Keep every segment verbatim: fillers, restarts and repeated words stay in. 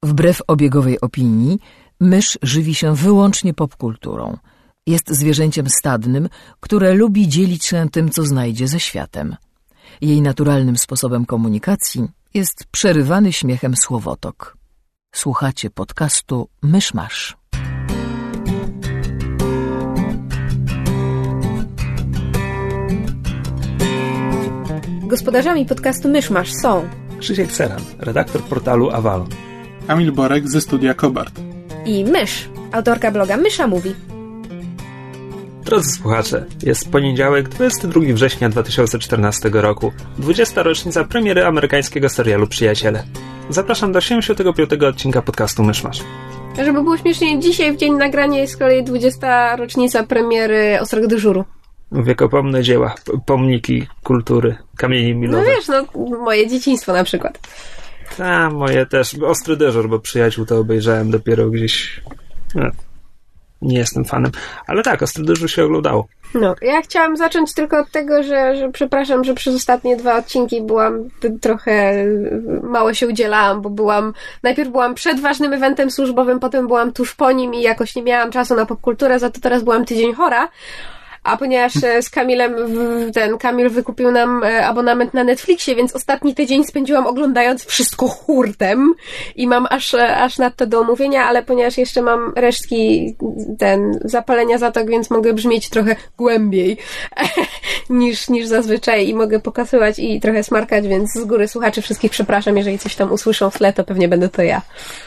Wbrew obiegowej opinii, mysz żywi się wyłącznie popkulturą. Jest zwierzęciem stadnym, które lubi dzielić się tym, co znajdzie ze światem. Jej naturalnym sposobem komunikacji jest przerywany śmiechem słowotok. Słuchacie podcastu Mysz Masz. Gospodarzami podcastu Mysz Masz są Krzysiek Ceran, redaktor portalu Avalon, Kamil Borek ze studia Kobart i Mysz, autorka bloga Mysza Mówi. Drodzy słuchacze, jest poniedziałek, dwudziestego drugiego września dwa tysiące czternastego roku, dwudziesta rocznica premiery amerykańskiego serialu Przyjaciele. Zapraszam do siedemdziesiątego piątego odcinka podcastu Mysz Masz. Żeby było śmiesznie, dzisiaj w dzień nagrania jest z kolei dwudziesta rocznica premiery Ostrego Dyżuru. Wiekopomne dzieła, pomniki kultury, kamienie milowe. No wiesz, no moje dzieciństwo na przykład. A, moje też. Ostry Dyżur, bo Przyjaciół to obejrzałem dopiero gdzieś... No, nie jestem fanem. Ale tak, Ostry Dyżur się oglądało. No, ja chciałam zacząć tylko od tego, że, że przepraszam, że przez ostatnie dwa odcinki byłam trochę... mało się udzielałam, bo byłam... Najpierw byłam przed ważnym eventem służbowym, potem byłam tuż po nim i jakoś nie miałam czasu na popkulturę, za to teraz byłam tydzień chora. A ponieważ z Kamilem, ten Kamil wykupił nam abonament na Netflixie, więc ostatni tydzień spędziłam oglądając wszystko hurtem i mam aż, aż nadto do omówienia, ale ponieważ jeszcze mam resztki ten zapalenia zatok, więc mogę brzmieć trochę głębiej niż, niż zazwyczaj i mogę pokazywać i trochę smarkać, więc z góry słuchaczy wszystkich przepraszam, jeżeli coś tam usłyszą w tle, to pewnie będę to ja.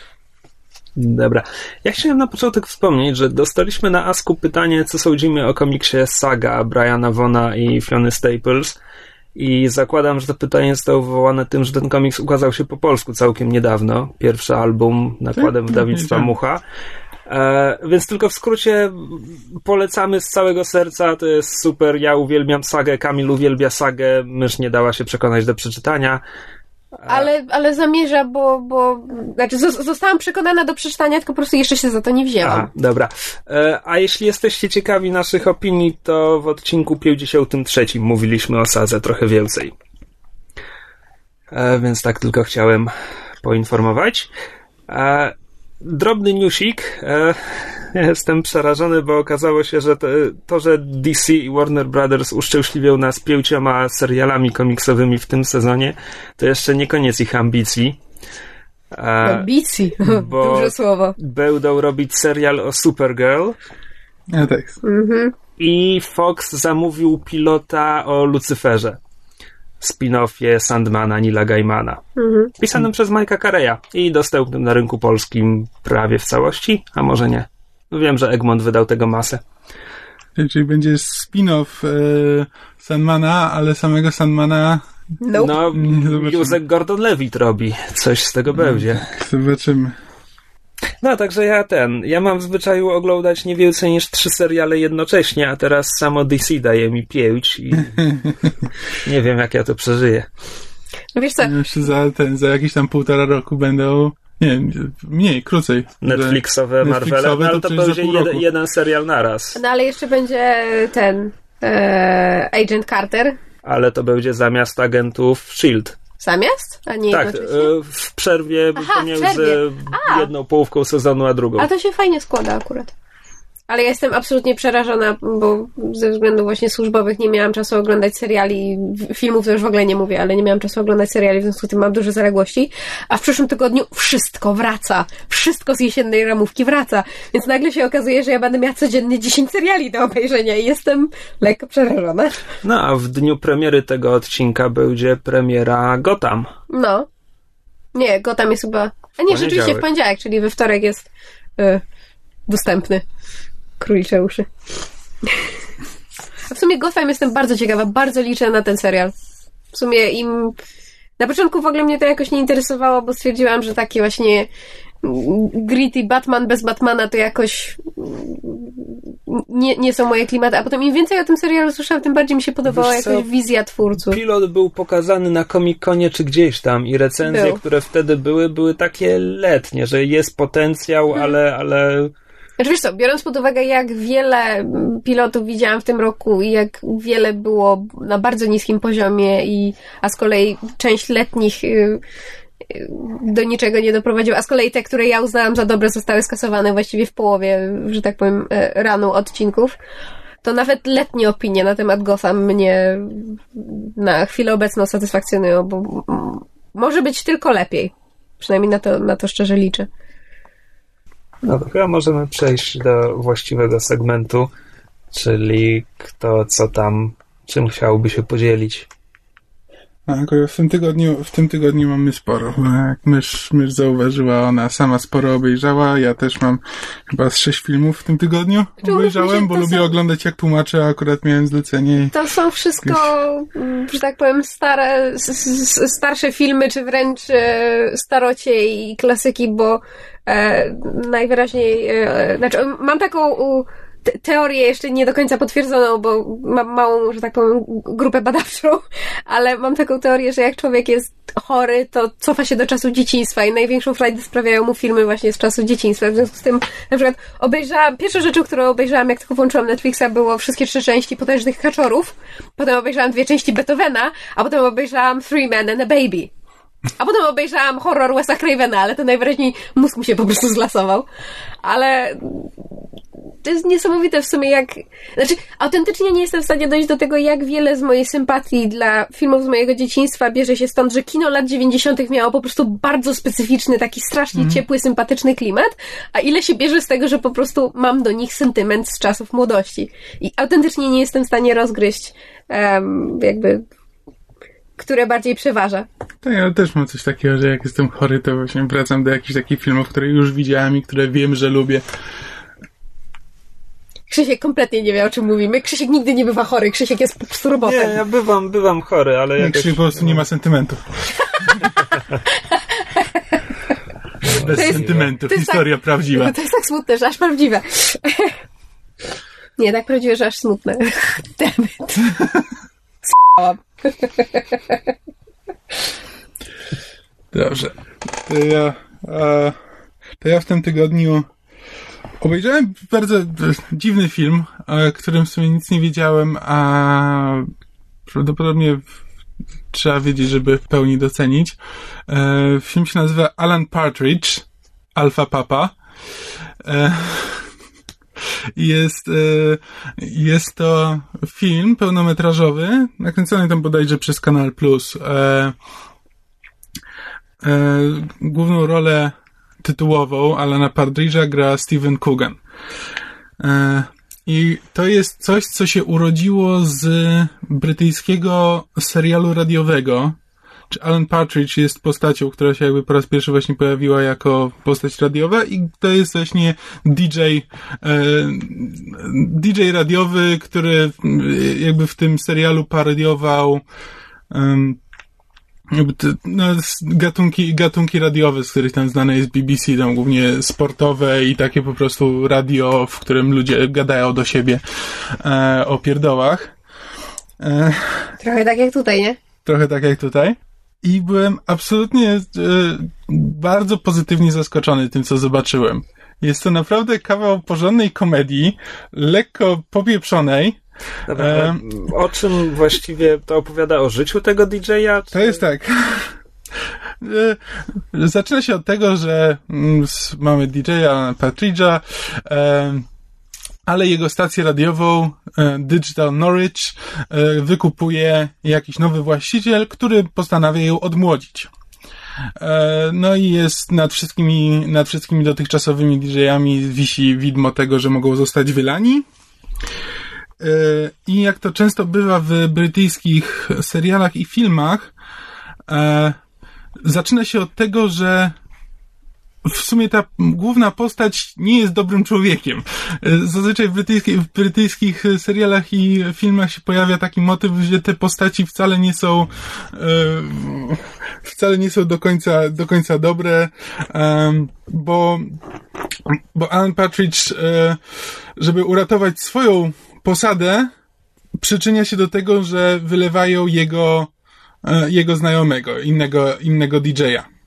Dobra. Ja chciałem na początek wspomnieć, że dostaliśmy na Asku pytanie, co sądzimy o komiksie Saga Briana Vaughna i Fiony Staples i zakładam, że to pytanie zostało wywołane tym, że ten komiks ukazał się po polsku całkiem niedawno. Pierwszy album nakładem wydawnictwa Mucha. E, więc tylko w skrócie polecamy z całego serca, to jest super, ja uwielbiam Sagę, Kamil uwielbia Sagę, mysz nie dała się przekonać do przeczytania. Ale, ale zamierza, bo, bo znaczy zostałam przekonana do przeczytania, tylko po prostu jeszcze się za to nie wzięłam. Aha, dobra. E, a jeśli jesteście ciekawi naszych opinii, to w odcinku pięćdziesiątym trzecim mówiliśmy o Sadze trochę więcej. E, więc tak tylko chciałem poinformować. E, drobny newsik. E, jestem przerażony, bo okazało się, że to, to, że D C i Warner Brothers uszczęśliwią nas pięcioma serialami komiksowymi w tym sezonie, to jeszcze nie koniec ich ambicji. E, ambicji? Bo duże słowo. Będą robić serial o Supergirl. Ja tak. Mhm. I Fox zamówił pilota o Lucyferze. Spin-offie Sandmana Neila Gaimana. Mhm. Pisanym przez Mike'a Carreya i dostępnym na rynku polskim prawie w całości, a może nie. Wiem, że Egmont wydał tego masę. Czyli będzie spin-off e, Sandmana, ale samego Sandmana... Nope. No, Józef Gordon-Levitt robi. Coś z tego będzie. Zobaczymy. No, także ja ten, ja mam w zwyczaju oglądać nie więcej niż trzy seriale jednocześnie, a teraz samo D C daje mi pięć i nie wiem, jak ja to przeżyję. No wiesz co? Jeszcze za, ten, za jakieś tam półtora roku będą, nie mniej, krócej. Netflixowe, Marvele, no, ale to, to będzie jeden, jeden serial naraz. No ale jeszcze będzie ten e, Agent Carter. Ale to będzie zamiast agentów Shield. Zamiast? A nie tak, jednocześnie? w przerwie Aha, pomiędzy w przerwie. jedną połówką sezonu a drugą. A to się fajnie składa akurat. Ale ja jestem absolutnie przerażona, bo ze względów właśnie służbowych nie miałam czasu oglądać seriali, filmów to już w ogóle nie mówię, ale nie miałam czasu oglądać seriali, w związku z tym mam duże zaległości, a w przyszłym tygodniu wszystko wraca. Wszystko z jesiennej ramówki wraca. Więc nagle się okazuje, że ja będę miała codziennie dziesięć seriali do obejrzenia i jestem lekko przerażona. No, a w dniu premiery tego odcinka będzie premiera Gotham. No. Nie, Gotham jest chyba... A nie, rzeczywiście w poniedziałek, czyli we wtorek jest y, dostępny. Królicze uszy. A w sumie Gotham jestem bardzo ciekawa, bardzo liczę na ten serial. W sumie im... Na początku w ogóle mnie to jakoś nie interesowało, bo stwierdziłam, że taki właśnie gritty Batman bez Batmana to jakoś nie, nie są moje klimaty. A potem im więcej o tym serialu słyszałam, tym bardziej mi się podobała Wiesz jakaś co? wizja twórców. Pilot był pokazany na Comic-Conie czy gdzieś tam i recenzje, był. które wtedy były, były takie letnie, że jest potencjał, hmm. ale... ale... Znaczy wiesz co, biorąc pod uwagę, jak wiele pilotów widziałam w tym roku i jak wiele było na bardzo niskim poziomie, i, a z kolei część letnich y, do niczego nie doprowadził, a z kolei te, które ja uznałam za dobre, zostały skasowane właściwie w połowie, że tak powiem, ranu odcinków. To nawet letnie opinie na temat Gotham mnie na chwilę obecną satysfakcjonują, bo może być tylko lepiej. Przynajmniej na to, na to szczerze liczę. No to chyba możemy przejść do właściwego segmentu, czyli kto co tam, czym chciałby się podzielić. A akurat w tym tygodniu, w tym tygodniu mamy sporo. Jak mysz, mysz zauważyła, ona sama sporo obejrzała. Ja też mam chyba z sześć filmów w tym tygodniu obejrzałem, bo lubię są... oglądać jak tłumaczę, a akurat miałem zlecenie. To są wszystko, jakieś... że tak powiem, stare, starsze filmy, czy wręcz starocie i klasyki, bo e, najwyraźniej, e, znaczy mam taką u, teorię jeszcze nie do końca potwierdzoną, bo mam małą, że tak powiem, grupę badawczą, ale mam taką teorię, że jak człowiek jest chory, to cofa się do czasu dzieciństwa i największą frajdę sprawiają mu filmy właśnie z czasu dzieciństwa. W związku z tym, na przykład obejrzałam, pierwszą rzeczą, którą obejrzałam, jak tylko włączyłam Netflixa, było wszystkie trzy części Potężnych Kaczorów, potem obejrzałam dwie części Beethovena, a potem obejrzałam Three Men and a Baby. A potem obejrzałam horror Wesa Cravena, ale to najwyraźniej mózg mi się po prostu zlasował. Ale to jest niesamowite w sumie, jak... Znaczy, autentycznie nie jestem w stanie dojść do tego, jak wiele z mojej sympatii dla filmów z mojego dzieciństwa bierze się stąd, że kino lat dziewięćdziesiątych miało po prostu bardzo specyficzny, taki strasznie mm. ciepły, sympatyczny klimat, a ile się bierze z tego, że po prostu mam do nich sentyment z czasów młodości. I autentycznie nie jestem w stanie rozgryźć um, jakby... które bardziej przeważa. Tak, ja też mam coś takiego, że jak jestem chory, to właśnie wracam do jakichś takich filmów, które już widziałem i które wiem, że lubię. Krzysiek kompletnie nie wie, o czym mówimy. Krzysiek nigdy nie bywa chory. Krzysiek jest po prostu robotem. Nie, ja bywam, bywam chory, ale... Nie, jakoś... Krzysiek po prostu nie ma sentymentów. Bez jest, sentymentów. Historia tak, prawdziwa. To jest tak smutne, że aż prawdziwe. Nie, tak prawdziwe, że aż smutne. Dammit. S***ałam. Dobrze. To ja, a, to ja w tym tygodniu obejrzałem bardzo dziwny film, o którym w sumie nic nie wiedziałem, a prawdopodobnie trzeba wiedzieć, żeby w pełni docenić. E, film się nazywa Alan Partridge, Alpha Papa. E, Jest, jest to film pełnometrażowy, nakręcony tam bodajże przez Kanal Plus. E, e, główną rolę tytułową Alana Partridge'a gra Steven Coogan. E, I to jest coś, co się urodziło z brytyjskiego serialu radiowego. Czy Alan Partridge jest postacią, która się jakby po raz pierwszy właśnie pojawiła jako postać radiowa i to jest właśnie D J e, D J radiowy, który jakby w tym serialu parodiował um, jakby te, no, gatunki, gatunki radiowe, z których tam znane jest B B C, tam głównie sportowe i takie po prostu radio, w którym ludzie gadają do siebie e, o pierdołach. E, Trochę tak jak tutaj, nie? Trochę tak jak tutaj. I byłem absolutnie e, bardzo pozytywnie zaskoczony tym, co zobaczyłem. Jest to naprawdę kawał porządnej komedii, lekko popieprzonej. Dobra, e, o czym właściwie to opowiada? O życiu tego D J a? Czy... To jest tak. e, zaczyna się od tego, że mm, mamy D J a Partridge'a, e, ale jego stację radiową Digital Norwich wykupuje jakiś nowy właściciel, który postanawia ją odmłodzić. No i jest nad wszystkimi, nad wszystkimi dotychczasowymi D J ami wisi widmo tego, że mogą zostać wylani. I jak to często bywa w brytyjskich serialach i filmach, zaczyna się od tego, że w sumie ta główna postać nie jest dobrym człowiekiem. Zazwyczaj w brytyjskich, w brytyjskich serialach i filmach się pojawia taki motyw, że te postaci wcale nie są e, wcale nie są do końca, do końca dobre, e, bo, bo Alan Partridge, e, żeby uratować swoją posadę, przyczynia się do tego, że wylewają jego, e, jego znajomego, innego, innego D J a.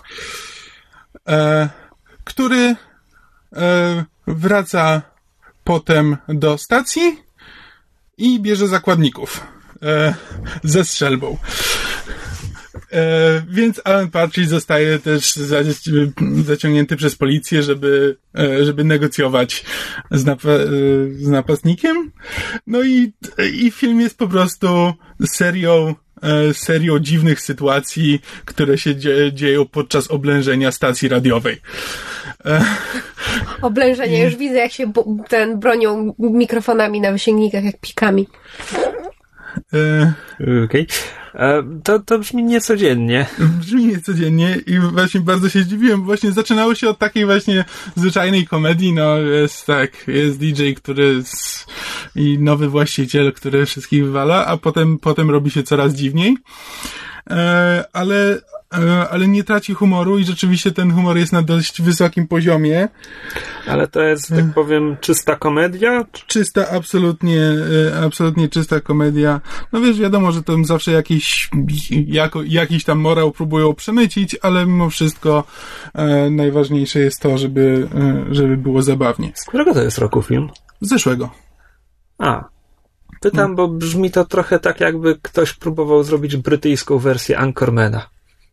E, który e, wraca potem do stacji i bierze zakładników e, ze strzelbą. E, więc Alan Partridge zostaje też za, zaciągnięty przez policję, żeby, e, żeby negocjować z, napa, e, z napastnikiem. No i, i film jest po prostu serią, e, serią dziwnych sytuacji, które się dzie, dzieją podczas oblężenia stacji radiowej. E, Oblężenie, już widzę, jak się bo, ten bronią mikrofonami na wysięgnikach, jak pikami. e, Okej. Okay. To, to brzmi niecodziennie. Brzmi niecodziennie i właśnie bardzo się zdziwiłem, bo właśnie zaczynało się od takiej właśnie zwyczajnej komedii, no jest tak, jest D J, który z, i nowy właściciel, który wszystkich wywala, a potem, potem robi się coraz dziwniej. E, ale, e, ale nie traci humoru i rzeczywiście ten humor jest na dość wysokim poziomie. Ale to jest, tak powiem, czysta komedia? Czysta, absolutnie, e, absolutnie czysta komedia. No wiesz, wiadomo, że tam zawsze jakiś, jako, jakiś tam morał próbują przemycić, ale mimo wszystko e, najważniejsze jest to, żeby, e, żeby było zabawnie. Z którego to jest roku film? Z zeszłego. A. Pytam, bo brzmi to trochę tak, jakby ktoś próbował zrobić brytyjską wersję Anchormana.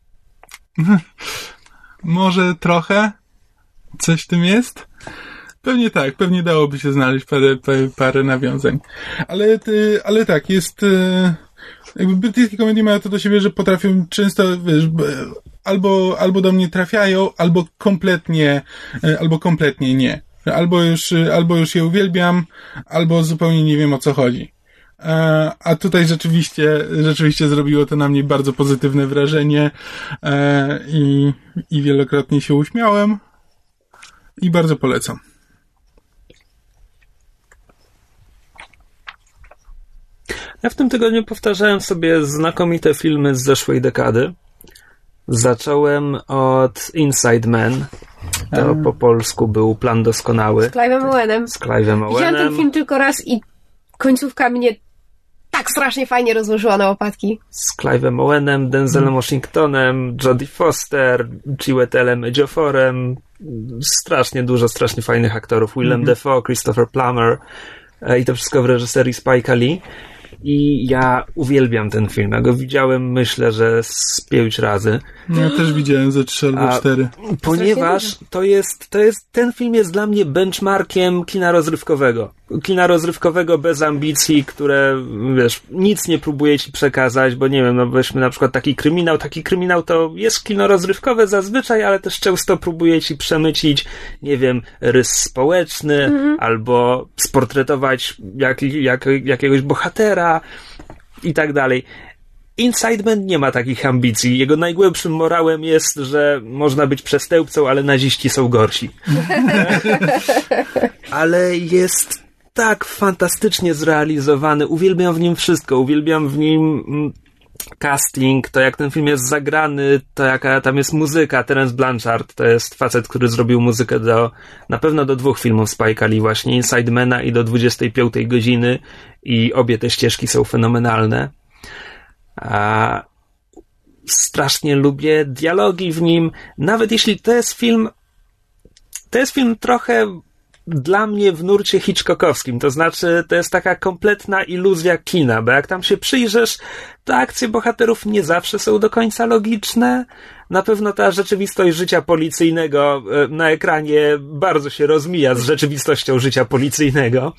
Może trochę coś w tym jest? Pewnie tak, pewnie dałoby się znaleźć parę, parę, parę nawiązań. Ale, ale tak, jest... Jakby brytyjskie komedie mają to do siebie, że potrafią często, wiesz, albo, albo do mnie trafiają, albo kompletnie, albo kompletnie nie. Albo już, albo już je uwielbiam, albo zupełnie nie wiem, o co chodzi. A tutaj rzeczywiście, rzeczywiście zrobiło to na mnie bardzo pozytywne wrażenie i, i wielokrotnie się uśmiałem i bardzo polecam. Ja w tym tygodniu powtarzałem sobie znakomite filmy z zeszłej dekady. Zacząłem od Inside Man. To um. po polsku był Plan Doskonały. Z Clive'em Owenem. Z Clive'em Owenem. Widziałem ten film tylko raz i końcówka mnie tak strasznie fajnie rozłożyła na łopatki. Z Clive'em Owenem, Denzelem hmm. Washingtonem, Jodie Foster, Chiwetelem Ejioforem. Strasznie dużo, strasznie fajnych aktorów. Willem hmm. Dafoe, Christopher Plummer. I to wszystko w reżyserii Spike'a Lee. I ja uwielbiam ten film. Ja go widziałem, myślę, że z pięć razy. Ja też widziałem ze trzy albo cztery. Ponieważ to jest, to jest, ten film jest dla mnie benchmarkiem kina rozrywkowego. Kina rozrywkowego bez ambicji, które, wiesz, nic nie próbuje ci przekazać, bo nie wiem, no weźmy na przykład taki kryminał. Taki kryminał to jest kino rozrywkowe zazwyczaj, ale też często próbuje ci przemycić, nie wiem, rys społeczny, mhm. albo sportretować jak, jak, jakiegoś bohatera i tak dalej. Inside Man nie ma takich ambicji. Jego najgłębszym morałem jest, że można być przestępcą, ale naziści są gorsi. Ale jest tak fantastycznie zrealizowany. Uwielbiam w nim wszystko. Uwielbiam w nim casting, to jak ten film jest zagrany, to jaka tam jest muzyka. Terence Blanchard to jest facet, który zrobił muzykę do, na pewno do dwóch filmów Spike'a Lee, właśnie Inside Mana i do dwudziestej piątej godziny, i obie te ścieżki są fenomenalne. A strasznie lubię dialogi w nim, nawet jeśli to jest film to jest film trochę dla mnie w nurcie hitchcockowskim, to znaczy to jest taka kompletna iluzja kina, bo jak tam się przyjrzysz, to akcje bohaterów nie zawsze są do końca logiczne. Na pewno ta rzeczywistość życia policyjnego na ekranie bardzo się rozmija z rzeczywistością życia policyjnego.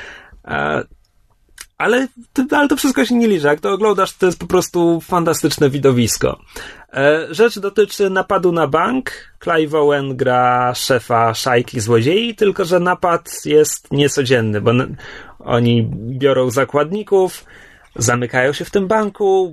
Ale, ale to wszystko się nie liczy. Jak to oglądasz, to jest po prostu fantastyczne widowisko. Rzecz dotyczy napadu na bank. Clive Owen gra szefa szajki złodziei, tylko że napad jest niecodzienny, bo oni biorą zakładników, zamykają się w tym banku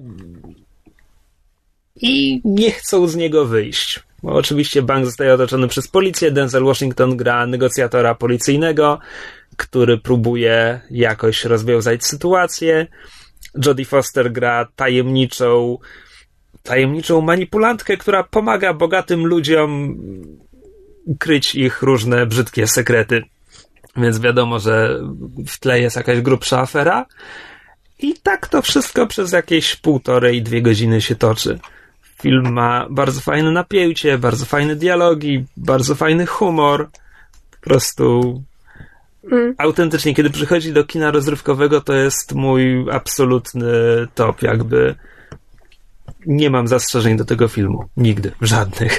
i nie chcą z niego wyjść. Bo oczywiście bank zostaje otoczony przez policję. Denzel Washington gra negocjatora policyjnego, który próbuje jakoś rozwiązać sytuację. Jodie Foster gra tajemniczą tajemniczą manipulantkę, która pomaga bogatym ludziom kryć ich różne brzydkie sekrety. Więc wiadomo, że w tle jest jakaś grubsza afera. I tak to wszystko przez jakieś półtorej, dwie godziny się toczy. Film ma bardzo fajne napięcie, bardzo fajne dialogi, bardzo fajny humor. Po prostu mm. autentycznie, kiedy przychodzi do kina rozrywkowego, to jest mój absolutny top, jakby nie mam zastrzeżeń do tego filmu. Nigdy. Żadnych.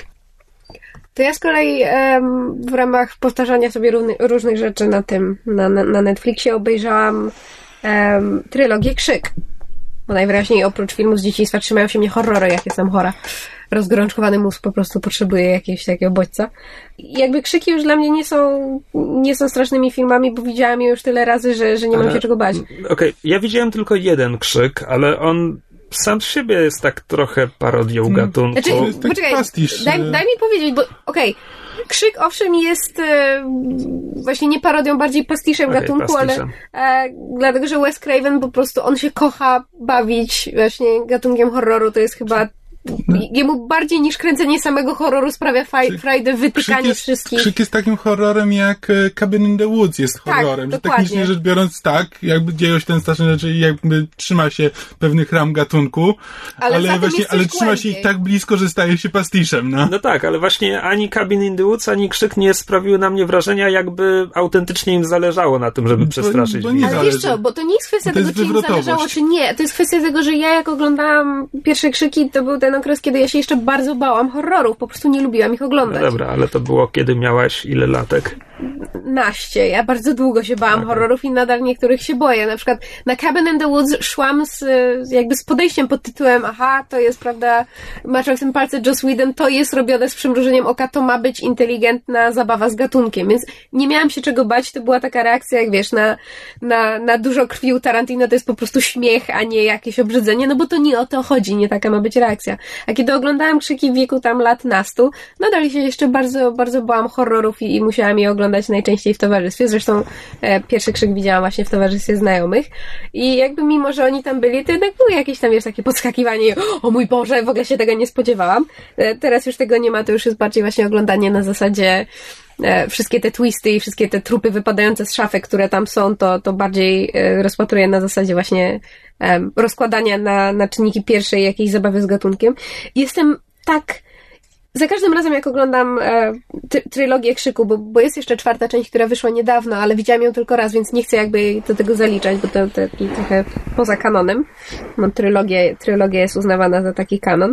To ja z kolei um, w ramach powtarzania sobie równy, różnych rzeczy na tym, na, na, na Netflixie obejrzałam um, trylogię Krzyk. Bo najwyraźniej oprócz filmu z dzieciństwa trzymają się mnie horrory, jak jestem chora. Rozgorączkowany mózg po prostu potrzebuje jakiegoś takiego bodźca. I jakby Krzyki już dla mnie nie są, nie są strasznymi filmami, bo widziałam je już tyle razy, że, że nie mam ale, się czego bać. Okej, okay. Ja widziałem tylko jeden Krzyk, ale on sam z siebie jest tak trochę parodią gatunku. Znaczy, poczekaj, daj, daj mi powiedzieć, bo okej, okay, Krzyk owszem jest e, właśnie nie parodią, bardziej pastiszem okay, gatunku, pastiszem. ale e, dlatego, że Wes Craven po prostu, on się kocha bawić właśnie gatunkiem horroru, to jest chyba no. Jemu bardziej niż kręcenie samego horroru sprawia faj, frajdę wytykanie jest, wszystkich. Krzyk jest takim horrorem jak Cabin in the Woods jest horrorem, tak, że technicznie rzecz biorąc tak, jakby dzieją się ten straszne rzeczy i jakby trzyma się pewnych ram gatunku, ale, ale właśnie, ale trzyma się ich tak blisko, że staje się pastiszem, no. No tak, ale właśnie ani Cabin in the Woods, ani Krzyk nie sprawiły na mnie wrażenia, jakby autentycznie im zależało na tym, żeby bo, przestraszyć. Bo nie ale wiesz co, bo to nie jest kwestia to tego, jest czy im zależało, czy nie. To jest kwestia tego, że ja jak oglądałam pierwsze Krzyki, to był ten okres, kiedy ja się jeszcze bardzo bałam horrorów, po prostu nie lubiłam ich oglądać. No dobra, ale to było kiedy miałaś ile latek? Naście. Ja bardzo długo się bałam okay. horrorów i nadal niektórych się boję. Na przykład na Cabin in the Woods szłam z, jakby z podejściem pod tytułem aha, to jest, prawda, maczał w tym palce Joss Whedon, to jest robione z przymrużeniem oka, to ma być inteligentna zabawa z gatunkiem, więc nie miałam się czego bać, to była taka reakcja, jak wiesz, na, na, na dużo krwi u Tarantino to jest po prostu śmiech, a nie jakieś obrzydzenie, no bo to nie o to chodzi, nie taka ma być reakcja. A kiedy oglądałam Krzyki w wieku tam lat nastu, nadal się jeszcze bardzo, bardzo bałam horrorów i, i musiałam je oglądać najczęściej w towarzystwie. Zresztą e, pierwszy Krzyk widziałam właśnie w towarzystwie znajomych i jakby mimo, że oni tam byli, to jednak było jakieś tam, wiesz, takie podskakiwanie, o mój Boże, w ogóle się tego nie spodziewałam. E, teraz już tego nie ma, to już jest bardziej właśnie oglądanie na zasadzie e, wszystkie te twisty i wszystkie te trupy wypadające z szafek, które tam są, to, to bardziej e, rozpatruję na zasadzie właśnie e, rozkładania na, na czynniki pierwsze jakiejś zabawy z gatunkiem. Jestem tak za każdym razem, jak oglądam e, ty, trylogię Krzyku, bo, bo jest jeszcze czwarta część, która wyszła niedawno, ale widziałam ją tylko raz, więc nie chcę jakby do tego zaliczać, bo to, to, to trochę poza kanonem. No, trylogia, trylogia jest uznawana za taki kanon.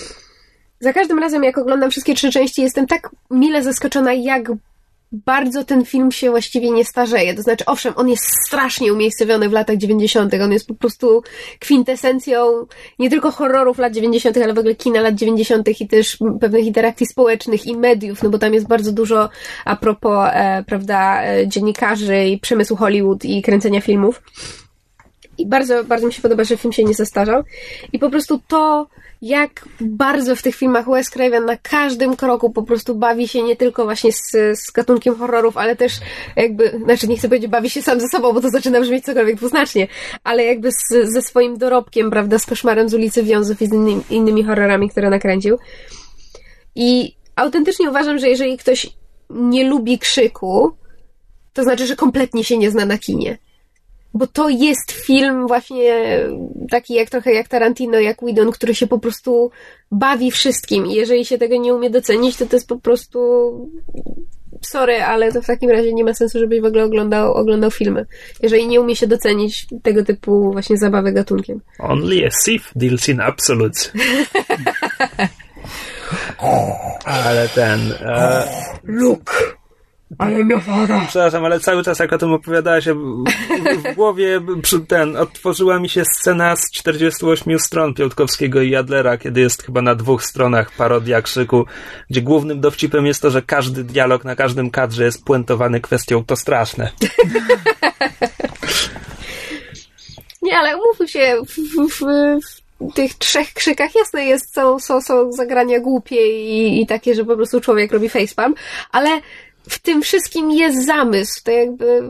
Za każdym razem, jak oglądam wszystkie trzy części, jestem tak mile zaskoczona, jak bardzo ten film się właściwie nie starzeje. To znaczy, owszem, on jest strasznie umiejscowiony w latach dziewięćdziesiątych. On jest po prostu kwintesencją nie tylko horrorów lat dziewięćdziesiątych, ale w ogóle kina lat dziewięćdziesiątych i też pewnych interakcji społecznych i mediów, no bo tam jest bardzo dużo a propos, e, prawda, e, dziennikarzy i przemysłu Hollywood i kręcenia filmów. I bardzo, bardzo mi się podoba, że film się nie zestarzał. I po prostu to, jak bardzo w tych filmach Wes Craven na każdym kroku po prostu bawi się nie tylko właśnie z, z gatunkiem horrorów, ale też jakby, znaczy nie chcę powiedzieć bawi się sam ze sobą, bo to zaczyna brzmieć cokolwiek dwuznacznie, ale jakby z, ze swoim dorobkiem, prawda, z Koszmarem z ulicy Wiązów i z innymi, innymi horrorami, które nakręcił. I autentycznie uważam, że jeżeli ktoś nie lubi Krzyku, to znaczy, że kompletnie się nie zna na kinie. Bo to jest film właśnie taki jak trochę jak Tarantino, jak Whedon, który się po prostu bawi wszystkim i jeżeli się tego nie umie docenić, to to jest po prostu sorry, ale to w takim razie nie ma sensu, żebyś w ogóle oglądał, oglądał filmy. Jeżeli nie umie się docenić tego typu właśnie zabawy gatunkiem. Only a thief deals in absolutes. Ale ten... E... Luke! Ale nie woda. Przepraszam, ale cały czas jak o tym opowiadałeś, w, w głowie ten, otworzyła mi się scena z czterdziestu ośmiu stron Piątkowskiego i Adlera, kiedy jest chyba na dwóch stronach parodia Krzyku, gdzie głównym dowcipem jest to, że każdy dialog na każdym kadrze jest puentowany kwestią to straszne. Nie, ale umówmy się, w, w, w tych trzech Krzykach jasne jest, są, są, są zagrania głupie i, i takie, że po prostu człowiek robi facepalm, ale w tym wszystkim jest zamysł. To jakby...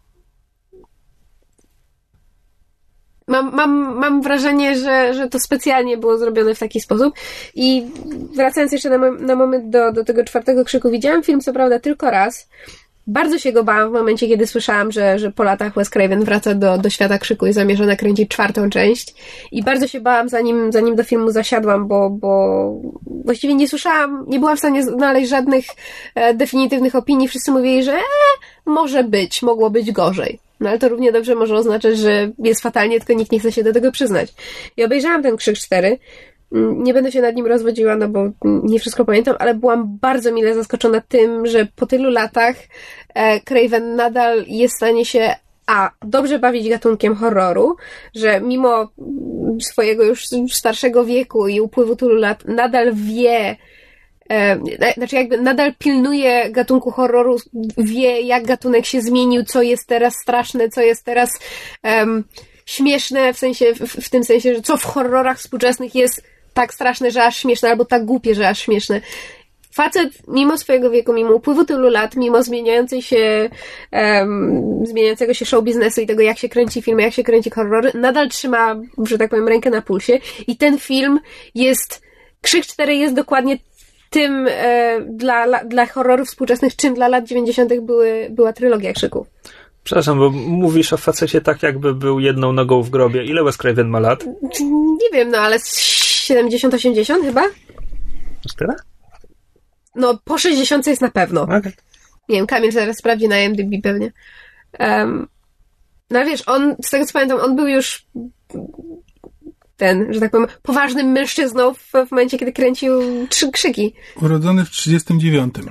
Mam, mam, mam wrażenie, że, że to specjalnie było zrobione w taki sposób. I wracając jeszcze na, na moment do, do tego czwartego Krzyku, widziałam film co prawda tylko raz. Bardzo się go bałam w momencie, kiedy słyszałam, że, że po latach Wes Craven wraca do, do świata Krzyku i zamierza nakręcić czwartą część. I bardzo się bałam, zanim, zanim do filmu zasiadłam, bo, bo właściwie nie słyszałam, nie byłam w stanie znaleźć żadnych e, definitywnych opinii. Wszyscy mówili, że e, może być, mogło być gorzej. No ale to równie dobrze może oznaczać, że jest fatalnie, tylko nikt nie chce się do tego przyznać. I obejrzałam ten Krzyk cztery. Nie będę się nad nim rozwodziła, no bo nie wszystko pamiętam, ale byłam bardzo mile zaskoczona tym, że po tylu latach e, Craven nadal jest w stanie się a dobrze bawić gatunkiem horroru, że mimo swojego już starszego wieku i upływu tylu lat nadal wie, e, znaczy jakby nadal pilnuje gatunku horroru, wie jak gatunek się zmienił, co jest teraz straszne, co jest teraz um, śmieszne, w sensie, w, w tym sensie, że co w horrorach współczesnych jest tak straszne, że aż śmieszne, albo tak głupie, że aż śmieszne. Facet, mimo swojego wieku, mimo upływu tylu lat, mimo zmieniającej się, um, zmieniającego się show biznesu i tego, jak się kręci filmy, jak się kręci horrory, nadal trzyma, że tak powiem, rękę na pulsie. I ten film jest, Krzyk cztery jest dokładnie tym e, dla, dla horrorów współczesnych, czym dla lat dziewięćdziesiątych były, była trylogia Krzyków. Przepraszam, bo mówisz o facecie tak, jakby był jedną nogą w grobie. Ile Wes Craven ma lat? Nie wiem, no ale siedemdziesiąt osiemdziesiąt chyba? Tyle? No, po sześćdziesiąt jest na pewno. Okay. Nie wiem, Kamil zaraz sprawdzi na I M D B pewnie. Um, no ale wiesz, on, z tego co pamiętam, on był już ten, że tak powiem, poważnym mężczyzną w, w momencie, kiedy kręcił trzy Krzyki. Urodzony w trzydziestym dziewiątym.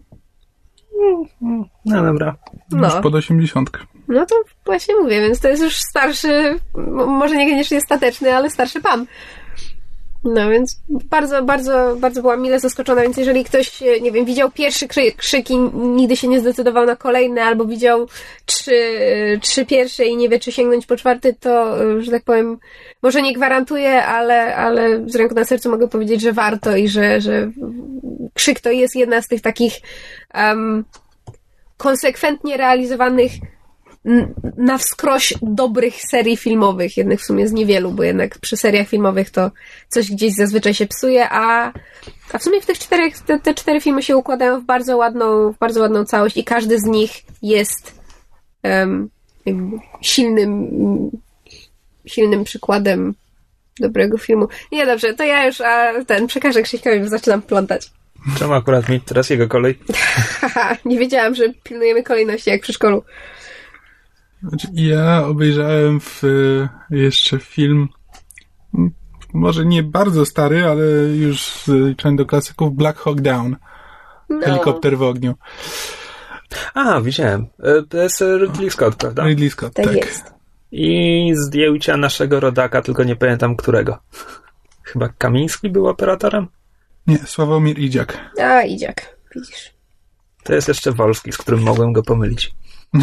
No dobra. No. Już pod osiemdziesiątkę. No to właśnie mówię, więc to jest już starszy, może niekoniecznie stateczny, ale starszy pan. No więc bardzo, bardzo, bardzo byłam mile zaskoczona, więc jeżeli ktoś, nie wiem, widział pierwszy krzy- krzyk i nigdy się nie zdecydował na kolejny, albo widział trzy, trzy pierwsze i nie wie, czy sięgnąć po czwarty, to, że tak powiem, może nie gwarantuję, ale, ale z ręką na sercu mogę powiedzieć, że warto i że, że Krzyk to jest jedna z tych takich um, konsekwentnie realizowanych na wskroś dobrych serii filmowych, jednych w sumie z niewielu, bo jednak przy seriach filmowych to coś gdzieś zazwyczaj się psuje, a, a w sumie w tych czterech, te, te cztery filmy się układają w bardzo ładną, w bardzo ładną całość i każdy z nich jest um, jakby silnym silnym przykładem dobrego filmu. Nie, dobrze, to ja już a ten przekażę Krzyśkowi, bo zaczynam plątać. Czemu akurat mi teraz jego kolej? Haha, nie wiedziałam, że pilnujemy kolejności jak przy szkolu. Znaczy, ja obejrzałem w, jeszcze film, może nie bardzo stary, ale już zaliczany do klasyków, Black Hawk Down. No. Helikopter w ogniu. A, widziałem. To jest Ridley Scott, prawda? Ridley Scott, tak. Tak jest. I zdjęcia naszego rodaka, tylko nie pamiętam którego. Chyba Kamiński był operatorem? Nie, Sławomir Idziak. A, Idziak, widzisz. To jest jeszcze Wolski, z którym mogłem go pomylić.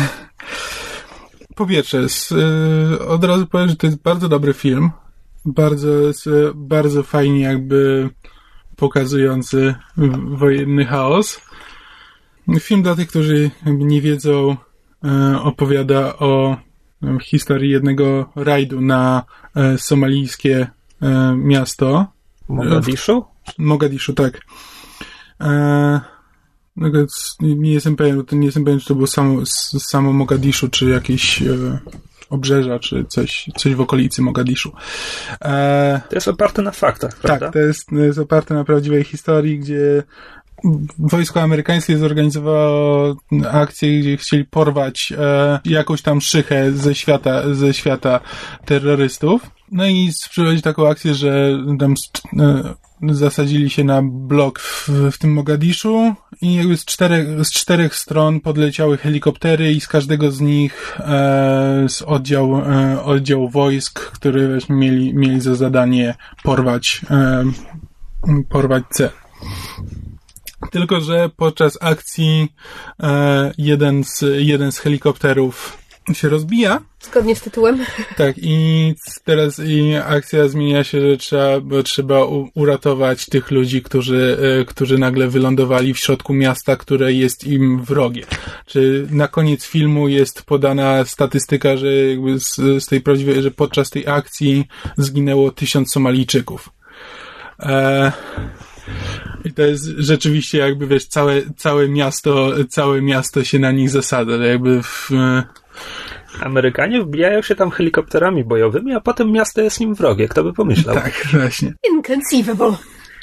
Po pierwsze, z, y, od razu powiem, że to jest bardzo dobry film. Bardzo, z, bardzo fajnie jakby pokazujący wojenny chaos. Film dla tych, którzy jakby nie wiedzą, y, opowiada o y, historii jednego rajdu na y, somalijskie y, miasto. Mogadiszu? Mogadiszu, tak. E, nie jestem pewien, nie jestem pewien, czy to było samo, samo Mogadiszu, czy jakieś e, obrzeża, czy coś, coś w okolicy Mogadiszu. E, to jest oparte na faktach, prawda? Tak, to jest, to jest oparte na prawdziwej historii, gdzie wojsko amerykańskie zorganizowało akcję, gdzie chcieli porwać e, jakąś tam szychę ze świata, ze świata terrorystów. No i przeprowadzić taką akcję, że tam e, zasadzili się na blok w, w tym Mogadiszu i jakby z czterech, z czterech stron podleciały helikoptery i z każdego z nich e, z oddział, e, oddział wojsk, które właśnie mieli, mieli za zadanie porwać, e, porwać cel. Tylko że podczas akcji e, jeden, z, jeden z helikopterów się rozbija. Zgodnie z tytułem. Tak, i teraz i akcja zmienia się, że trzeba, bo trzeba u, uratować tych ludzi, którzy, e, którzy nagle wylądowali w środku miasta, które jest im wrogie. Czy na koniec filmu jest podana statystyka, że jakby z, z tej prawdziwej, że podczas tej akcji zginęło tysiąc Somalijczyków. E, I to jest rzeczywiście jakby, wiesz, całe, całe miasto, całe miasto się na nich zasadza, jakby w... Amerykanie wbijają się tam helikopterami bojowymi, a potem miasto jest nim wrogie. Kto by pomyślał? Tak, właśnie. Inconceivable.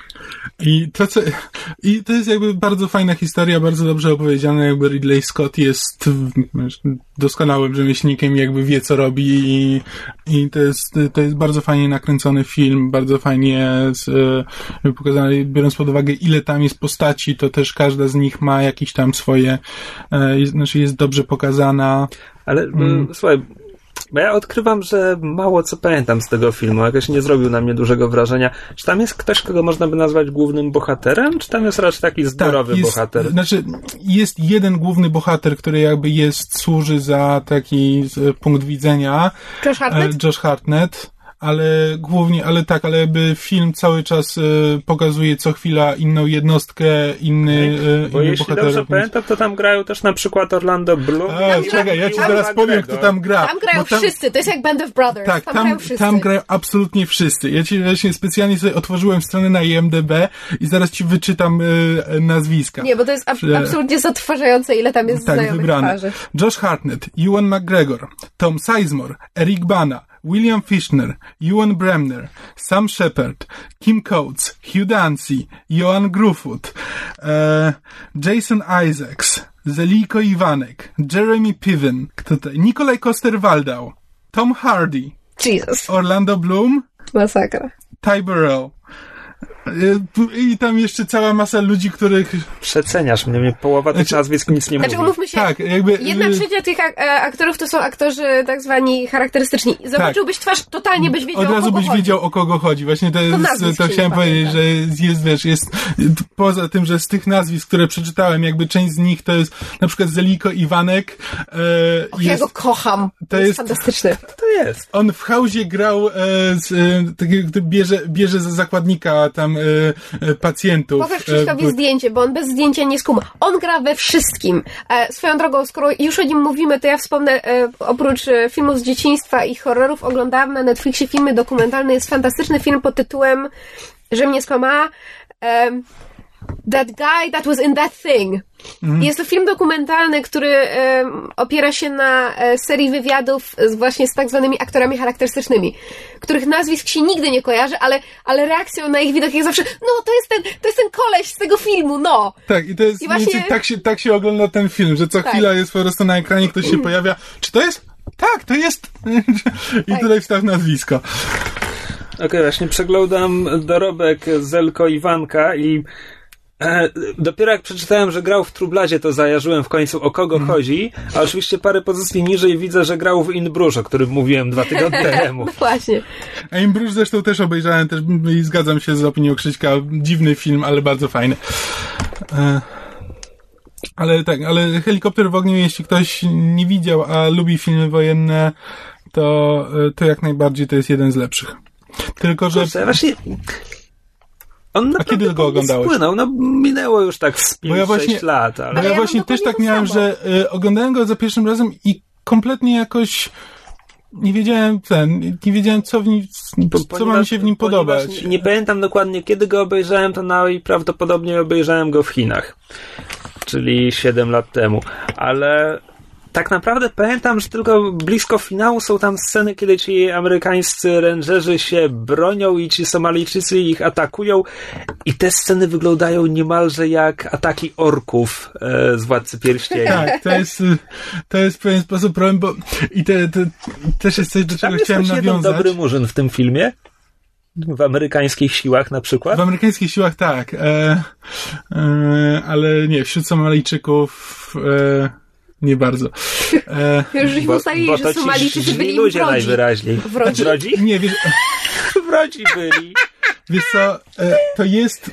I to, co, i to jest jakby bardzo fajna historia, bardzo dobrze opowiedziana, jakby Ridley Scott jest doskonałym rzemieślnikiem, jakby wie, co robi i, i to jest, to jest bardzo fajnie nakręcony film, bardzo fajnie z, e, pokazany, biorąc pod uwagę, ile tam jest postaci, to też każda z nich ma jakieś tam swoje, e, jest, znaczy jest dobrze pokazana. Ale mm. słuchaj, bo ja odkrywam, że mało co pamiętam z tego filmu, jakoś nie zrobił na mnie dużego wrażenia. Czy tam jest ktoś, kogo można by nazwać głównym bohaterem, czy tam jest raczej taki zbiorowy tak, jest, bohater? Znaczy, jest jeden główny bohater, który jakby jest, służy za taki punkt widzenia. Josh Hartnett? Josh Hartnett. Ale głównie, ale tak, ale jakby film cały czas y, pokazuje co chwila inną jednostkę, inny, y, Bo inny jeśli bohaterów. dobrze pamiętam, to tam grają też na przykład Orlando Bloom. A, czekaj, ja ci zaraz powiem, kto tam gra. Tam grają tam, wszyscy, to jest jak Band of Brothers. Tak, tam, tam, grają wszyscy. tam grają absolutnie wszyscy. Ja ci właśnie specjalnie sobie otworzyłem stronę na I M D B i zaraz ci wyczytam y, nazwiska. Nie, bo to jest ab- Że, absolutnie zatrważające, ile tam jest tak, znajomych wybrane. twarzy. Josh Hartnett, Ewan McGregor, Tom Sizemore, Eric Bana, William Fichtner, Ewan Bremner, Sam Shepard, Kim Coates, Hugh Dancy, Joan Gruffudd, e, Jason Isaacs, Zeliko Iwanek, Jeremy Piven, kto tutaj? Nikolaj Coster-Waldau, Tom Hardy, Jesus. Orlando Bloom, Masakra. Ty Burrell. I tam jeszcze cała masa ludzi, których... Przeceniasz mnie, mnie połowa tych Znaczy, nazwisk nic nie Znaczy, mówi. umówmy się, Tak, jakby... jedna trzecia tych ak- aktorów to są aktorzy tak zwani charakterystyczni. Zobaczyłbyś twarz, totalnie byś wiedział, Od razu o kogo byś chodzi. wiedział, o kogo chodzi. Właśnie to, To jest, nazwisk to się chciałem nie powiedzieć, pamięta. że jest, wiesz, jest, poza tym, że z tych nazwisk, które przeczytałem, jakby część z nich to jest na przykład Zeliko Iwanek. E, Och, jest, ja go kocham. To, to jest, jest- fantastyczne. To jest. On w House'ie grał, e, z, e, takiego, który bierze, bierze za zakładnika tam e, e, pacjentów. Pokaż Krzysztofowi E, zdjęcie, bo on bez zdjęcia nie skuma. On gra we wszystkim. E, swoją drogą, skoro już o nim mówimy, to ja wspomnę, e, oprócz e, filmów z dzieciństwa i horrorów, oglądałam na Netflixie filmy dokumentalne. Jest fantastyczny film pod tytułem Że mnie skłamała. E, That Guy That Was in That Thing. Mhm. Jest to film dokumentalny, który e, opiera się na e, serii wywiadów z, właśnie z tak zwanymi aktorami charakterystycznymi, których nazwisk się nigdy nie kojarzy, ale, ale reakcją na ich widok jest zawsze, no to jest ten, to jest ten koleś z tego filmu, no. Tak, i to jest I mniej właśnie- więcej tak się, tak się ogląda ten film, że co Tak. chwila jest po prostu na ekranie, ktoś się pojawia. Czy to jest? Tak, to jest. I Tak. tutaj wstaw nazwisko. Okej, okay, właśnie przeglądam dorobek Zelko Iwanka i e, dopiero jak przeczytałem, że grał w Trubladzie, to zajarzyłem w końcu, o kogo Mm. chodzi, a oczywiście parę pozycji niżej widzę, że grał w In Bruges, o którym mówiłem dwa tygodnie temu. No właśnie. A im Bruges zresztą też obejrzałem też i zgadzam się z opinią Krzyśka. Dziwny film, ale bardzo fajny. E, ale tak, ale Helikopter w ogniu, jeśli ktoś nie widział, a lubi filmy wojenne, to, to jak najbardziej to jest jeden z lepszych. Tylko, że... Kurczę, właśnie... On A kiedy go oglądałeś? Spłynął. No minęło już tak z pięć Bo ja właśnie- sześć lat, ale... Bo Ale ja ja mam właśnie też dokładnie tak to miałem, samo. że y, oglądałem go za pierwszym razem i kompletnie jakoś nie wiedziałem ten, nie wiedziałem co w nim, co Ponieważ- ma mi się w nim ponieważ podobać. Nie, nie pamiętam dokładnie, kiedy go obejrzałem, to najprawdopodobniej obejrzałem go w Chinach. Czyli siedem lat temu. Ale tak naprawdę pamiętam, że tylko blisko finału są tam sceny, kiedy ci amerykańscy rangerzy się bronią i ci Somalijczycy ich atakują i te sceny wyglądają niemalże jak ataki orków e, z Władcy Pierścieni. Tak, to jest, y, to jest w pewien sposób problem, bo i te, te też jest coś, do Tam czego jest chciałem choć jeden nawiązać. dobry murzyn w tym filmie. W amerykańskich siłach na przykład. W amerykańskich siłach tak, e, e, ale nie, wśród Somalijczyków e, nie bardzo. E, Już ich Bo, ustalili, bo że to ci Somalijczycy źli byli im ludzie wrodzi. najwyraźniej. Wrodzi? Wrodzi? nie, wiesz, Wrodzi byli. wiesz co, e, to jest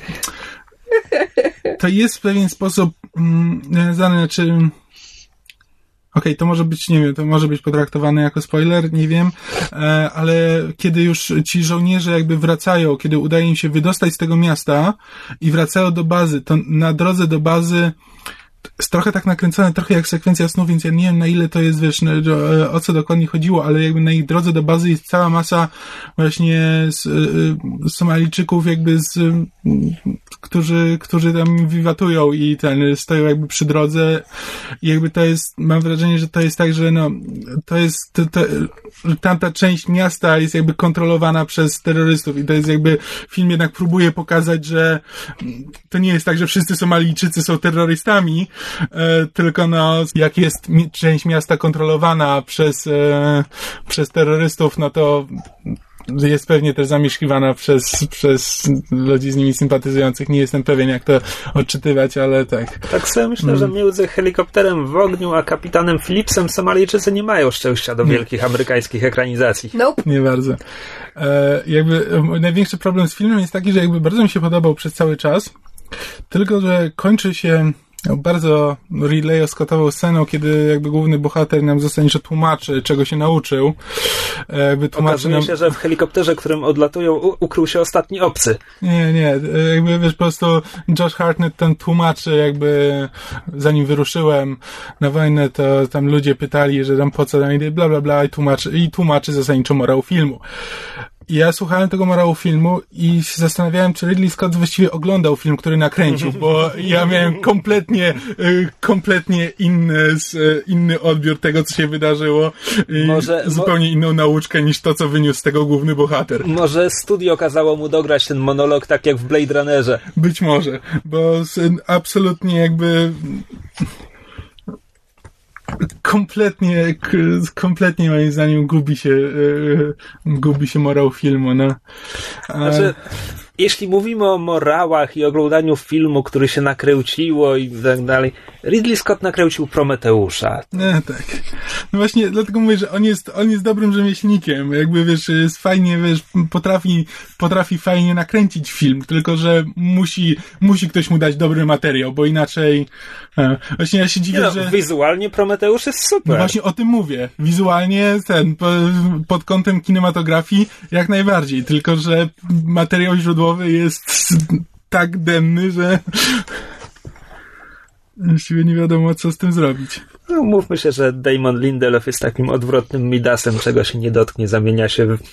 to jest w pewien sposób mm, nawiązane, znaczy okej, to może być, nie wiem, to może być potraktowane jako spoiler, nie wiem, e, ale kiedy już ci żołnierze jakby wracają, kiedy udaje im się wydostać z tego miasta i wracają do bazy, to na drodze do bazy jest trochę tak nakręcone, trochę jak sekwencja snu, więc ja nie wiem, na ile to jest, wiesz, o co dokładnie chodziło, ale jakby na ich drodze do bazy jest cała masa właśnie z, z Somalijczyków jakby z, którzy, którzy tam wiwatują i ten, stoją jakby przy drodze i jakby to jest, mam wrażenie, że to jest tak, że no, to jest, to, to, tamta część miasta jest jakby kontrolowana przez terrorystów i to jest jakby, film jednak próbuje pokazać, że to nie jest tak, że wszyscy Somalijczycy są terrorystami, e, tylko no, jak jest mi- część miasta kontrolowana przez, e, przez terrorystów, no to jest pewnie też zamieszkiwana przez, przez ludzi z nimi sympatyzujących. Nie jestem pewien, jak to odczytywać, ale tak. Tak sobie myślę, mm. że między helikopterem w ogniu a kapitanem Phillipsem Somalijczycy nie mają szczęścia do wielkich nie. amerykańskich ekranizacji. Nope. Nie bardzo. E, jakby e, największy problem z filmem jest taki, że jakby bardzo mi się podobał przez cały czas, tylko że kończy się bardzo Ridley-oskotową sceną, kiedy jakby główny bohater nam zostanie, że tłumaczy, czego się nauczył. Jakby tłumaczy Okazuje nam... się, że w helikopterze, którym odlatują, u- ukrył się ostatni obcy. Nie, nie. Jakby, wiesz, po prostu Josh Hartnett tam tłumaczy, jakby zanim wyruszyłem na wojnę, to tam ludzie pytali, że tam po co tam idę, bla, bla, bla i tłumaczy, i tłumaczy zasadniczo morał filmu. I ja słuchałem tego morału filmu i się zastanawiałem, czy Ridley Scott właściwie oglądał film, który nakręcił, bo ja miałem kompletnie, kompletnie inny, inny odbiór tego, co się wydarzyło i może, zupełnie mo- inną nauczkę niż to, co wyniósł z tego główny bohater. Może studio kazało mu dograć ten monolog tak jak w Blade Runnerze. Być może, bo absolutnie jakby... Kompletnie, kompletnie moim zdaniem gubi się, yy, gubi się morał filmu, no. A... Znaczy, jeśli mówimy o morałach i oglądaniu filmu, który się nakręciło i tak dalej, Ridley Scott nakręcił Prometeusza. No tak. No właśnie, dlatego mówię, że on jest, on jest dobrym rzemieślnikiem. Jakby, wiesz, jest fajnie, wiesz, potrafi, potrafi fajnie nakręcić film, tylko że musi, musi ktoś mu dać dobry materiał, bo inaczej... A, właśnie ja się dziwię, Nie no, że... wizualnie Prometeusz jest super. No właśnie o tym mówię. Wizualnie ten, po, pod kątem kinematografii jak najbardziej, tylko że materiał źródłowy jest tak denny, że właściwie nie wiadomo, co z tym zrobić. No, mówmy się, że Damon Lindelof jest takim odwrotnym Midasem, czego się nie dotknie, zamienia się w...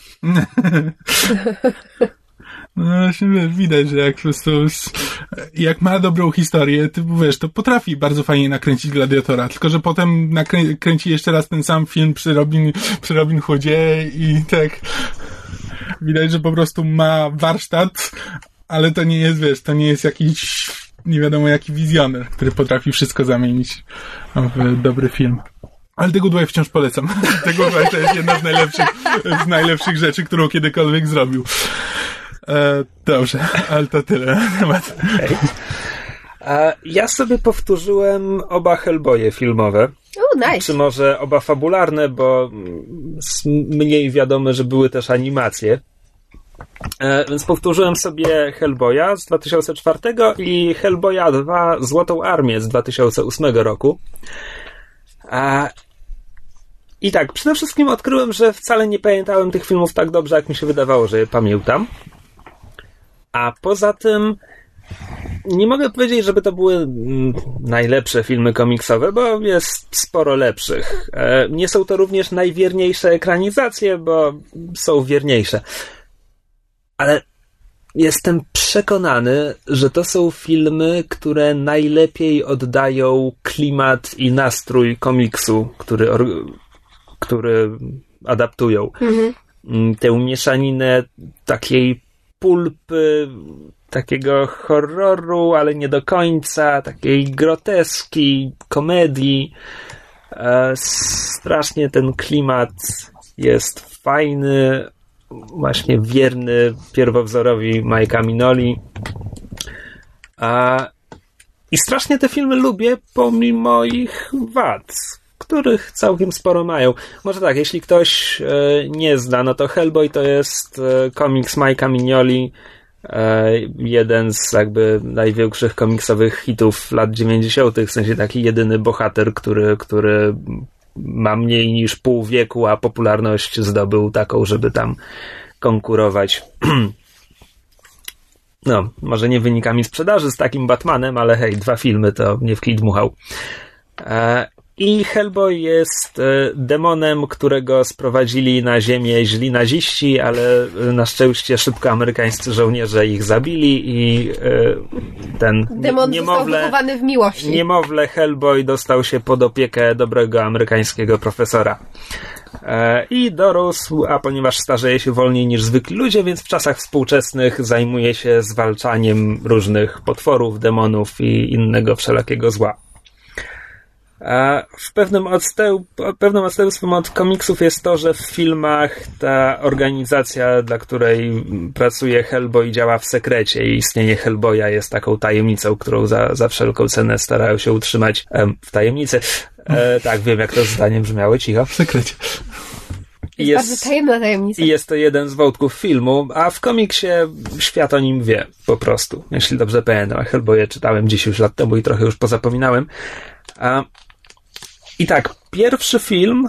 No właśnie, wiesz, widać, że jak po prostu jak ma dobrą historię, to wiesz, to potrafi bardzo fajnie nakręcić Gladiatora, tylko że potem nakrę- kręci jeszcze raz ten sam film przy Robin, przy Robin Hoodzie i tak widać, że po prostu ma warsztat, ale to nie jest, wiesz, to nie jest jakiś nie wiadomo jaki wizjoner, który potrafi wszystko zamienić w dobry film. Ale The Good Wife wciąż polecam. The Good Wife to jest jedna z najlepszych, z najlepszych rzeczy, którą kiedykolwiek zrobił. E, dobrze, ale to tyle na temat. Okay. A ja sobie powtórzyłem oba Hellboye filmowe. Oh, nice. Czy może oba fabularne, bo mniej wiadomo, że były też animacje. E, więc powtórzyłem sobie Hellboya z dwa tysiące czwartego i Hellboya dwa Złotą Armię z dwa tysiące ósmego roku. A I tak, przede wszystkim odkryłem, że wcale nie pamiętałem tych filmów tak dobrze, jak mi się wydawało, że je pamiętam. A poza tym nie mogę powiedzieć, żeby to były mm, najlepsze filmy komiksowe, bo jest sporo lepszych. E, nie są to również najwierniejsze ekranizacje, bo są wierniejsze. Ale jestem przekonany, że to są filmy, które najlepiej oddają klimat i nastrój komiksu, który, który adaptują. Mhm. Tę mieszaninę takiej pulpy, takiego horroru, ale nie do końca, takiej groteski, komedii. E, strasznie ten klimat jest fajny, właśnie wierny pierwowzorowi Mike'a Mignoli. A, I strasznie te filmy lubię, pomimo ich wad, których całkiem sporo mają. Może tak, jeśli ktoś e, nie zna, no to Hellboy to jest e, komiks Mike'a Mignoli, e, jeden z jakby największych komiksowych hitów lat dziewięćdziesiątych, w sensie taki jedyny bohater, który, który ma mniej niż pół wieku, a popularność zdobył taką, żeby tam konkurować no, może nie wynikami sprzedaży z takim Batmanem, ale hej, dwa filmy to nie w kij dmuchał. E, I Hellboy jest e, demonem, którego sprowadzili na ziemię źli naziści, ale e, na szczęście szybko amerykańscy żołnierze ich zabili i e, ten Demon niemowlę, został wychowany w miłości. Niemowlę Hellboy dostał się pod opiekę dobrego amerykańskiego profesora. E, I dorósł, a ponieważ starzeje się wolniej niż zwykli ludzie, więc w czasach współczesnych zajmuje się zwalczaniem różnych potworów, demonów i innego wszelakiego zła. A w pewnym odstęp, pewnym odstępstwem od komiksów jest to, że w filmach ta organizacja, dla której pracuje Hellboy, działa w sekrecie i istnienie Hellboya jest taką tajemnicą, którą za, za wszelką cenę starają się utrzymać em, w tajemnicy. E, tak, wiem, jak to zdanie brzmiało, cicho. W sekrecie. Jest, jest bardzo tajemna tajemnica. I jest to jeden z wątków filmu, a w komiksie świat o nim wie, po prostu. Jeśli dobrze pamiętam, a Hellboya czytałem dziesięć lat temu i trochę już pozapominałem. A I tak, pierwszy film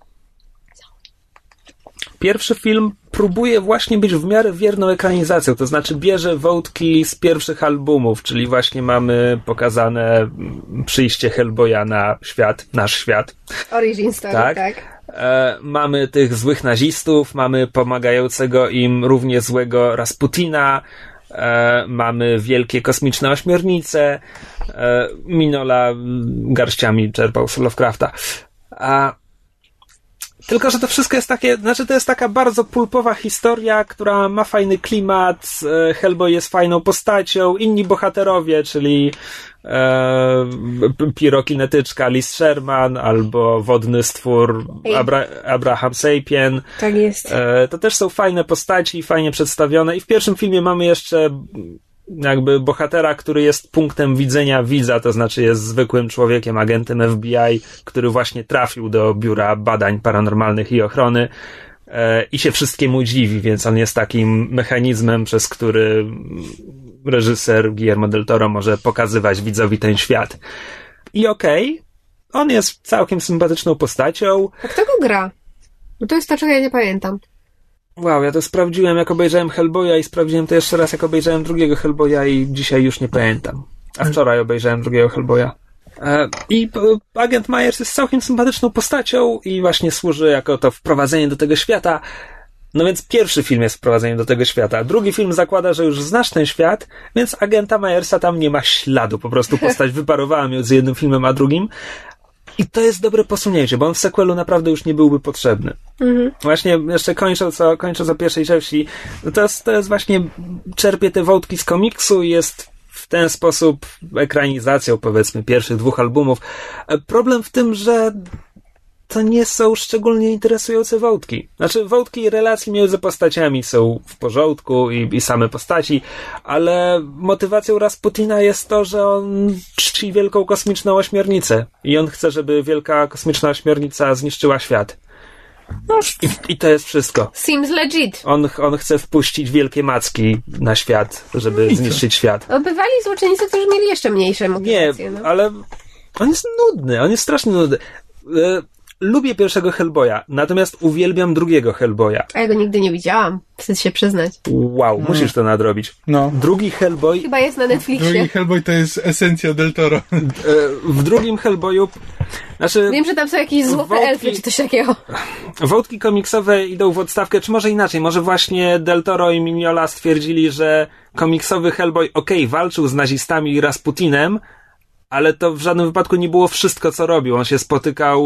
pierwszy film próbuje właśnie być w miarę wierną ekranizacją, to znaczy bierze wątki z pierwszych albumów, czyli właśnie mamy pokazane przyjście Hellboya na świat, nasz świat. Origin story, tak. tak. E, mamy tych złych nazistów, mamy pomagającego im równie złego Rasputina, E, mamy wielkie kosmiczne ośmiornice, e, Mignola garściami czerpał z Lovecrafta. A tylko, że to wszystko jest takie, znaczy to jest taka bardzo pulpowa historia, która ma fajny klimat, e, Hellboy jest fajną postacią, inni bohaterowie, czyli e, pirokinetyczka Liz Sherman albo wodny stwór Abra- Abraham Sapien. Tak jest. E, to też są fajne postaci, fajnie przedstawione i w pierwszym filmie mamy jeszcze jakby bohatera, który jest punktem widzenia widza, to znaczy jest zwykłym człowiekiem, agentem F B I, który właśnie trafił do Biura Badań Paranormalnych i Ochrony e, i się wszystkiemu dziwi, więc on jest takim mechanizmem, przez który reżyser Guillermo del Toro może pokazywać widzowi ten świat. I okej, okay, on jest całkiem sympatyczną postacią. A kto go gra? Bo to jest to, czego ja nie pamiętam. Wow, ja to sprawdziłem, jak obejrzałem Hellboya i sprawdziłem to jeszcze raz, jak obejrzałem drugiego Hellboya i dzisiaj już nie pamiętam. A wczoraj obejrzałem drugiego Hellboya. E, I e, agent Myers jest całkiem sympatyczną postacią i właśnie służy jako to wprowadzenie do tego świata. No więc pierwszy film jest wprowadzeniem do tego świata. Drugi film zakłada, że już znasz ten świat, więc agenta Myersa tam nie ma śladu. Po prostu postać wyparowała między jednym filmem a drugim. I to jest dobre posunięcie, bo on w sequelu naprawdę już nie byłby potrzebny. Mhm. Właśnie jeszcze kończąc o, kończąc o pierwszej części, to jest, to jest właśnie, czerpie te wątki z komiksu i jest w ten sposób ekranizacją, powiedzmy, pierwszych dwóch albumów. Problem w tym, że to nie są szczególnie interesujące wątki. Znaczy, wątki i relacje między postaciami są w porządku i, i same postaci, ale motywacją Rasputina jest to, że on czci wielką kosmiczną ośmiornicę i on chce, żeby wielka kosmiczna ośmiornica zniszczyła świat. No, i, i to jest wszystko. Seems legit. On, on chce wpuścić wielkie macki na świat, żeby zniszczyć świat. Bywali złoczyńcy, którzy mieli jeszcze mniejsze motywacje. Nie, no. ale on jest nudny, on jest strasznie nudny. Lubię pierwszego Hellboya, natomiast uwielbiam drugiego Hellboya. A ja go nigdy nie widziałam. Wstyd się przyznać. Wow, no. Musisz to nadrobić. No. Drugi Hellboy... Chyba jest na Netflixie. Drugi Hellboy to jest esencja Del Toro. W drugim Hellboyu... Znaczy, wiem, że tam są jakieś złote wątki, elfy, czy coś takiego. Wątki komiksowe idą w odstawkę, czy może inaczej. Może właśnie Del Toro i Mignola stwierdzili, że komiksowy Hellboy okej, okay, walczył z nazistami i Rasputinem, ale to w żadnym wypadku nie było wszystko, co robił. On się spotykał...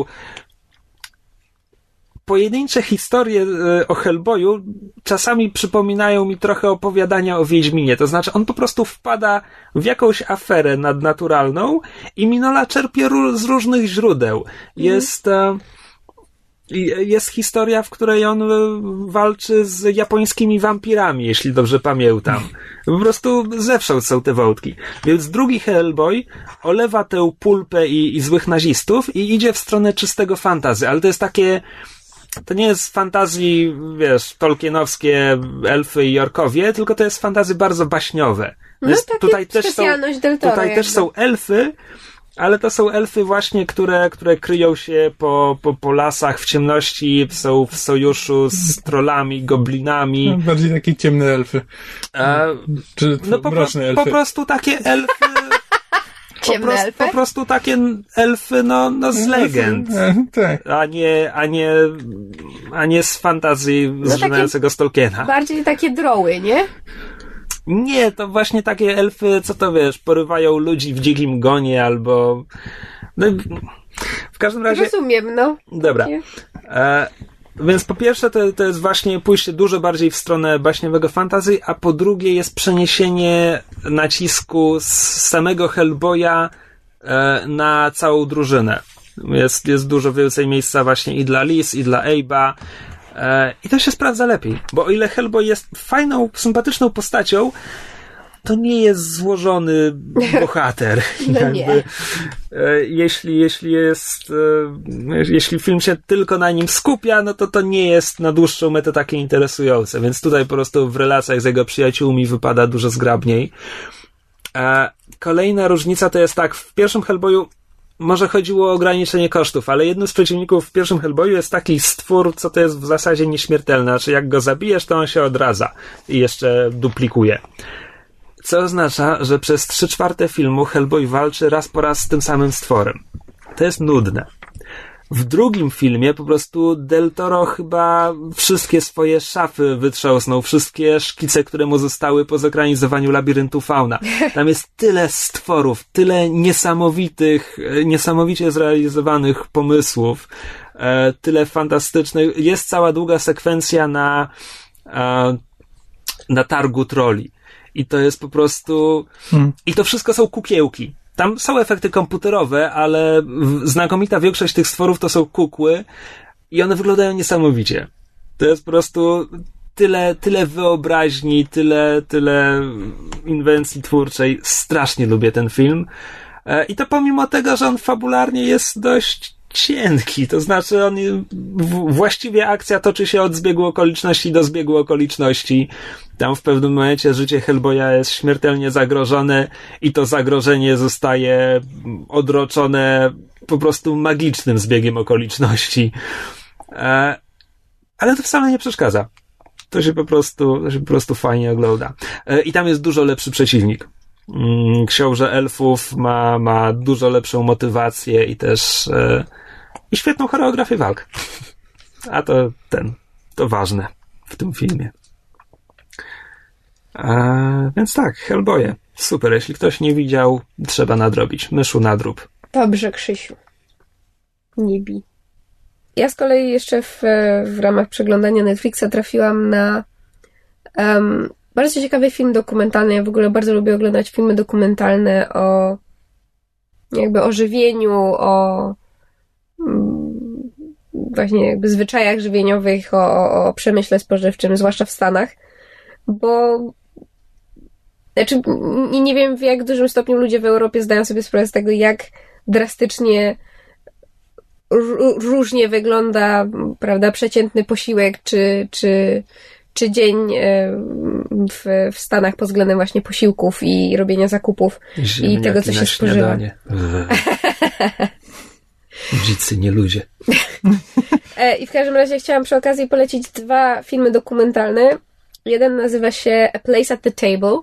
Pojedyncze historie o Hellboyu czasami przypominają mi trochę opowiadania o Wiedźminie. To znaczy, on po prostu wpada w jakąś aferę nadnaturalną i Mignola czerpie z różnych źródeł. Jest, mm. jest historia, w której on walczy z japońskimi wampirami, jeśli dobrze pamiętam. Po prostu zewsząd są te wątki. Więc drugi Hellboy olewa tę pulpę i, i złych nazistów i idzie w stronę czystego fantasy, ale to jest takie... To nie jest fantazji, wiesz, tolkienowskie elfy i orkowie, tylko to jest fantazy bardzo baśniowe. No, jest, takie tutaj też są, Del Toro, tutaj też są elfy, ale to są elfy właśnie, które, które kryją się po, po, po lasach w ciemności, są w sojuszu z trollami, goblinami. No, bardziej takie ciemne elfy. A, Czy no po, mroczne elfy. Po prostu takie elfy... Ciemne po, prostu, elfy? po prostu takie elfy no, no z legend. Tak. A nie, a nie, a nie z fantazji No zżynającego z Tolkiena. Bardziej takie droły, nie? Nie, to właśnie takie elfy, co to wiesz, porywają ludzi w dzikim gonie albo... No, w każdym razie... Rozumiem, no. Dobra. E, więc po pierwsze to, to jest właśnie pójście dużo bardziej w stronę baśniowego fantasy, a po drugie jest przeniesienie nacisku z samego Hellboya e, na całą drużynę. Jest, jest dużo więcej miejsca właśnie i dla Liz, i dla Abe'a. I to się sprawdza lepiej, bo o ile Hellboy jest fajną, sympatyczną postacią, to nie jest złożony bohater. No Jakby, nie. jeśli, jeśli jest, jeśli film się tylko na nim skupia, no to to nie jest na dłuższą metę takie interesujące, więc tutaj po prostu w relacjach z jego przyjaciółmi wypada dużo zgrabniej. Kolejna różnica to jest tak, w pierwszym Hellboyu może chodziło o ograniczenie kosztów, ale jednym z przeciwników w pierwszym Hellboyu jest taki stwór, co to jest w zasadzie nieśmiertelne. Znaczy, jak go zabijesz, to on się odradza i jeszcze duplikuje. Co oznacza, że przez trzy czwarte filmu Hellboy walczy raz po raz z tym samym stworem. To jest nudne. W drugim filmie po prostu Del Toro chyba wszystkie swoje szafy wytrząsnął, wszystkie szkice, które mu zostały po zekranizowaniu Labiryntu Fauna. Tam jest tyle stworów, tyle niesamowitych, niesamowicie zrealizowanych pomysłów, e, tyle fantastycznych. Jest cała długa sekwencja na, e, na targu troli. I to jest po prostu... Hmm. I to wszystko są kukiełki. Tam są efekty komputerowe, ale znakomita większość tych stworów to są kukły i one wyglądają niesamowicie. To jest po prostu tyle, tyle wyobraźni, tyle, tyle inwencji twórczej. Strasznie lubię ten film. I to pomimo tego, że on fabularnie jest dość cienki, to znaczy on właściwie akcja toczy się od zbiegu okoliczności do zbiegu okoliczności. Tam w pewnym momencie życie Hellboya jest śmiertelnie zagrożone i to zagrożenie zostaje odroczone po prostu magicznym zbiegiem okoliczności. Ale to wcale nie przeszkadza. To się po prostu, to się po prostu fajnie ogląda. I tam jest dużo lepszy przeciwnik. Książę elfów ma, ma dużo lepszą motywację i też e, i świetną choreografię walk. A to ten, to ważne w tym filmie. E, więc tak, Hellboye. Super, jeśli ktoś nie widział, trzeba nadrobić. Myszu nadrób. Dobrze, Krzysiu. Nie bij. Ja z kolei jeszcze w, w ramach przeglądania Netflixa trafiłam na um, bardzo ciekawy film dokumentalny. Ja w ogóle bardzo lubię oglądać filmy dokumentalne o jakby o żywieniu, o mm, właśnie jakby zwyczajach żywieniowych, o, o, o przemyśle spożywczym, zwłaszcza w Stanach, bo znaczy nie, nie wiem w jak dużym stopniu ludzie w Europie zdają sobie sprawę z tego, jak drastycznie r- różnie wygląda, prawda, przeciętny posiłek, czy, czy czy dzień w, w Stanach pod względem właśnie posiłków i robienia zakupów i tego, co się spożywa. Dzicy, nie ludzie. I w każdym razie chciałam przy okazji polecić dwa filmy dokumentalne. Jeden nazywa się A Place at the Table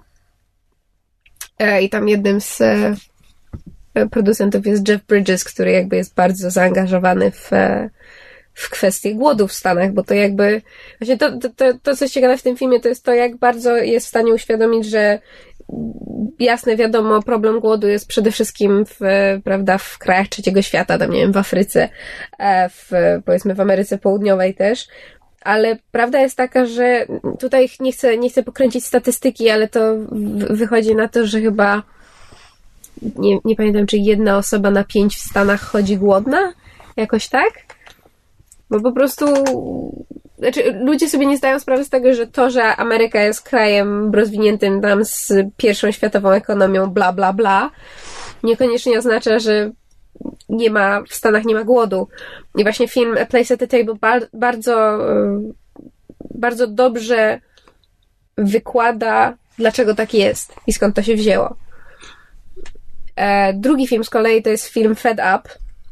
i tam jednym z producentów jest Jeff Bridges, który jakby jest bardzo zaangażowany w w kwestii głodu w Stanach, bo to jakby właśnie to, to, to, to co jest ciekawe w tym filmie, to jest to, jak bardzo jest w stanie uświadomić, że jasne, wiadomo, problem głodu jest przede wszystkim w, prawda, w krajach trzeciego świata, tam nie wiem, w Afryce, w, powiedzmy w Ameryce Południowej też, ale prawda jest taka, że tutaj nie chcę, nie chcę pokręcić statystyki, ale to wychodzi na to, że chyba nie, nie pamiętam, czy jedna osoba na pięć w Stanach chodzi głodna, jakoś tak? Bo po prostu znaczy, ludzie sobie nie zdają sprawy z tego, że to, że Ameryka jest krajem rozwiniętym tam z pierwszą światową ekonomią, bla, bla, bla, niekoniecznie oznacza, że nie ma, w Stanach nie ma głodu. I właśnie film A Place at the Table bar- bardzo bardzo dobrze wykłada, dlaczego tak jest i skąd to się wzięło. E, drugi film z kolei to jest film Fed Up,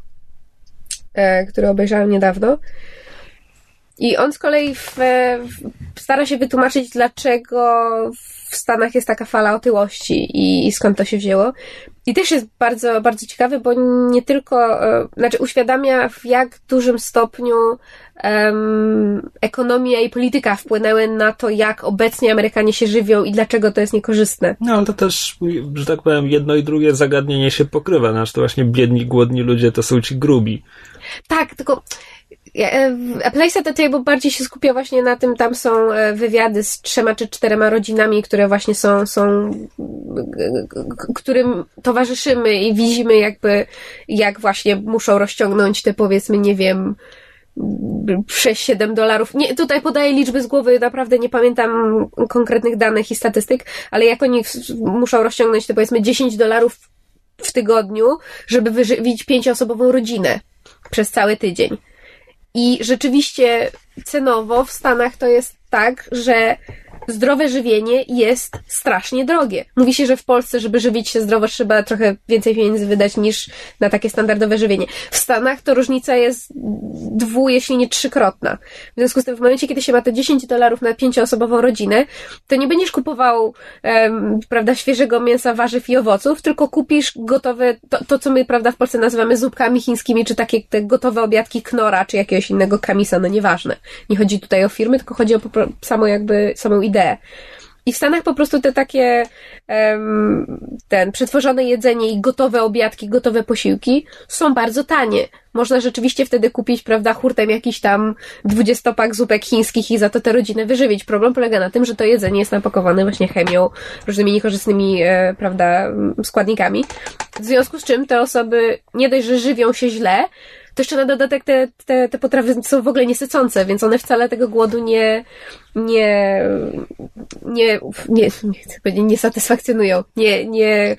e, który obejrzałam niedawno. I on z kolei w, w, stara się wytłumaczyć, dlaczego w Stanach jest taka fala otyłości i, i skąd to się wzięło. I też jest bardzo, bardzo ciekawy, bo nie tylko, e, znaczy uświadamia, w jak dużym stopniu um, ekonomia i polityka wpłynęły na to, jak obecnie Amerykanie się żywią i dlaczego to jest niekorzystne. No, ale to też, że tak powiem, jedno i drugie zagadnienie się pokrywa. Znaczy to właśnie biedni, głodni ludzie to są ci grubi. Tak, tylko A Place at the Table bardziej się skupia właśnie na tym, tam są wywiady z trzema czy czterema rodzinami, które właśnie są, są którym towarzyszymy i widzimy jakby, jak właśnie muszą rozciągnąć te, powiedzmy, nie wiem, sześć siedem dolarów. Nie, tutaj podaję liczby z głowy, naprawdę nie pamiętam konkretnych danych i statystyk, ale jak oni muszą rozciągnąć te, powiedzmy, dziesięć dolarów w tygodniu, żeby wyżywić pięcioosobową rodzinę przez cały tydzień. I rzeczywiście cenowo w Stanach to jest tak, że zdrowe żywienie jest strasznie drogie. Mówi się, że w Polsce, żeby żywić się zdrowo, trzeba trochę więcej pieniędzy wydać niż na takie standardowe żywienie. W Stanach to różnica jest dwu, jeśli nie trzykrotna. W związku z tym w momencie, kiedy się ma te dziesięć dolarów na pięcioosobową rodzinę, to nie będziesz kupował um, prawda, świeżego mięsa, warzyw i owoców, tylko kupisz gotowe, to, to co my, prawda, w Polsce nazywamy zupkami chińskimi, czy takie te gotowe obiadki Knora, czy jakiegoś innego Kamisa, no nieważne. Nie chodzi tutaj o firmy, tylko chodzi o samo jakby, samą ideę. I w Stanach po prostu te takie um, ten przetworzone jedzenie i gotowe obiadki, gotowe posiłki są bardzo tanie. Można rzeczywiście wtedy kupić, prawda, hurtem jakiś tam dwudziestopak zupek chińskich i za to tę rodzinę wyżywić. Problem polega na tym, że to jedzenie jest napakowane właśnie chemią, różnymi niekorzystnymi, e, prawda, składnikami. W związku z czym te osoby nie dość, że żywią się źle, to jeszcze na dodatek te, te, te potrawy są w ogóle niesycące, więc one wcale tego głodu nie, nie, nie, nie, nie chcę powiedzieć, nie satysfakcjonują, nie, nie,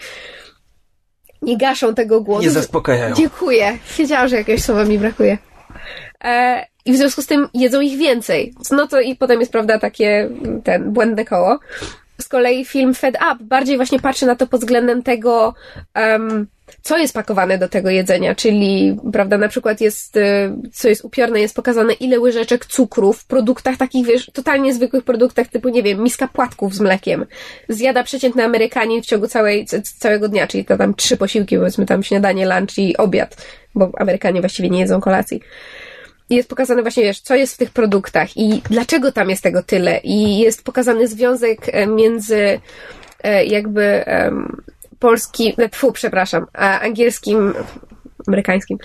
nie gaszą tego głodu. Nie zaspokajają. Dziękuję. Wiedziałam, że jakiegoś słowa mi brakuje. E, I w związku z tym jedzą ich więcej. No to i potem jest, prawda, takie, ten, błędne koło. Z kolei film Fed Up bardziej właśnie patrzy na to pod względem tego, um, co jest pakowane do tego jedzenia, czyli, prawda, na przykład jest, co jest upiorne, jest pokazane, ile łyżeczek cukru w produktach takich, wiesz, totalnie zwykłych produktach typu, nie wiem, miska płatków z mlekiem zjada przeciętny Amerykanin w ciągu całej, całego dnia, czyli to tam trzy posiłki, powiedzmy tam śniadanie, lunch i obiad, bo Amerykanie właściwie nie jedzą kolacji. I jest pokazane właśnie, wiesz, co jest w tych produktach i dlaczego tam jest tego tyle. I jest pokazany związek między jakby um, polskim, tfu, przepraszam, a angielskim, amerykańskim,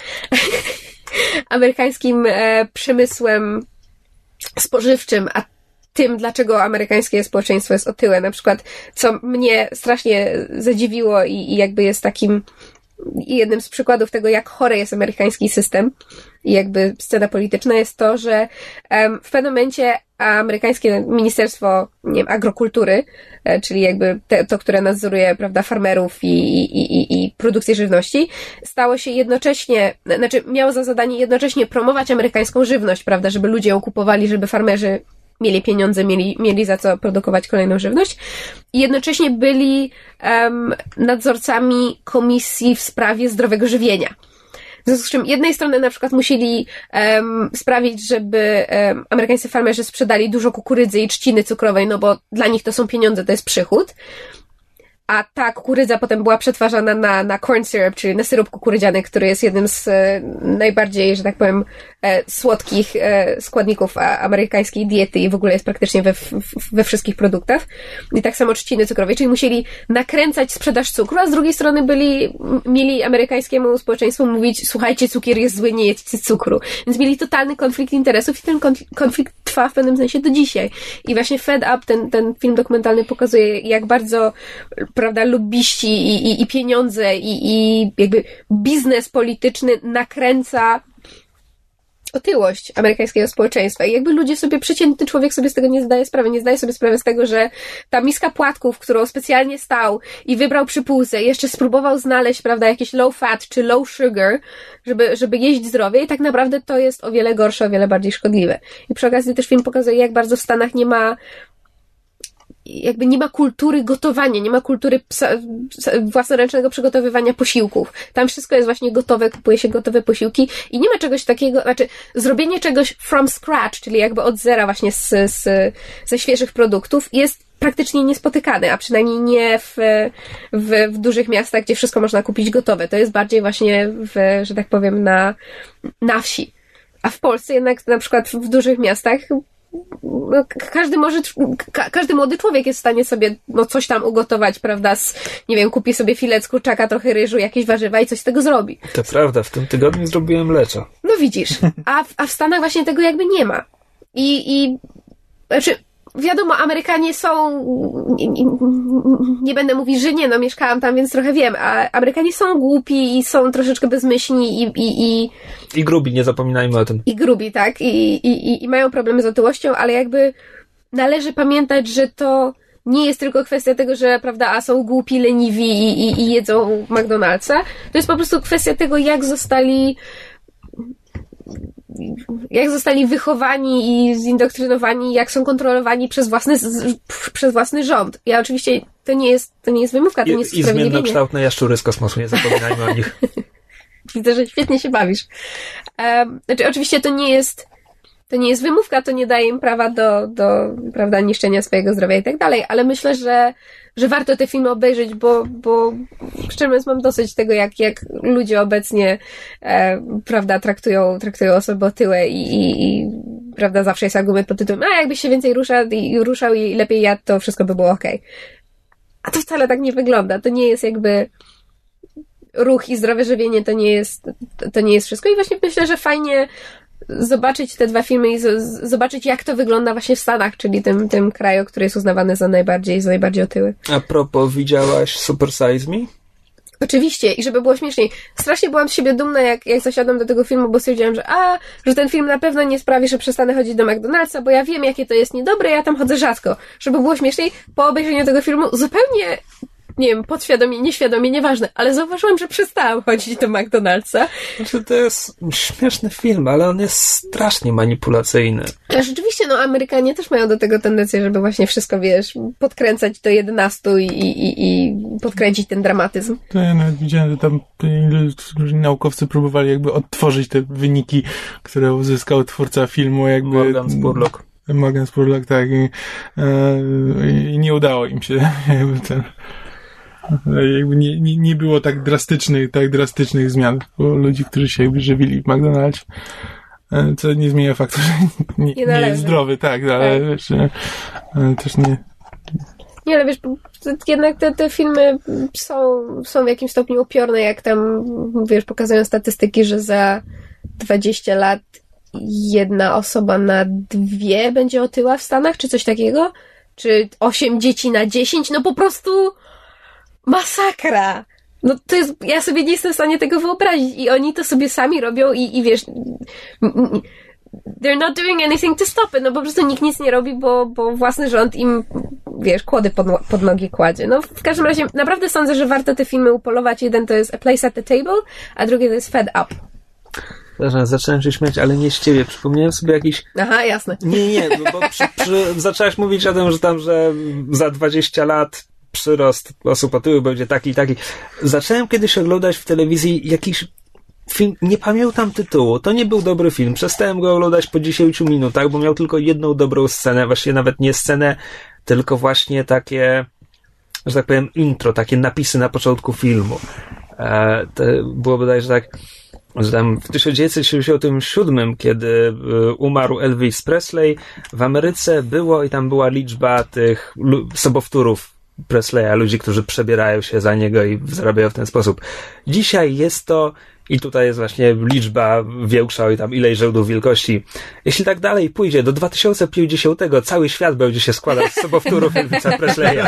amerykańskim e, przemysłem spożywczym, a tym, dlaczego amerykańskie społeczeństwo jest otyłe. Na przykład, co mnie strasznie zadziwiło i, i jakby jest takim jednym z przykładów tego, jak chory jest amerykański system i jakby scena polityczna, jest to, że um, w pewnym momencie amerykańskie Ministerstwo, nie wiem, Agrokultury, e, czyli jakby te, to, które nadzoruje, prawda, farmerów i, i, i, i produkcję żywności, stało się jednocześnie, znaczy miało za zadanie jednocześnie promować amerykańską żywność, prawda, żeby ludzie ją kupowali, żeby farmerzy mieli pieniądze, mieli, mieli za co produkować kolejną żywność. I jednocześnie byli um, nadzorcami komisji w sprawie zdrowego żywienia. W związku z czym jednej strony na przykład musieli um, sprawić, żeby um, amerykańscy farmerzy sprzedali dużo kukurydzy i trzciny cukrowej, no bo dla nich to są pieniądze, to jest przychód. A ta kukurydza potem była przetwarzana na, na corn syrup, czyli na syrop kukurydziany, który jest jednym z e, najbardziej, że tak powiem, e, słodkich e, składników a, amerykańskiej diety i w ogóle jest praktycznie we, w, we wszystkich produktach. I tak samo trzciny cukrowej, czyli musieli nakręcać sprzedaż cukru, a z drugiej strony byli, mieli amerykańskiemu społeczeństwu mówić, słuchajcie, cukier jest zły, nie jedzcie cukru. Więc mieli totalny konflikt interesów i ten konflikt trwa w pewnym sensie do dzisiaj. I właśnie Fed Up, ten, ten film dokumentalny pokazuje, jak bardzo, prawda, lobbyści i, i, i pieniądze i, i jakby biznes polityczny nakręca otyłość amerykańskiego społeczeństwa. I jakby ludzie sobie, przeciętny człowiek sobie z tego nie zdaje sprawy, nie zdaje sobie sprawy z tego, że ta miska płatków, którą specjalnie stał i wybrał przy półce, jeszcze spróbował znaleźć, prawda, jakieś low fat czy low sugar, żeby, żeby jeść zdrowie i tak naprawdę to jest o wiele gorsze, o wiele bardziej szkodliwe. I przy okazji też film pokazuje, jak bardzo w Stanach nie ma jakby nie ma kultury gotowania, nie ma kultury psa, własnoręcznego przygotowywania posiłków. Tam wszystko jest właśnie gotowe, kupuje się gotowe posiłki i nie ma czegoś takiego, znaczy zrobienie czegoś from scratch, czyli jakby od zera właśnie z, z, ze świeżych produktów jest praktycznie niespotykane, a przynajmniej nie w, w, w dużych miastach, gdzie wszystko można kupić gotowe. To jest bardziej właśnie w, że tak powiem, na, na wsi. A w Polsce jednak na przykład w dużych miastach no, każdy może, ka, każdy młody człowiek jest w stanie sobie no, coś tam ugotować, prawda, z, nie wiem, kupi sobie filet z kurczaka, trochę ryżu, jakieś warzywa i coś z tego zrobi. To prawda, w tym tygodniu zrobiłem leczo. No widzisz, a w, a w Stanach właśnie tego jakby nie ma. I, i znaczy, wiadomo, Amerykanie są, nie, nie, nie będę mówić, że nie, no mieszkałam tam, więc trochę wiem, a Amerykanie są głupi i są troszeczkę bezmyślni i, i, i I grubi, nie zapominajmy o tym. I grubi, tak, i, i, i mają problemy z otyłością, ale jakby należy pamiętać, że to nie jest tylko kwestia tego, że, prawda, a są głupi, leniwi i, i, i jedzą McDonald'sa. To jest po prostu kwestia tego, jak zostali jak zostali wychowani i zindoktrynowani, jak są kontrolowani przez własny, przez własny rząd. Ja oczywiście, to nie jest, to nie jest wymówka, to nie jest I, i zmiennokształtne jaszczury z kosmosu, nie zapominajmy o nich. Widzę, że świetnie się bawisz. Um, znaczy, oczywiście to nie jest to nie jest wymówka, to nie daje im prawa do, do prawda, niszczenia swojego zdrowia i tak dalej, ale myślę, że, że warto te filmy obejrzeć, bo, bo szczerze mówiąc mam dosyć tego, jak, jak ludzie obecnie e, prawda, traktują, traktują osoby otyłe i, i, i prawda, zawsze jest argument pod tytułem, a jakbyś się więcej ruszał i, ruszał i lepiej jadł, to wszystko by było okej. A to wcale tak nie wygląda. To nie jest jakby ruch i zdrowe żywienie, to nie jest, to nie jest wszystko i właśnie myślę, że fajnie zobaczyć te dwa filmy i z, zobaczyć, jak to wygląda właśnie w Stanach, czyli tym, tym kraju, który jest uznawany za najbardziej, za najbardziej otyły. A propos, widziałaś Super Size Me? Oczywiście, i żeby było śmieszniej. Strasznie byłam z siebie dumna, jak, jak zasiadłam do tego filmu, bo stwierdziłam, że a, że ten film na pewno nie sprawi, że przestanę chodzić do McDonald'sa, bo ja wiem, jakie to jest niedobre, ja tam chodzę rzadko. Żeby było śmieszniej, po obejrzeniu tego filmu zupełnie, nie wiem, podświadomie, nieświadomie, nieważne, ale zauważyłam, że przestałam chodzić do McDonald'sa. Znaczy, to jest śmieszny film, ale on jest strasznie manipulacyjny. A rzeczywiście, no, Amerykanie też mają do tego tendencję, żeby właśnie wszystko, wiesz, podkręcać do jedenastu i, i, i podkręcić ten dramatyzm. To ja nawet widziałem, że tam różni naukowcy próbowali jakby odtworzyć te wyniki, które uzyskał twórca filmu, jakby... Morgan Spurlock. Morgan Spurlock, tak. I, e, i nie udało im się jakby ten... Jakby nie, nie, nie było tak drastycznych, tak drastycznych zmian u ludzi, którzy się jakby żywili w McDonald's. Co nie zmienia faktu, że nie, nie, nie jest zdrowy, tak, ale tak. Wiesz, ale też nie... Nie, ale wiesz, jednak te, te filmy są, są w jakimś stopniu upiorne, jak tam, wiesz, pokazują statystyki, że za dwadzieścia lat jedna osoba na dwie będzie otyła w Stanach, czy coś takiego? Czy osiem dzieci na dziesięć? No po prostu... Masakra! No to jest, ja sobie nie jestem w stanie tego wyobrazić i oni to sobie sami robią i, i wiesz, they're not doing anything to stop it, no po prostu nikt nic nie robi, bo, bo własny rząd im, wiesz, kłody pod, pod nogi kładzie. No w każdym razie naprawdę sądzę, że warto te filmy upolować. Jeden to jest A Place at the Table, a drugi to jest Fed Up. Zacząłem się śmiać, ale nie z ciebie. Przypomniałem sobie jakiś... Aha, jasne. Nie, nie, bo przy, przy, zaczęłaś mówić o tym, że tam, że za dwadzieścia lat przyrost osób otyłych będzie taki i taki. Zacząłem kiedyś oglądać w telewizji jakiś film, nie pamiętam tytułu, to nie był dobry film, przestałem go oglądać po dziesięciu minutach, bo miał tylko jedną dobrą scenę, właściwie nawet nie scenę, tylko właśnie takie, że tak powiem, intro, takie napisy na początku filmu. E, to było bodajże tak, że tam w tysiąc dziewięćset siedemdziesiątym siódmym, kiedy umarł Elvis Presley, w Ameryce było i tam była liczba tych sobowtórów Presleya, ludzi, którzy przebierają się za niego i zarabiają w ten sposób. Dzisiaj jest to, i tutaj jest właśnie liczba większa i tam ileś rzędów wielkości. Jeśli tak dalej pójdzie, do dwa tysiące pięćdziesiątego cały świat będzie się składać z sobowtórów Elvisa Presleya.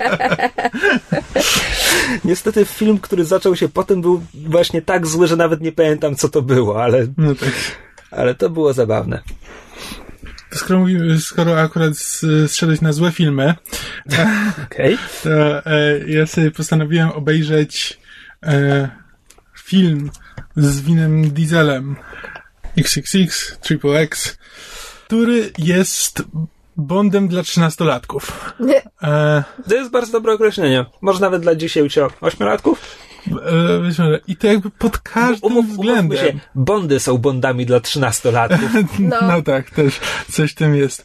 Niestety film, który zaczął się potem, był właśnie tak zły, że nawet nie pamiętam, co to było, ale, no tak. ale to było zabawne. Skoro, mówimy, skoro akurat zszedłeś na złe filmy, okay. to e, ja sobie postanowiłem obejrzeć e, film z Vinem Dieselem X X X, Triple X, który jest Bondem dla trzynastolatków. E, to jest bardzo dobre określenie. Może nawet dla dziesięcioośmiolatków? E, I to jakby pod każdym Umów, względem. Się, Bondy są Bondami dla trzynastolatków. No. no tak, też coś w tym jest.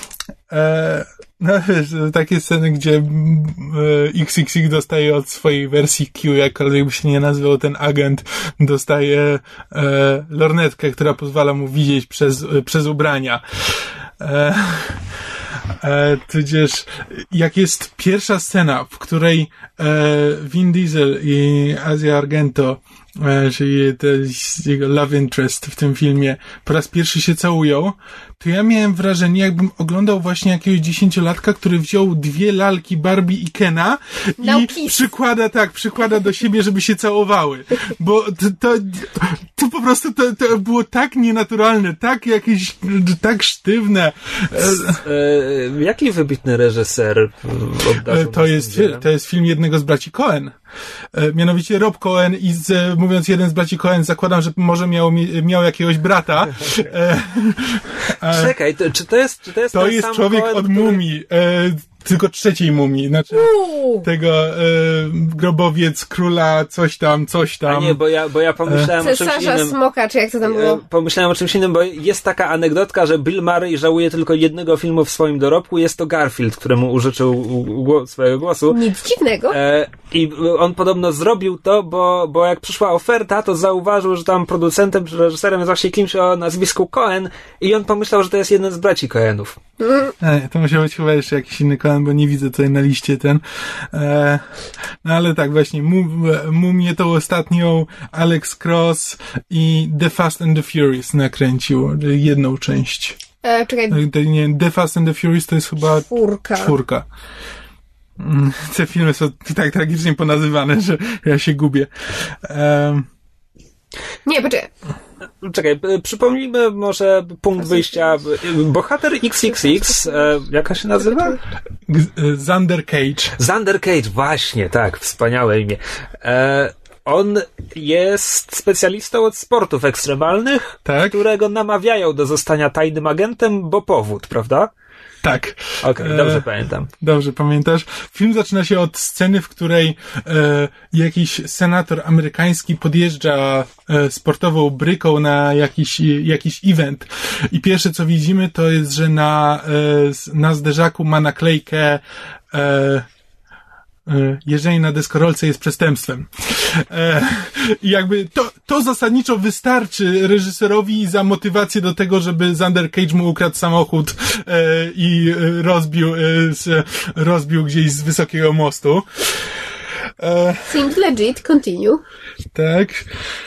E, no wiesz, takie sceny, gdzie e, X X X dostaje od swojej wersji Q, jakkolwiek by się nie nazywał ten agent, dostaje e, lornetkę, która pozwala mu widzieć przez, przez ubrania. E, e, tudzież jak jest pierwsza scena, w której e, Vin Diesel i Asia Argento, e, czyli to jego love interest w tym filmie, po raz pierwszy się całują, to ja miałem wrażenie, jakbym oglądał właśnie jakiegoś dziesięciolatka, który wziął dwie lalki Barbie i Kena no i peace. przykłada, tak, przykłada do siebie, żeby się całowały. Bo to, to, to po prostu to, to było tak nienaturalne, tak jakieś, tak sztywne. E, jaki wybitny reżyser obdarzył to jest, to jest film jednego z braci Coen. E, mianowicie Rob Coen i z, mówiąc jeden z braci Coen, zakładam, że może miał, miał jakiegoś brata. E, e, Czekaj, to, czy to jest czy to jest To ten jest sam człowiek Coen, od który... Mumii. E, tylko trzeciej Mumii, znaczy Uuu. tego e, grobowiec króla, coś tam, coś tam. A nie, bo ja, bo ja pomyślałem o czymś Cesarza innym. Smoka, czy jak to tam było? Pomyślałem o czymś innym, bo jest taka anegdotka, że Bill Murray żałuje tylko jednego filmu w swoim dorobku, jest to Garfield, któremu użyczył głos, swojego głosu. Nic dziwnego. E, I on podobno zrobił to, bo, bo jak przyszła oferta, to zauważył, że tam producentem czy reżyserem jest właśnie kimś o nazwisku Coen i on pomyślał, że to jest jeden z braci Coenów. E, to musiał być chyba jeszcze jakiś inny Coen, bo nie widzę tutaj na liście ten. E, no ale tak, właśnie, Mumię tą ostatnią Alex Cross i The Fast and the Furious nakręcił jedną część. E, czekaj. Nie, The Fast and the Furious to jest chyba Czwórka. czwórka. Te filmy są tak tragicznie ponazywane, że ja się gubię. Um. Nie, poczekaj. Czekaj, przypomnijmy może punkt wyjścia. Bohater X X X, e, jaka się nazywa? Xander Cage. Xander Cage, właśnie, tak, wspaniałe imię. E, on jest specjalistą od sportów ekstremalnych, tak? którego namawiają do zostania tajnym agentem, bo powód, prawda? Tak. Okej, okay, dobrze e, pamiętam. Dobrze pamiętasz. Film zaczyna się od sceny, w której e, jakiś senator amerykański podjeżdża e, sportową bryką na jakiś, jakiś event. I pierwsze co widzimy to jest, że na, e, na zderzaku ma naklejkę e, jeżdżenie na deskorolce jest przestępstwem. E, I jakby to, to zasadniczo wystarczy reżyserowi za motywację do tego, żeby Xander Cage mu ukradł samochód e, i rozbił, e, z, rozbił gdzieś z wysokiego mostu. E, Seems legit, continue. Tak.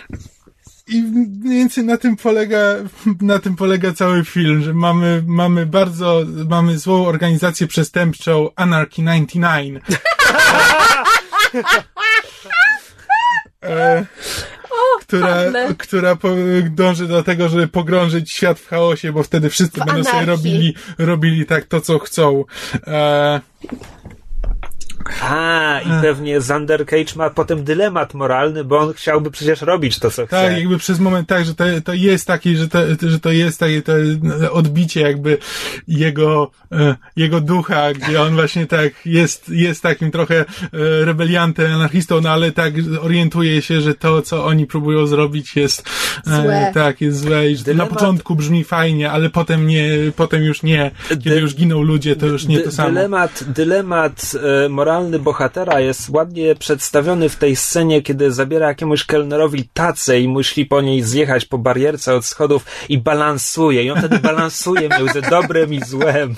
I mniej więcej na tym polega, na tym polega cały film, że mamy, mamy bardzo, mamy złą organizację przestępczą Anarchy dziewięćdziesiąt dziewięć. e, o, która, która po, dąży do tego, żeby pogrążyć świat w chaosie, bo wtedy wszyscy w będą anarchii. sobie robili, robili tak to, co chcą. E, A, i pewnie Xander Cage ma potem dylemat moralny, bo on chciałby przecież robić to, co chce. Tak, jakby przez moment tak, że to, to jest taki, że to, że to jest takie to odbicie jakby jego, jego ducha, gdzie on właśnie tak jest, jest takim trochę rebeliantem, anarchistą, no ale tak orientuje się, że to, co oni próbują zrobić jest złe. Tak, jest złe i że Dylemat... na początku brzmi fajnie, ale potem nie, potem już nie. Kiedy Dy... już giną ludzie, to już nie Dy- to samo. Dylemat, dylemat e, moralny bohatera jest ładnie przedstawiony w tej scenie, kiedy zabiera jakiemuś kelnerowi tacę i musi po niej zjechać po barierce od schodów i balansuje. I on wtedy balansuje między dobrem i złem.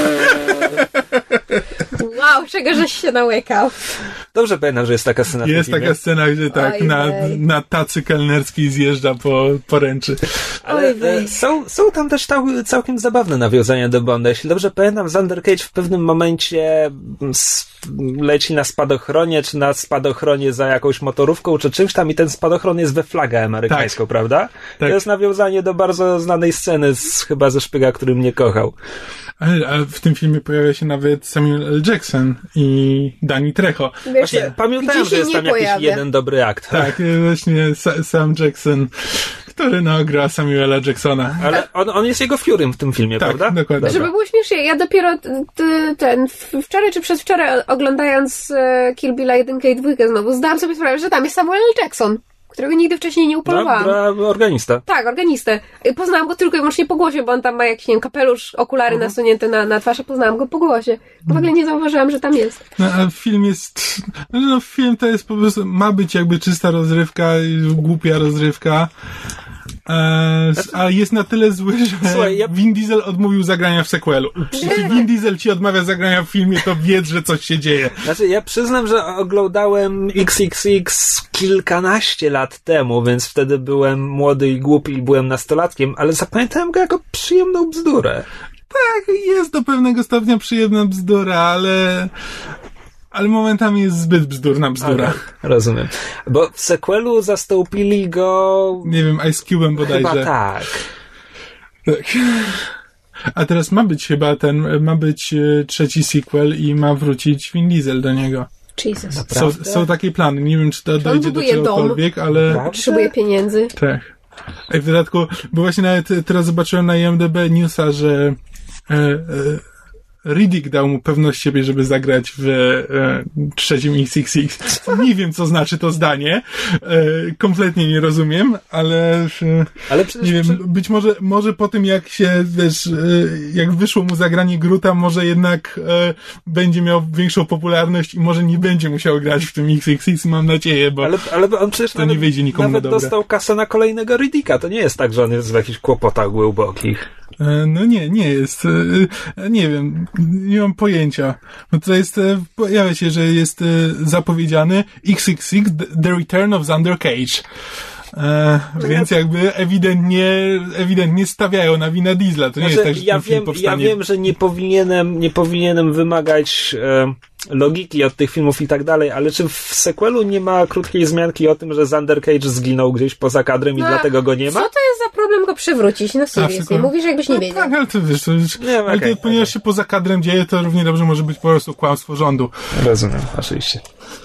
Wow, czego żeś się nałykał. Dobrze pamiętam, że jest taka scena. Jest taka scena, gdzie tak Oj, na, na tacy kelnerskiej zjeżdża po poręczy. Ale e, są, są tam też cał, całkiem zabawne nawiązania do Bonda. Jeśli dobrze pamiętam, Xander Cage w pewnym momencie leci na spadochronie, czy na spadochronie za jakąś motorówką, czy czymś tam i ten spadochron jest we flagę amerykańską, tak. Prawda? Tak. To jest nawiązanie do bardzo znanej sceny z, chyba ze Szpiega, który mnie kochał. Ale, ale w tym filmie pojawia się nawet Samuel L. Jackson i Danny Trejo. Wiesz, właśnie pamiętałem, że jest tam jakiś pojawia. jeden dobry akt. Tak, właśnie Sam Jackson który no gra Samuela Jacksona. Ale on, on jest jego Furym w tym filmie, tak, prawda? Dokładnie. Żeby było śmiesznie, ja dopiero t, t, ten wczoraj czy przedwczoraj oglądając e, Kill Billa jeden i dwa znowu zdałam sobie sprawę, że tam jest Samuel L. Jackson, którego nigdy wcześniej nie upolowałam. No, gra organista. Tak, organistę. Poznałam go tylko i wyłącznie po głosie, bo on tam ma jakiś, nie wiem, kapelusz, okulary mhm. nasunięte na, na twarz, a poznałam go po głosie. W ogóle nie zauważyłam, że tam jest. No, a film jest... No, no, film to jest po prostu... Ma być jakby czysta rozrywka, głupia rozrywka. Eee, a jest na tyle zły, że Słuchaj, ja... Vin Diesel odmówił zagrania w sequelu. Jeśli Vin Diesel ci odmawia zagrania w filmie, to wiedz, że coś się dzieje. Znaczy, ja przyznam, że oglądałem X X X kilkanaście lat temu, więc wtedy byłem młody i głupi i byłem nastolatkiem, ale zapamiętałem go jako przyjemną bzdurę. Tak, jest do pewnego stopnia przyjemna bzdura, ale... Ale momentami jest zbyt bzdurna bzdura. Okay, rozumiem. Bo w sequelu zastąpili go... Nie wiem, Ice Cube'em bodajże. Chyba tak. Tak. A teraz ma być chyba ten, ma być trzeci sequel i ma wrócić Vin Diesel do niego. Jesus. Są, są takie plany. Nie wiem, czy to dojdzie do czegokolwiek, dom. ale... Potrzebuje pieniędzy. Tak. A w dodatku, bo właśnie nawet teraz zobaczyłem na I M D B newsa, że e, e, Riddick dał mu pewność siebie, żeby zagrać w e, trzecim X X X. Nie wiem, co znaczy to zdanie. E, kompletnie nie rozumiem, ale, e, ale przecież, nie wiem, przy... być może, może po tym, jak się, wiesz, e, jak wyszło mu zagranie Groota, może jednak e, będzie miał większą popularność i może nie będzie musiał grać w tym X X X, mam nadzieję, bo ale, ale on przecież to nawet, nie wyjdzie nikomu nawet na dobre. Dostał kasę na kolejnego Riddicka. To nie jest tak, że on jest w jakichś kłopotach głębokich. No nie, nie jest. Nie wiem, nie mam pojęcia. No to jest, pojawia się, że jest zapowiedziany X X X The Return of Xander Cage. E, więc jakby ewidentnie, ewidentnie stawiają na Vina Diesla. To nie znaczy, jest tak, że ja ten film wiem, powstanie... Ja wiem, że nie powinienem, nie powinienem wymagać e, logiki od tych filmów i tak dalej, ale czy w sequelu nie ma krótkiej wzmianki o tym, że Xander Cage zginął gdzieś poza kadrem i no, dlatego go nie ma? Co to jest za problem go przywrócić? No seriously, mówisz, jakbyś nie wiedział. Tak, ale to wiesz, to już, nie, ale okay, to, ponieważ okay. się poza kadrem dzieje, to równie dobrze może być po prostu kłamstwo rządu. Rozumiem, oczywiście.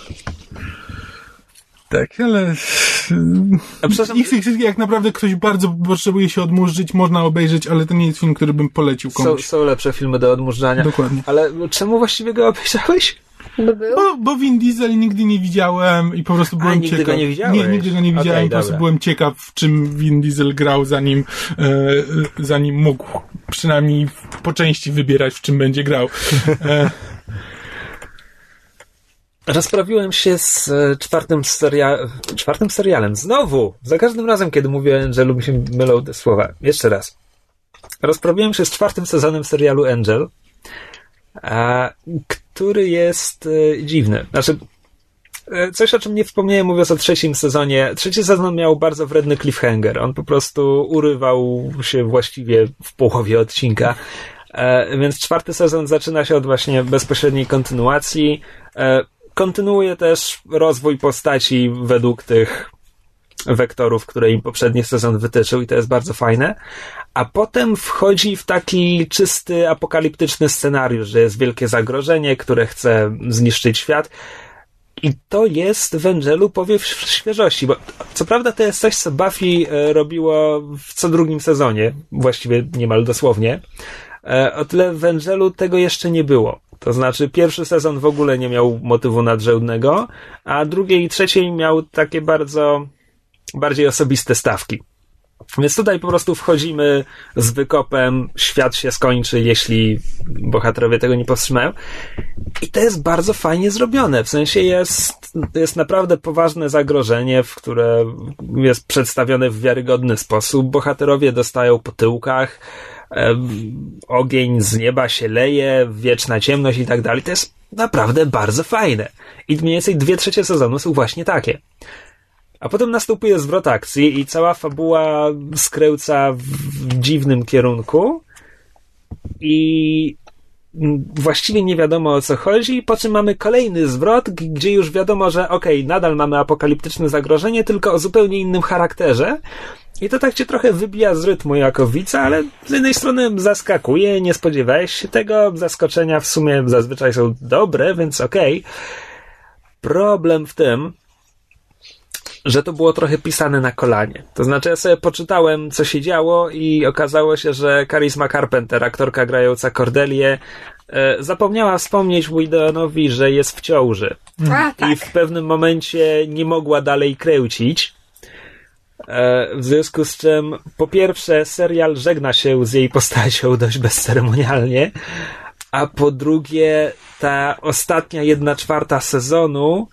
Tak, ale X X X jak naprawdę ktoś bardzo potrzebuje się odmurzyć, można obejrzeć, ale to nie jest film, który bym polecił komuś. Są, są lepsze filmy do odmurzania. Dokładnie. Ale czemu właściwie go obejrzałeś? By był? Bo, bo Vin Diesel nigdy nie widziałem i po prostu byłem A, nigdy ciekaw. Go nie widziałeś? Nie, nigdy go nie widziałem, okay, po prostu byłem ciekaw, w czym Vin Diesel grał, zanim, e, zanim mógł przynajmniej po części wybierać, w czym będzie grał. E, Rozprawiłem się z czwartym, seria... czwartym serialem. Znowu! Za każdym razem, kiedy mówię o Angelu, mi się mylą te słowa. Jeszcze raz. Rozprawiłem się z czwartym sezonem serialu Angel, a, który jest e, dziwny. Znaczy, e, coś, o czym nie wspomniałem, mówiąc o trzecim sezonie. Trzeci sezon miał bardzo wredny cliffhanger. On po prostu urywał się właściwie w połowie odcinka. E, więc czwarty sezon zaczyna się od właśnie bezpośredniej kontynuacji. E, Kontynuuje też rozwój postaci według tych wektorów, które im poprzedni sezon wytyczył i to jest bardzo fajne. A potem wchodzi w taki czysty, apokaliptyczny scenariusz, że jest wielkie zagrożenie, które chce zniszczyć świat. I to jest w Angelu powiew świeżości, bo co prawda to jest coś, co Buffy robiło w co drugim sezonie, właściwie niemal dosłownie. O tyle w Angelu tego jeszcze nie było. To znaczy pierwszy sezon w ogóle nie miał motywu nadrzędnego, a drugiej i trzeciej miał takie bardzo bardziej osobiste stawki. Więc tutaj po prostu wchodzimy z wykopem, świat się skończy, jeśli bohaterowie tego nie powstrzymają. I to jest bardzo fajnie zrobione. W sensie jest, jest naprawdę poważne zagrożenie, w które jest przedstawione w wiarygodny sposób. Bohaterowie dostają po tyłkach, ogień z nieba się leje, wieczna ciemność i tak dalej. To jest naprawdę bardzo fajne. I mniej więcej dwie trzecie sezonu są właśnie takie. A potem następuje zwrot akcji i cała fabuła skręca w dziwnym kierunku i właściwie nie wiadomo, o co chodzi, po czym mamy kolejny zwrot, gdzie już wiadomo, że okej, okay, nadal mamy apokaliptyczne zagrożenie, tylko o zupełnie innym charakterze. I to tak cię trochę wybija z rytmu jako widza, ale z jednej strony zaskakuje, nie spodziewałeś się tego, zaskoczenia w sumie zazwyczaj są dobre, więc okej. Okay. Problem w tym, że to było trochę pisane na kolanie. To znaczy ja sobie poczytałem, co się działo i okazało się, że Charisma Carpenter, aktorka grająca Cordelię, e, zapomniała wspomnieć Whedonowi, że jest w ciąży. A, tak. I w pewnym momencie nie mogła dalej kręcić. E, w związku z czym po pierwsze serial żegna się z jej postacią dość bezceremonialnie, a po drugie ta ostatnia jedna czwarta sezonu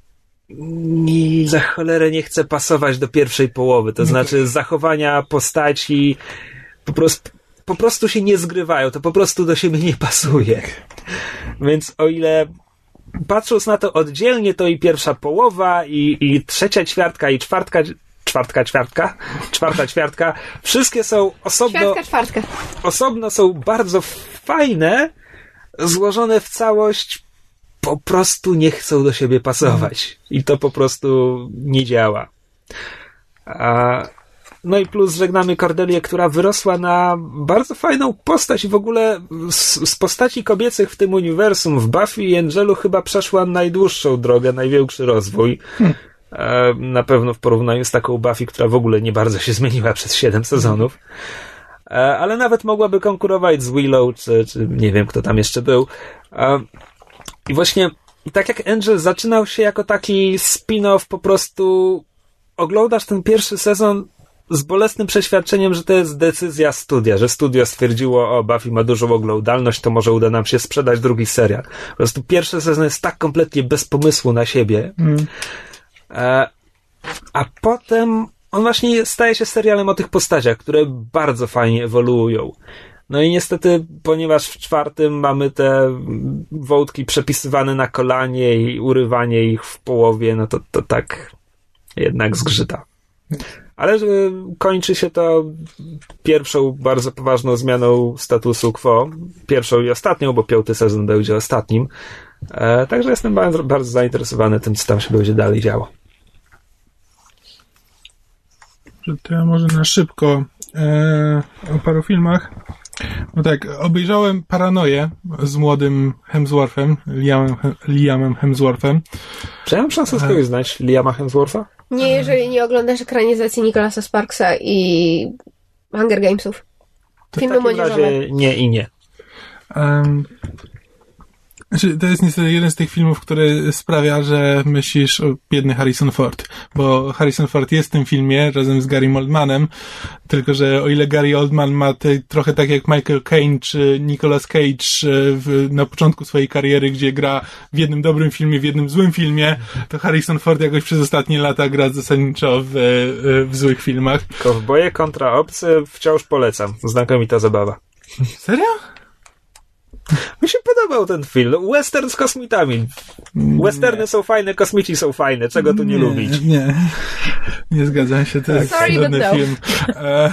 ni za cholerę nie chce pasować do pierwszej połowy. To znaczy zachowania postaci po prostu, po prostu się nie zgrywają. To po prostu do siebie nie pasuje. Więc o ile patrząc na to oddzielnie, to i pierwsza połowa, i, i trzecia ćwiartka, i czwartka czwartka, ćwiartka, czwarta ćwiartka, wszystkie są osobno Ćwiartka, czwartka. osobno są bardzo fajne, złożone w całość po prostu nie chcą do siebie pasować. I to po prostu nie działa. A, no i plus żegnamy Cordelię, która wyrosła na bardzo fajną postać i w ogóle z, z postaci kobiecych w tym uniwersum w Buffy i Angelu chyba przeszła najdłuższą drogę, największy rozwój. Hmm. A, na pewno w porównaniu z taką Buffy, która w ogóle nie bardzo się zmieniła przez siedem sezonów. A, ale nawet mogłaby konkurować z Willow, czy, czy nie wiem, kto tam jeszcze był. A, I właśnie tak jak Angel zaczynał się jako taki spin-off, po prostu oglądasz ten pierwszy sezon z bolesnym przeświadczeniem, że to jest decyzja studia, że studio stwierdziło, o, Buffy ma dużą oglądalność, to może uda nam się sprzedać drugi serial. Po prostu pierwszy sezon jest tak kompletnie bez pomysłu na siebie. Mm. A, a potem on właśnie staje się serialem o tych postaciach, które bardzo fajnie ewoluują. No i niestety, ponieważ w czwartym mamy te wątki przepisywane na kolanie i urywanie ich w połowie, no to, to tak jednak zgrzyta. Ale kończy się to pierwszą bardzo poważną zmianą statusu quo. Pierwszą i ostatnią, bo piąty sezon będzie ostatnim. E, także jestem bardzo, bardzo zainteresowany tym, co tam się będzie dalej działo. To ja może na szybko e, o paru filmach. No tak, obejrzałem Paranoję z młodym Hemsworthem, Liamem, Liamem Hemsworthem. Czy ja mam szansę z kogoś znać Liama Hemswortha? Nie, jeżeli nie oglądasz ekranizacji Nicolasa Sparksa i Hunger Gamesów. To filmy w takim młodzieżowe. razie nie i nie. Um, znaczy, to jest niestety jeden z tych filmów, który sprawia, że myślisz o biedny Harrison Ford, bo Harrison Ford jest w tym filmie razem z Garym Oldmanem, tylko że o ile Gary Oldman ma te, trochę tak jak Michael Caine czy Nicolas Cage w, na początku swojej kariery, gdzie gra w jednym dobrym filmie, w jednym złym filmie, to Harrison Ford jakoś przez ostatnie lata gra zasadniczo w, w złych filmach. Kowboje kontra obcy wciąż polecam. Znakomita zabawa. Serio? Mi się podobał ten film. Western z kosmitami. Westerny nie. są fajne, kosmici są fajne. Czego tu nie, nie lubić? Nie, nie zgadzam się. To jest cudowny no. film. E,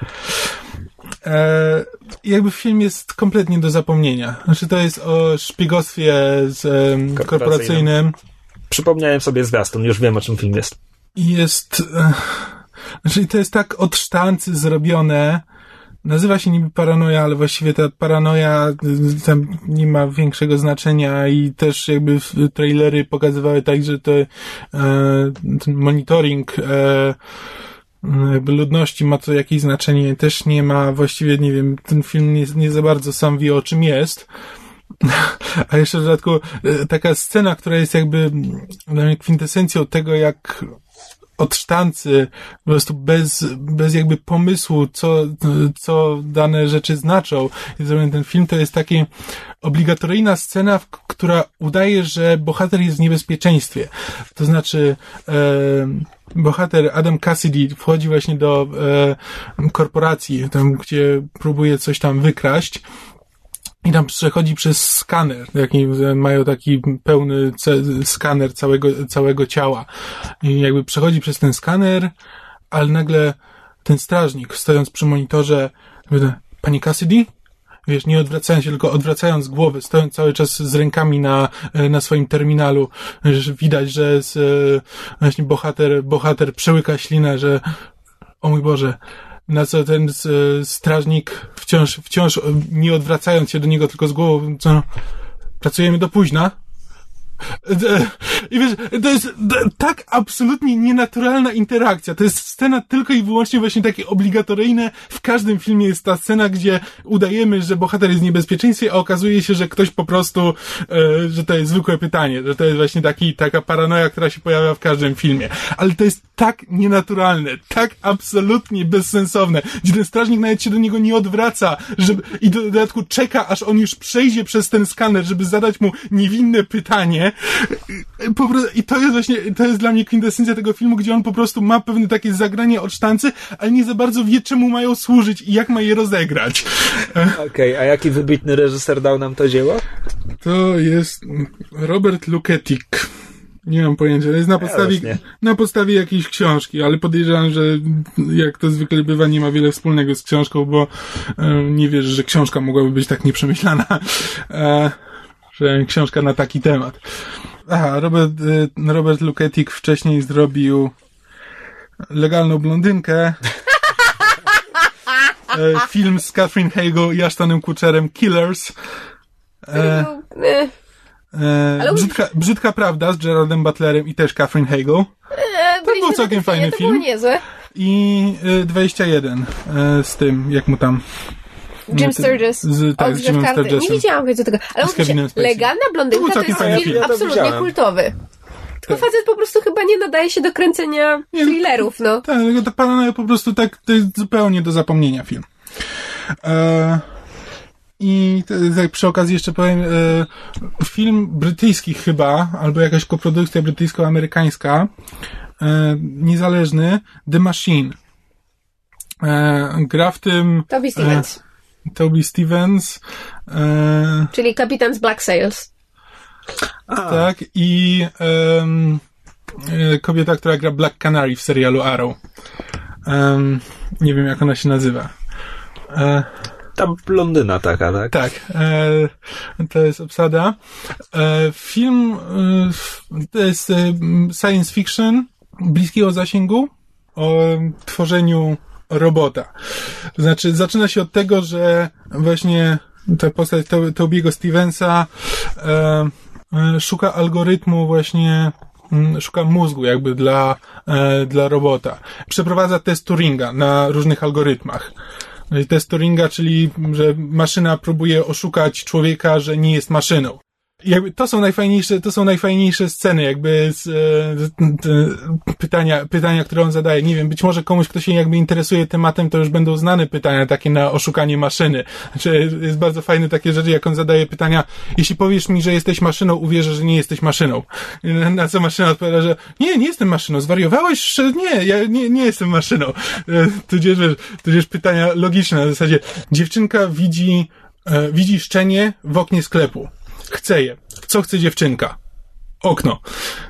e, jakby film jest kompletnie do zapomnienia. Znaczy to jest o szpiegostwie z, um, korporacyjnym. korporacyjnym. Przypomniałem sobie zwiastun. Już wiem, o czym film jest. I jest... E, znaczy to jest tak od sztancy zrobione. Nazywa się niby Paranoja, ale właściwie ta paranoja tam nie ma większego znaczenia i też jakby trailery pokazywały tak, że to, e, ten monitoring e, jakby ludności ma to jakieś znaczenie, też nie ma właściwie, nie wiem, ten film nie, nie za bardzo sam wie, o czym jest. A jeszcze w dodatku e, taka scena, która jest jakby kwintesencją tego, jak od sztancy, po prostu bez, bez jakby pomysłu, co, co dane rzeczy znaczą. I zrobiony ten film to jest taka obligatoryjna scena, która udaje, że bohater jest w niebezpieczeństwie. To znaczy, e, bohater Adam Cassidy wchodzi właśnie do e, korporacji, tam, gdzie próbuje coś tam wykraść. I tam przechodzi przez skaner, taki, mają taki pełny ce- skaner całego, całego ciała. I jakby przechodzi przez ten skaner, ale nagle ten strażnik, stojąc przy monitorze, mówi: Panie Cassidy? Wiesz, nie odwracając się, tylko odwracając głowę, stojąc cały czas z rękami na, na swoim terminalu. Widać, że z, właśnie bohater, bohater przełyka ślinę, że o mój Boże. Na co ten strażnik wciąż, wciąż nie odwracając się do niego, tylko z głową, co, pracujemy do późna? I wiesz, to jest tak absolutnie nienaturalna interakcja. To jest scena tylko i wyłącznie właśnie takie obligatoryjne. W każdym filmie jest ta scena, gdzie udajemy, że bohater jest w niebezpieczeństwie, a okazuje się, że ktoś po prostu, e, że to jest zwykłe pytanie, że to jest właśnie taki, taka paranoja, która się pojawia w każdym filmie. Ale to jest tak nienaturalne, tak absolutnie bezsensowne, gdzie ten strażnik nawet się do niego nie odwraca, żeby, i do dodatku czeka, aż on już przejdzie przez ten skaner, żeby zadać mu niewinne pytanie. Po prostu, i to jest właśnie, to jest dla mnie kwintesencja tego filmu, gdzie on po prostu ma pewne takie zagranie od sztancy, ale nie za bardzo wie, czemu mają służyć i jak ma je rozegrać. Okej, okay, a jaki wybitny reżyser dał nam to dzieło? To jest Robert Luketic. Nie mam pojęcia. To jest na podstawie, ja na podstawie jakiejś książki, ale podejrzewam, że jak to zwykle bywa, nie ma wiele wspólnego z książką, bo e, nie wierzę, że książka mogłaby być tak nieprzemyślana, e, że książka na taki temat. Aha, Robert, e, Robert Luketic wcześniej zrobił Legalną blondynkę, e, film z Catherine Hagel i Ashtonem Kutcherem, Killers. E, E, brzydka, brzydka Prawda z Geraldem Butlerem i też Catherine Hagel. E, to był całkiem fajny to film. Było niezłe. I e, dwadzieścia jeden e, z tym, jak mu tam... Jim Sturgis. Z, tak, z Jimem Sturgisem. Nie widziałam do tego. Ale mówię, Legalna blondynka to, to jest film ja absolutnie widziałem. Kultowy. Tylko tak. Facet po prostu chyba nie nadaje się do kręcenia nie, thrillerów, no. Tak, to paranoja po prostu tak, to jest zupełnie do zapomnienia film. E, I tak przy okazji jeszcze powiem, e, film brytyjski chyba, albo jakaś koprodukcja brytyjsko-amerykańska, e, niezależny, The Machine. E, gra w tym... Toby Stevens. E, Toby Stevens. E, Czyli kapitan z Black Sails. A. Tak, i um, kobieta, która gra Black Canary w serialu Arrow. Um, nie wiem, jak ona się nazywa. E, Ta blondyna taka, tak? Tak, e, to jest obsada. E, film e, to jest e, science fiction bliskiego zasięgu o tworzeniu robota. To znaczy, zaczyna się od tego, że właśnie ta postać Toby'ego Stevensa e, e, szuka algorytmu właśnie, m, szuka mózgu jakby dla, e, dla robota. Przeprowadza test Turinga na różnych algorytmach. Test Turinga, czyli że maszyna próbuje oszukać człowieka, że nie jest maszyną. Jakby to są najfajniejsze, to są najfajniejsze sceny, jakby z, z, z, pytania, pytania, które on zadaje. Nie wiem, być może komuś, kto się jakby interesuje tematem, to już będą znane pytania takie na oszukanie maszyny. Znaczy, jest bardzo fajne takie rzeczy, jak on zadaje pytania, jeśli powiesz mi, że jesteś maszyną, uwierzę, że nie jesteś maszyną. Na co maszyna odpowiada, że nie, nie jestem maszyną, zwariowałeś? Nie, ja nie, nie jestem maszyną. Tudzież, tudzież pytania logiczne, na zasadzie, dziewczynka widzi, e, widzi szczenie w oknie sklepu. Chce je. Co chce dziewczynka? Okno.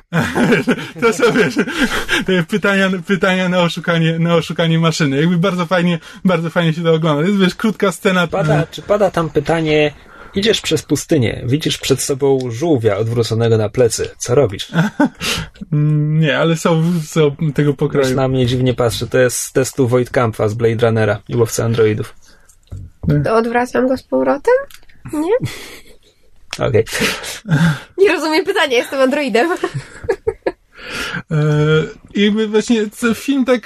To są, wiesz, te pytania, pytania na oszukanie, na oszukanie maszyny. Jakby bardzo fajnie, bardzo fajnie się to ogląda. Jest, wiesz, krótka scena. Pada, czy pada tam pytanie, idziesz przez pustynię, widzisz przed sobą żółwia odwróconego na plecy. Co robisz? Nie, ale są, są tego pokroju. Już na mnie dziwnie patrzy. To jest z testu Voigtkampa z Blade Runnera i Łowcy Androidów. To odwracam go z powrotem? Nie? Okej. Okay. Nie rozumiem pytania, jestem androidem. I jakby właśnie film tak...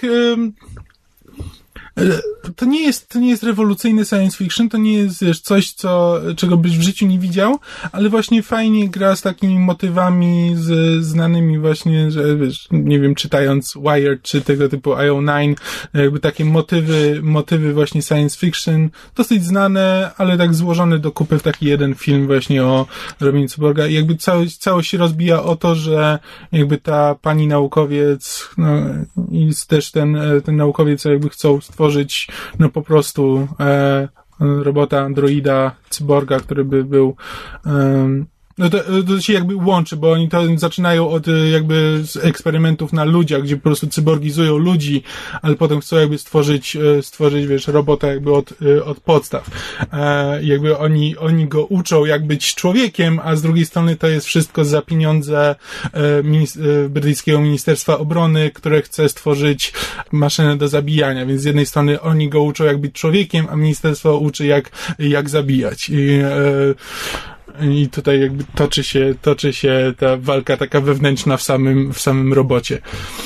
To nie jest, to nie jest rewolucyjny science fiction, to nie jest, wiesz, coś, co, czego byś w życiu nie widział, ale właśnie fajnie gra z takimi motywami z, znanymi właśnie, że wiesz, nie wiem, czytając Wired czy tego typu I O dziewięć, jakby takie motywy, motywy właśnie science fiction, dosyć znane, ale tak złożone do kupy w taki jeden film właśnie o robieniu cyborga i jakby całość, całość się rozbija o to, że jakby ta pani naukowiec, no i też ten, ten naukowiec jakby chcą stworzyć no po prostu e, robota, androida, cyborga, który by był um, no to, to się jakby łączy, bo oni to zaczynają od jakby eksperymentów na ludziach, gdzie po prostu cyborgizują ludzi, ale potem chcą jakby stworzyć, stworzyć, wiesz, robota jakby od, od podstaw. E, jakby oni, oni go uczą jak być człowiekiem, a z drugiej strony to jest wszystko za pieniądze e, minis- e, brytyjskiego Ministerstwa Obrony, które chce stworzyć maszynę do zabijania, więc z jednej strony oni go uczą jak być człowiekiem, a ministerstwo uczy jak, jak zabijać. I, e, I tutaj jakby toczy się, toczy się ta walka taka wewnętrzna w samym, w samym robocie.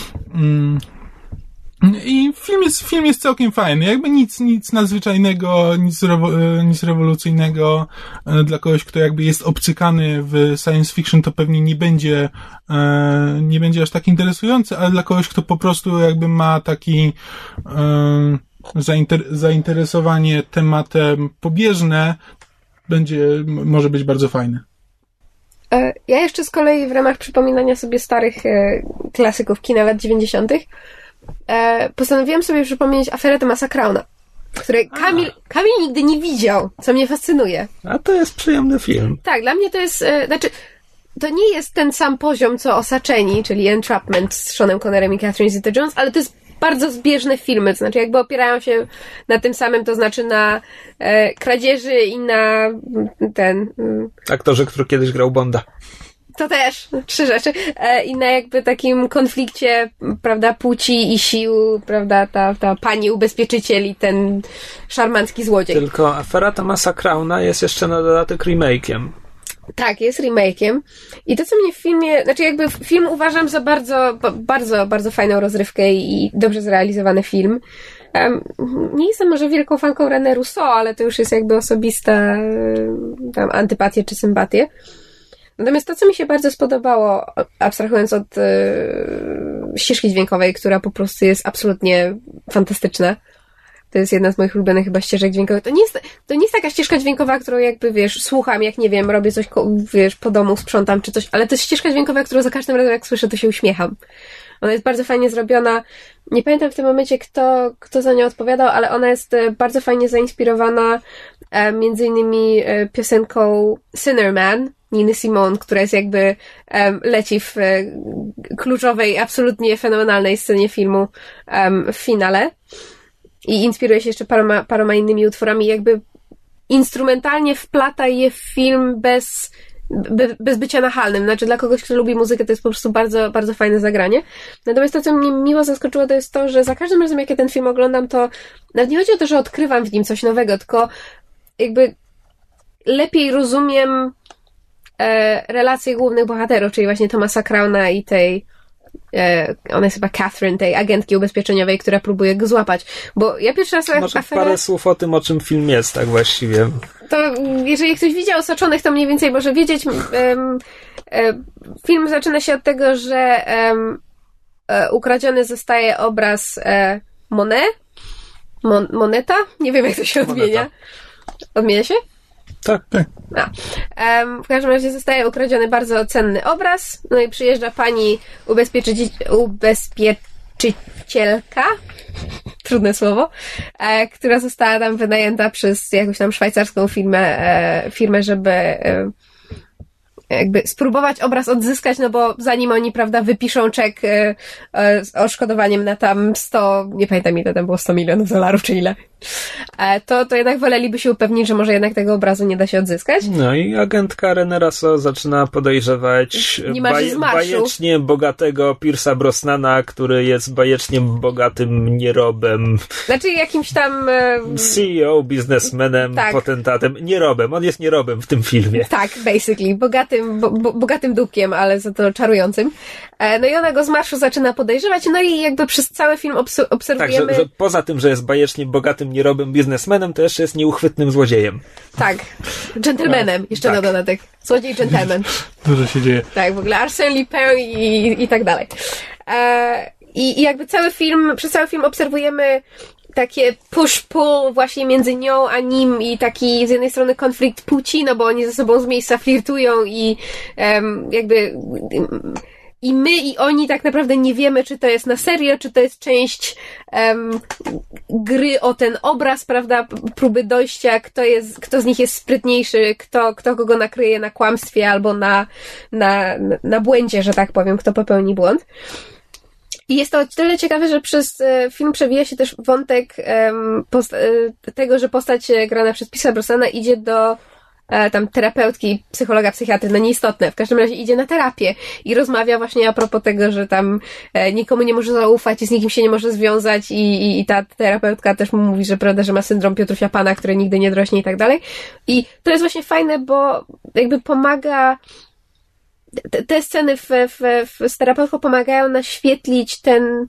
I film jest, film jest całkiem fajny. Jakby nic, nic nadzwyczajnego, nic, rewo, nic rewolucyjnego. Dla kogoś, kto jakby jest obcykany w science fiction, to pewnie nie będzie, nie będzie aż tak interesujący, ale dla kogoś, kto po prostu jakby ma taki zainter, zainteresowanie tematem pobieżne, będzie, może być bardzo fajny. Ja jeszcze z kolei w ramach przypominania sobie starych klasyków kina lat dziewięćdziesiątych postanowiłam sobie przypomnieć aferę Thomasa Crowna, której Kamil, Kamil nigdy nie widział, co mnie fascynuje. A to jest przyjemny film. Tak, dla mnie to jest, znaczy, to nie jest ten sam poziom, co Osaczeni, czyli Entrapment z Seanem Connerem i Catherine Zeta-Jones, ale to jest bardzo zbieżne filmy, to znaczy jakby opierają się na tym samym, to znaczy na e, kradzieży i na ten... Mm, aktorze, który kiedyś grał Bonda. To też, trzy rzeczy. E, I na jakby takim konflikcie, prawda, płci i sił, prawda, ta, ta pani ubezpieczyciel i ten szarmancki złodziej. Tylko afera Thomasa Crowna jest jeszcze na dodatek remake'iem. Tak, jest remake'iem. I to, co mnie w filmie... Znaczy jakby film uważam za bardzo, bardzo, bardzo fajną rozrywkę i dobrze zrealizowany film. Um, nie jestem może wielką fanką René Russo, ale to już jest jakby osobista tam antypatię czy sympatię. Natomiast to, co mi się bardzo spodobało, abstrahując od y, ścieżki dźwiękowej, która po prostu jest absolutnie fantastyczna. To jest jedna z moich ulubionych chyba ścieżek dźwiękowych. To nie jest, to nie jest taka ścieżka dźwiękowa, którą jakby, wiesz, słucham, jak nie wiem, robię coś, wiesz, po domu, sprzątam czy coś, ale to jest ścieżka dźwiękowa, którą za każdym razem jak słyszę, to się uśmiecham. Ona jest bardzo fajnie zrobiona. Nie pamiętam w tym momencie, kto, kto za nią odpowiadał, ale ona jest bardzo fajnie zainspirowana e, między innymi e, piosenką Sinner Man Niny Simone, która jest jakby um, leci w e, kluczowej, absolutnie fenomenalnej scenie filmu um, w finale. I inspiruje się jeszcze paroma, paroma innymi utworami. Jakby instrumentalnie wplata je w film bez, be, bez bycia nachalnym. Znaczy dla kogoś, kto lubi muzykę, to jest po prostu bardzo, bardzo fajne zagranie. Natomiast to, co mnie miło zaskoczyło, to jest to, że za każdym razem, jak ja ten film oglądam, to nawet nie chodzi o to, że odkrywam w nim coś nowego, tylko jakby lepiej rozumiem e, relacje głównych bohaterów, czyli właśnie Thomasa Crowna i tej E, ona jest chyba Catherine, tej agentki ubezpieczeniowej, która próbuje go złapać. Bo ja pierwszy raz... Może aferę, parę słów o tym, o czym film jest, tak właściwie. To jeżeli ktoś widział Osaczonych, to mniej więcej może wiedzieć. Um, um, film zaczyna się od tego, że um, um, ukradziony zostaje obraz um, Monet. Mon, moneta? Nie wiem, jak to się odmienia. Moneta. Odmienia się? Tak. A. Um, w każdym razie zostaje ukradziony bardzo cenny obraz, no i przyjeżdża pani ubezpieczyci- ubezpieczycielka, trudne słowo, e, która została tam wynajęta przez jakąś tam szwajcarską firmę, e, firmę, żeby e, jakby spróbować obraz odzyskać, no bo zanim oni, prawda, wypiszą czek e, e, z odszkodowaniem na tam sto, nie pamiętam ile tam było, sto milionów dolarów, czy ile, e, to, to jednak woleliby się upewnić, że może jednak tego obrazu nie da się odzyskać. No i agentka René Russo zaczyna podejrzewać baj- bajecznie bogatego Pierce'a Brosnana, który jest bajecznie bogatym nierobem. Znaczy jakimś tam... E, C E O, biznesmenem, tak. Potentatem. Nierobem, on jest nierobem w tym filmie. Tak, basically. Bogatym Bo, bo, bogatym dupkiem, ale za to czarującym. E, no i ona go z marszu zaczyna podejrzewać, no i jakby przez cały film obs- obserwujemy... Tak, że, że poza tym, że jest bajecznie bogatym, nierobym biznesmenem, to jeszcze jest nieuchwytnym złodziejem. Tak. Gentlemanem, jeszcze tak. Na dodatek. Złodziej gentleman. Dużo się dzieje. Tak, w ogóle Arsène Lupin i, i tak dalej. E, i, I jakby cały film, przez cały film obserwujemy takie push-pull właśnie między nią a nim i taki z jednej strony konflikt płci, no bo oni ze sobą z miejsca flirtują i um, jakby um, i my i oni tak naprawdę nie wiemy, czy to jest na serio, czy to jest część um, gry o ten obraz, prawda, próby dojścia, kto jest, kto z nich jest sprytniejszy, kto, kto kogo nakryje na kłamstwie albo na, na, na błędzie, że tak powiem, kto popełni błąd. I jest to o tyle ciekawe, że przez film przewija się też wątek um, posta- tego, że postać grana przez Pierce'a Brosnana idzie do e, tam terapeutki, psychologa, psychiatry, no nieistotne. W każdym razie idzie na terapię i rozmawia właśnie a propos tego, że tam e, nikomu nie może zaufać i z nikim się nie może związać i, i, i ta terapeutka też mu mówi, że prawda, że ma syndrom Piotrusia Pana, który nigdy nie dorośnie i tak dalej. I to jest właśnie fajne, bo jakby pomaga te, te sceny w, w, w, z terapeutką pomagają naświetlić ten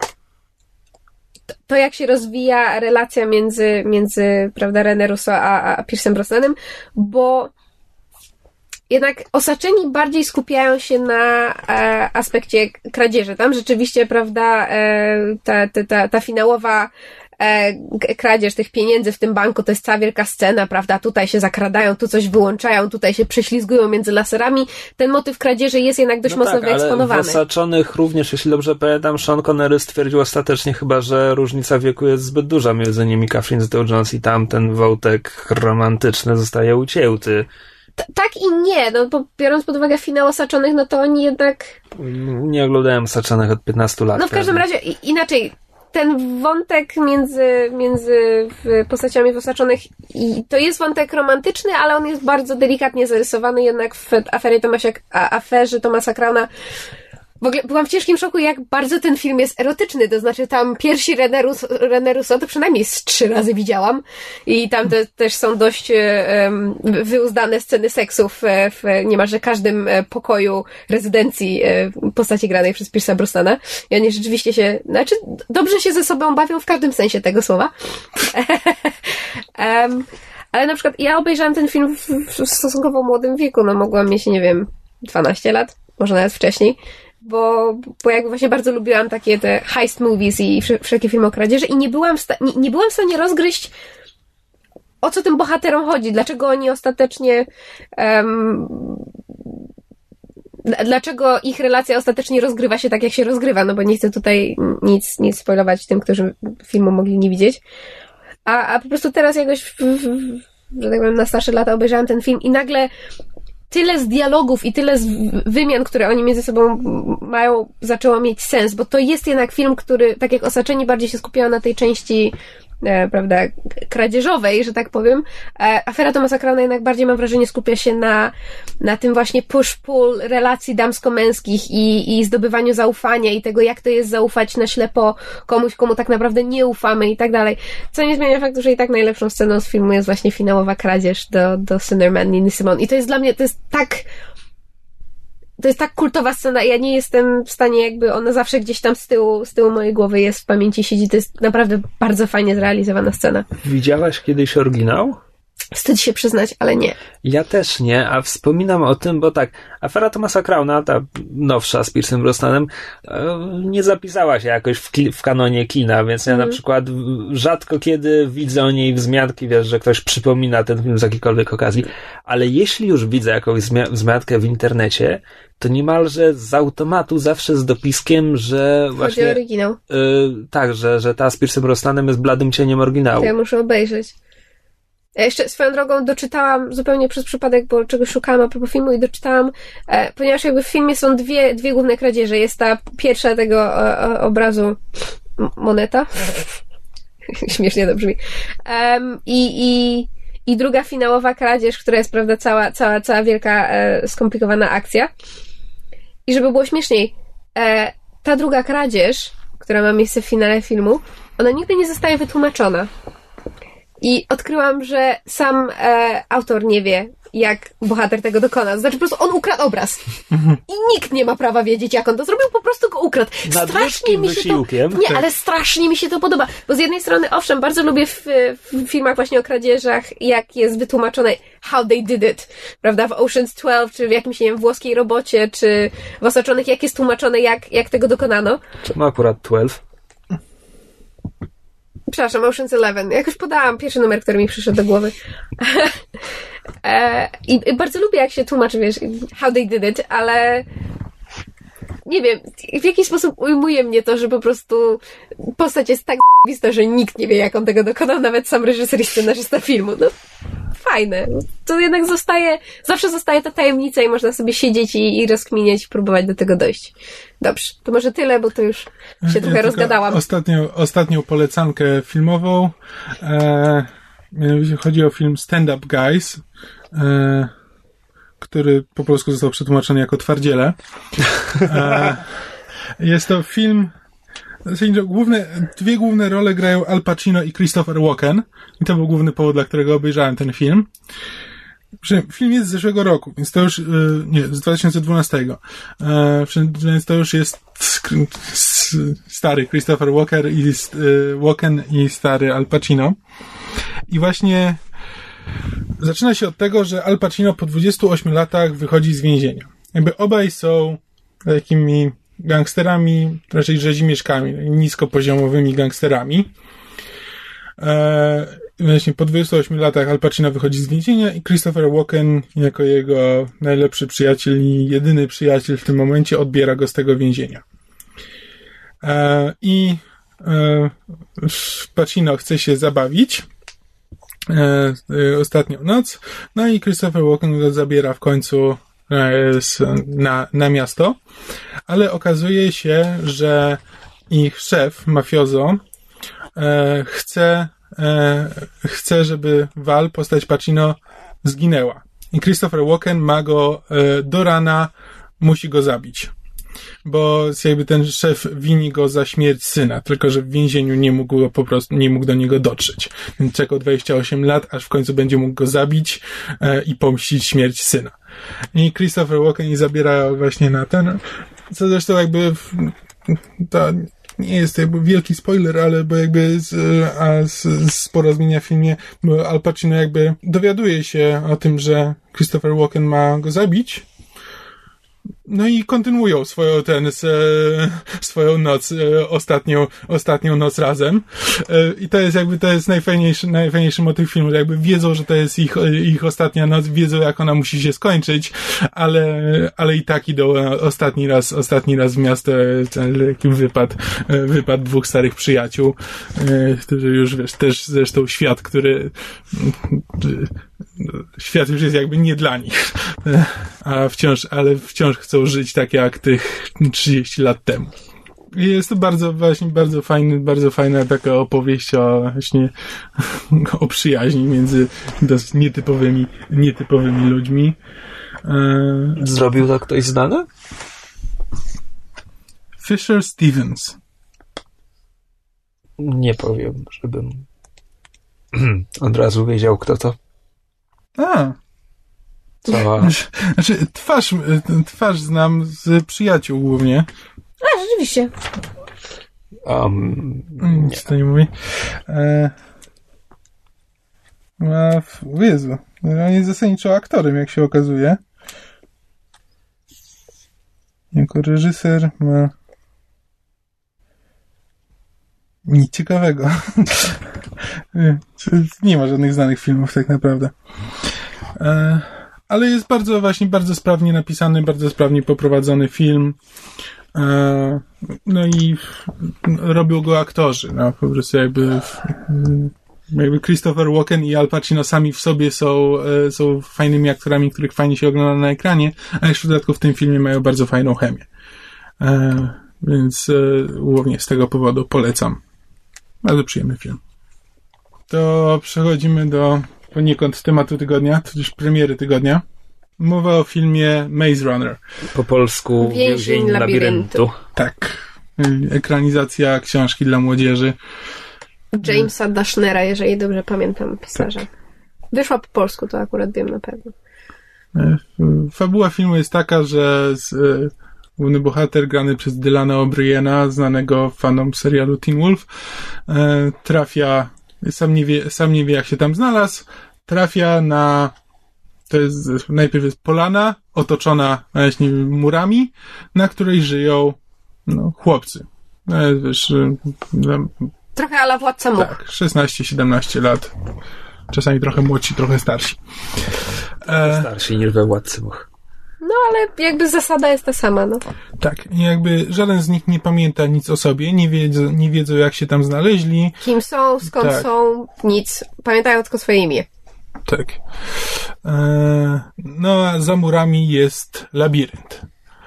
to, jak się rozwija relacja między, między prawda, René Russo a, a Piersem Brosnanem, bo jednak osaczeni bardziej skupiają się na e, aspekcie kradzieży. Tam rzeczywiście, prawda, e, ta, ta, ta, ta finałowa e, kradzież tych pieniędzy w tym banku to jest cała wielka scena, prawda, tutaj się zakradają, tu coś wyłączają, tutaj się prześlizgują między laserami. Ten motyw kradzieży jest jednak dość no mocno tak, wyeksponowany. Ale w Osaczonych również, jeśli dobrze pamiętam, Sean Connery stwierdził ostatecznie chyba, że różnica wieku jest zbyt duża między nimi, Catherine Zeta-Jones, i tam ten wątek romantyczny zostaje ucięty. T- tak i nie, no bo biorąc pod uwagę finał Osaczonych, no to oni jednak... Nie oglądałem Osaczonych od piętnastu lat. No w każdym razie i, inaczej, ten wątek między, między postaciami w Osaczonych i to jest wątek romantyczny, ale on jest bardzo delikatnie zarysowany, jednak w aferie Tomasia, a, aferze Thomasa Crowna w ogóle byłam w ciężkim szoku, jak bardzo ten film jest erotyczny, to znaczy tam piersi René Russo, René Russo to przynajmniej z trzy razy widziałam i tam te, też są dość um, wyuzdane sceny seksu w, w niemalże każdym pokoju rezydencji postaci granej przez Piersa Brosnana i oni rzeczywiście się, znaczy dobrze się ze sobą bawią w każdym sensie tego słowa. um, ale na przykład ja obejrzałam ten film w, w stosunkowo młodym wieku, no mogłam mieć, nie wiem, dwanaście lat, może nawet wcześniej. Bo, bo jakby właśnie bardzo lubiłam takie te heist movies i wszelkie filmy o kradzieży i nie byłam w, sta- nie, nie byłam w stanie rozgryźć, o co tym bohaterom chodzi, dlaczego oni ostatecznie um, dlaczego ich relacja ostatecznie rozgrywa się tak, jak się rozgrywa, no bo nie chcę tutaj nic, nic spoilować tym, którzy filmu mogli nie widzieć. A, a po prostu teraz jakoś w, w, że tak powiem, na starsze lata obejrzałam ten film i nagle tyle z dialogów i tyle z wymian, które oni między sobą mają, zaczęło mieć sens, bo to jest jednak film, który, tak jak Osaczeni, bardziej się skupiał na tej części e, prawda, kradzieżowej, że tak powiem. E, afera Thomasa Crowna jednak bardziej, mam wrażenie, skupia się na, na tym właśnie push-pull relacji damsko-męskich i, i zdobywaniu zaufania i tego, jak to jest zaufać na ślepo komuś, komu tak naprawdę nie ufamy i tak dalej. Co nie zmienia faktu, że i tak najlepszą sceną z filmu jest właśnie finałowa kradzież do, do Sinnerman Niny Simone. I to jest dla mnie, to jest tak to jest tak kultowa scena, ja nie jestem w stanie jakby, ona zawsze gdzieś tam z tyłu, z tyłu mojej głowy jest, w pamięci siedzi, to jest naprawdę bardzo fajnie zrealizowana scena. Widziałaś kiedyś oryginał? Wstyd się przyznać, ale nie. Ja też nie, a wspominam o tym, bo tak, afera Thomasa Crowna, ta nowsza z Piersem Brosnanem, nie zapisała się jakoś w, ki- w kanonie kina, więc ja mm. na przykład rzadko kiedy widzę o niej wzmianki, wiesz, że ktoś przypomina ten film z jakiejkolwiek okazji, ale jeśli już widzę jakąś zmia- wzmiankę w internecie, to niemalże z automatu zawsze z dopiskiem, że Chodzi właśnie... o oryginał. Y, tak, że, że ta z Piersem Brosnanem jest bladym cieniem oryginału. To ja muszę obejrzeć. Ja jeszcze swoją drogą doczytałam zupełnie przez przypadek, bo czegoś szukałam a propos filmu i doczytałam, e, ponieważ jakby w filmie są dwie, dwie główne kradzieże. Jest ta pierwsza tego e, obrazu M- Moneta. Śmiesznie to brzmi. Um, i, i, I druga finałowa kradzież, która jest, prawda, cała, cała, cała wielka e, skomplikowana akcja. I żeby było śmieszniej, e, ta druga kradzież, która ma miejsce w finale filmu, ona nigdy nie zostaje wytłumaczona. I odkryłam, że sam e, autor nie wie, jak bohater tego dokona. Znaczy, po prostu on ukradł obraz. Mhm. I nikt nie ma prawa wiedzieć, jak on to zrobił, po prostu go ukradł. Strasznie mi się to... Nie, ale strasznie mi się to podoba. Bo z jednej strony, owszem, bardzo lubię w, w filmach właśnie o kradzieżach, jak jest wytłumaczone how they did it. Prawda? W Ocean's twelve, czy w jakimś, nie wiem, włoskiej robocie, czy w Osaczonych, jak jest tłumaczone, jak, jak tego dokonano. Czemu akurat dwanaście? Przepraszam, Ocean's Eleven. Jakoś podałam pierwszy numer, który mi przyszedł do głowy. e, i, I bardzo lubię, jak się tłumaczy, wiesz, how they did it, ale nie wiem, w jaki sposób ujmuje mnie to, że po prostu postać jest tak wista, że nikt nie wie, jak on tego dokonał, nawet sam reżyser i scenarzysta filmu. No, fajne. To jednak zostaje, zawsze zostaje ta tajemnica i można sobie siedzieć i, i rozkminiać i próbować do tego dojść. Dobrze, to może tyle, bo to już się trochę ja rozgadałam. Ostatnią, ostatnią polecankę filmową. E, Mianowicie chodzi o film Stand Up Guys, e, który po polsku został przetłumaczony jako Twardziele. E, jest to film, główne, dwie główne role grają Al Pacino i Christopher Walken i to był główny powód, dla którego obejrzałem ten film. Film jest z zeszłego roku, więc to już, nie, z dwa tysiące dwunastego. Więc to już jest stary Christopher Walker i, Walken i stary Al Pacino. I właśnie zaczyna się od tego, że Al Pacino po dwudziestu ośmiu latach wychodzi z więzienia. Jakby obaj są takimi gangsterami, raczej rzezimieszkami, niskopoziomowymi gangsterami. Eee, właśnie po dwudziestu ośmiu latach Al Pacino wychodzi z więzienia i Christopher Walken jako jego najlepszy przyjaciel i jedyny przyjaciel w tym momencie odbiera go z tego więzienia. Eee, I e, Pacino chce się zabawić e, e, ostatnią noc, no i Christopher Walken go zabiera w końcu Na, na miasto, ale okazuje się, że ich szef, mafiozo, e, chce, e, chce, żeby Val, postać Pacino, zginęła. I Christopher Walken ma go e, do rana, musi go zabić. Bo jakby ten szef wini go za śmierć syna, tylko że w więzieniu nie mógł go po prostu, nie mógł do niego dotrzeć. Więc czekał dwadzieścia osiem lat, aż w końcu będzie mógł go zabić e, i pomścić śmierć syna. I Christopher Walken i zabiera właśnie na ten, co zresztą jakby w, to nie jest jakby wielki spoiler, ale bo jakby z, a z, sporo zmienia w filmie, bo Al Pacino jakby dowiaduje się o tym, że Christopher Walken ma go zabić. No i kontynuują swoją ten, e, swoją noc, e, ostatnią, ostatnią noc razem. E, I to jest jakby, to jest najfajniejszy, najfajniejszy motyw filmu, że jakby wiedzą, że to jest ich, ich ostatnia noc, wiedzą, jak ona musi się skończyć, ale, ale i tak idą ostatni raz, ostatni raz w miasto, ten wypad, wypad dwóch starych przyjaciół, e, którzy już, wiesz, też zresztą świat, który, świat już jest jakby nie dla nich, a wciąż, ale wciąż chcą żyć tak jak tych trzydzieści lat temu. I jest to bardzo, właśnie bardzo fajny, bardzo fajna taka opowieść o właśnie o przyjaźni między dosyć nietypowymi, nietypowymi ludźmi. Zrobił to ktoś znany? Fisher Stevens. Nie powiem, żebym od razu wiedział, kto to. A. Co? Znaczy, twarz, twarz znam z przyjaciół głównie. A, rzeczywiście. Um, Nic nie. to nie mówi. E... A, Jezu. On jest zasadniczo aktorem, jak się okazuje. Jako reżyser ma nic ciekawego. Nie ma żadnych znanych filmów tak naprawdę. E... Ale jest bardzo, właśnie bardzo sprawnie napisany, bardzo sprawnie poprowadzony film. No i robią go aktorzy. No, po prostu jakby, jakby Christopher Walken i Al Pacino sami w sobie są, są fajnymi aktorami, których fajnie się ogląda na ekranie, a jeszcze w dodatku w tym filmie mają bardzo fajną chemię. Więc głównie z tego powodu polecam. Bardzo przyjemny film. To przechodzimy do poniekąd tematu tygodnia, tudzież premiery tygodnia. Mowa o filmie Maze Runner. Po polsku Więzień, Więzień labiryntu. labiryntu. Tak. Ekranizacja książki dla młodzieży. Jamesa Dashnera, jeżeli dobrze pamiętam pisarza. Tak. Wyszła po polsku, to akurat wiem na pewno. Fabuła filmu jest taka, że z, e, główny bohater grany przez Dylana O'Briena, znanego fanom serialu Teen Wolf, e, trafia, sam nie wie, sam nie wie jak się tam znalazł, trafia na, to jest, najpierw jest polana otoczona właśnie murami, na której żyją no, chłopcy. No, wiesz, no, trochę ala Władca Much. Tak, szesnaście siedemnaście lat. Czasami trochę młodsi, trochę starsi. Trochę starsi niż we Władcy Much. No, ale jakby zasada jest ta sama, no. Tak, i jakby żaden z nich nie pamięta nic o sobie, nie wiedzą, nie wiedzą jak się tam znaleźli. Kim są, skąd tak. są, nic. Pamiętają tylko swoje imię. Tak. Eee, no, a za murami jest labirynt.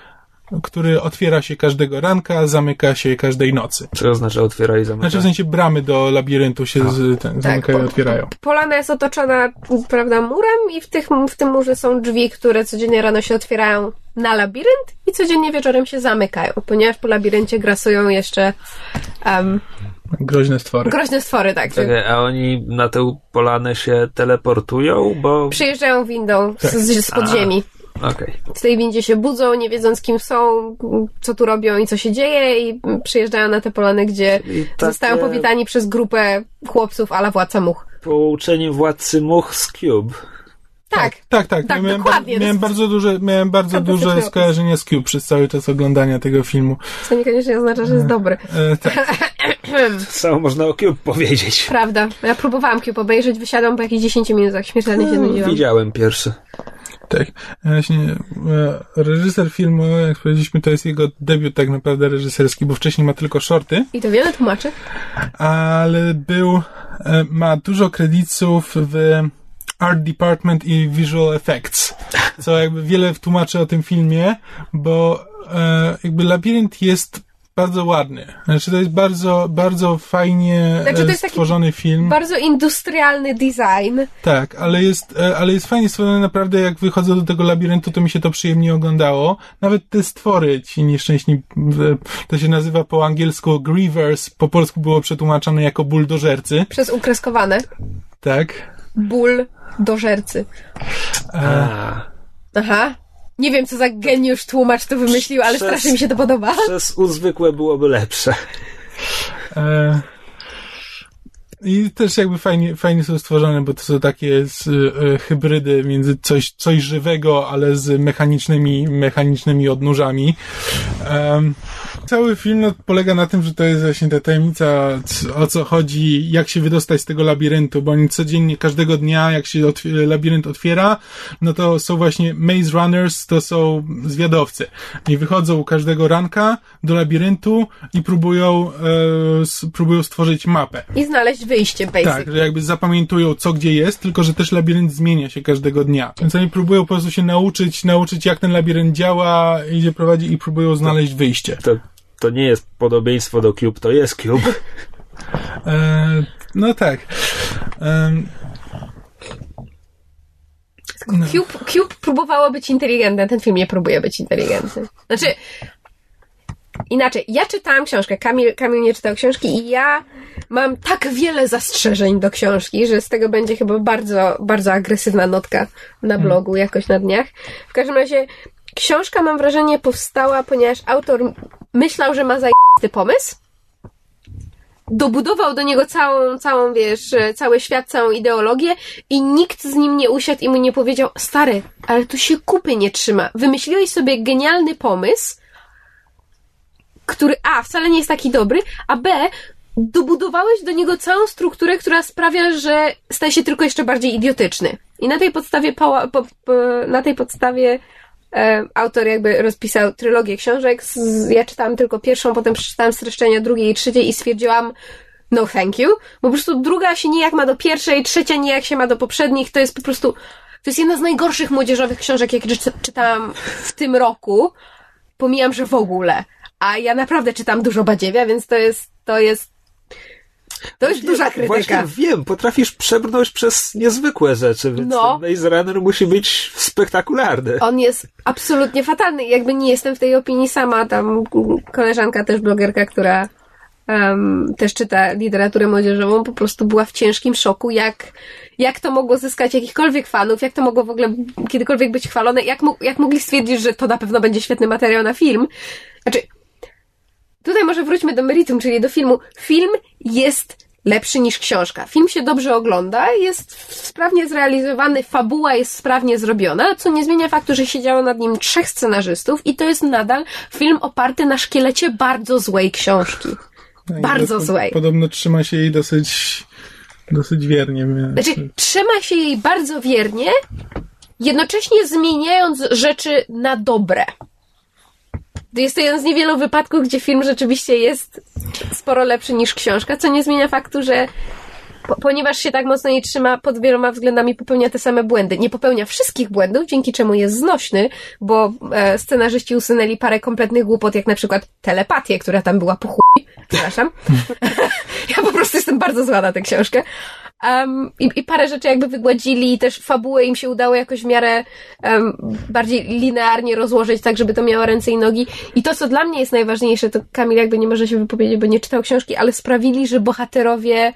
który otwiera się każdego ranka, zamyka się każdej nocy. Co oznacza otwiera i zamyka? Znaczy w sensie bramy do labiryntu się z, ten, zamykają i po, otwierają. Polana jest otoczona, prawda, murem i w, tych, w tym murze są drzwi, które codziennie rano się otwierają na labirynt i codziennie wieczorem się zamykają, ponieważ po labiryncie grasują jeszcze um, groźne stwory. Groźne stwory, tak. tak a oni na tę polanę się teleportują, bo... Przyjeżdżają windą tak. z, z podziemi. Okay. W tej windzie się budzą, nie wiedząc kim są, co tu robią i co się dzieje i przyjeżdżają na te polany, gdzie takie... zostają powitani przez grupę chłopców a la Władca Much. Pouczenie Władcy Much z Cube. Tak, tak, tak. tak. Miałem, dokładnie. Miałem bardzo duże, miałem bardzo duże skojarzenie z Cube przez cały czas oglądania tego filmu. Co niekoniecznie oznacza, że jest dobry. E, tak. Co można o Cube powiedzieć? Prawda. Ja próbowałam Cube obejrzeć, wysiadłam po jakichś dziesięciu minutach, śmiertelnie się nudziłam. Widziałem pierwszy. Tak. Właśnie reżyser filmu, jak powiedzieliśmy, to jest jego debiut tak naprawdę reżyserski, bo wcześniej ma tylko shorty. I to wiele tłumaczy. Ale był, ma dużo kredytów w Art Department i Visual Effects, co jakby wiele tłumaczy o tym filmie, bo jakby Labirynt jest bardzo ładny. Znaczy to jest bardzo, bardzo fajnie znaczy, to jest stworzony taki film. Bardzo industrialny design. Tak, ale jest, ale jest fajnie stworzony naprawdę, jak wychodzę do tego labiryntu, to mi się to przyjemnie oglądało. Nawet te stwory, ci nieszczęśni, to się nazywa po angielsku Grievers, po polsku było przetłumaczone jako buldożercy. Przez ukreskowane. Tak. Buldożercy. A. Aha. Nie wiem, co za geniusz tłumacz to wymyślił, ale przez, strasznie mi się to podoba. Przez uzwykłe byłoby lepsze. E, I też jakby fajnie, fajnie są stworzone, bo to są takie z, e, hybrydy między coś, coś żywego, ale z mechanicznymi, mechanicznymi odnóżami. E, cały film no, polega na tym, że to jest właśnie ta tajemnica, o co chodzi, jak się wydostać z tego labiryntu, bo oni codziennie, każdego dnia, jak się otw- labirynt otwiera, no to są właśnie maze runners, to są zwiadowcy. I wychodzą każdego ranka do labiryntu i próbują, e, s- próbują stworzyć mapę. I znaleźć wyjście, basic. Tak, że jakby zapamiętują, co gdzie jest, tylko że też labirynt zmienia się każdego dnia. Więc oni próbują po prostu się nauczyć, nauczyć jak ten labirynt działa, idzie prowadzi i próbują znaleźć to, wyjście. To, to nie jest podobieństwo do Cube, to jest Cube. E, no tak. E, no. Cube, Cube próbowało być inteligentne, ten film nie próbuje być inteligentny. Znaczy, inaczej, ja czytałam książkę, Kamil, Kamil nie czytał książki i ja mam tak wiele zastrzeżeń do książki, że z tego będzie chyba bardzo, bardzo agresywna notka na blogu hmm. jakoś na dniach. W każdym razie książka, mam wrażenie, powstała, ponieważ autor myślał, że ma zajebisty pomysł, dobudował do niego całą, całą, wiesz, cały świat, całą ideologię i nikt z nim nie usiadł i mu nie powiedział: stary, ale tu się kupy nie trzyma. Wymyśliłeś sobie genialny pomysł, który A, wcale nie jest taki dobry, a B, dobudowałeś do niego całą strukturę, która sprawia, że staje się tylko jeszcze bardziej idiotyczny. I na tej podstawie, pała, po, po, na tej podstawie e, autor jakby rozpisał trylogię książek. Z, ja czytałam tylko pierwszą, potem przeczytałam streszczenia drugiej i trzeciej i stwierdziłam no thank you, bo po prostu druga się nijak ma do pierwszej, trzecia nijak się ma do poprzednich. To jest po prostu, to jest jedna z najgorszych młodzieżowych książek, jakie czytałam w tym roku. Pomijam, że w ogóle. A ja naprawdę czytam dużo badziewia, więc to jest, to jest To jest duża krytyka. Właśnie wiem, potrafisz przebrnąć przez niezwykłe rzeczy, więc no. ten Maze Runner musi być spektakularny. On jest absolutnie fatalny. Jakby nie jestem w tej opinii sama. Tam koleżanka, też blogerka, która um, też czyta literaturę młodzieżową, po prostu była w ciężkim szoku, jak, jak to mogło zyskać jakichkolwiek fanów, jak to mogło w ogóle kiedykolwiek być chwalone, jak, mo- jak mogli stwierdzić, że to na pewno będzie świetny materiał na film. Znaczy, tutaj może wróćmy do meritum, czyli do filmu. Film jest lepszy niż książka. Film się dobrze ogląda, jest sprawnie zrealizowany, fabuła jest sprawnie zrobiona, co nie zmienia faktu, że siedziało nad nim trzech scenarzystów i to jest nadal film oparty na szkielecie bardzo złej książki. No bardzo do, złej. Podobno trzyma się jej dosyć dosyć wiernie. Znaczy, trzyma się jej bardzo wiernie, jednocześnie zmieniając rzeczy na dobre. Jest to jeden z niewielu wypadków, gdzie film rzeczywiście jest sporo lepszy niż książka, co nie zmienia faktu, że po, ponieważ się tak mocno nie trzyma, pod wieloma względami popełnia te same błędy. Nie popełnia wszystkich błędów, dzięki czemu jest znośny, bo e, scenarzyści usunęli parę kompletnych głupot, jak na przykład telepatię, która tam była po chuj. Przepraszam. Ja po prostu jestem bardzo zła na tę książkę. Um, i, I parę rzeczy jakby wygładzili i też fabułę im się udało jakoś w miarę um, bardziej linearnie rozłożyć, tak żeby to miało ręce i nogi. I to, co dla mnie jest najważniejsze, to Kamil jakby nie może się wypowiedzieć, bo nie czytał książki, ale sprawili, że bohaterowie,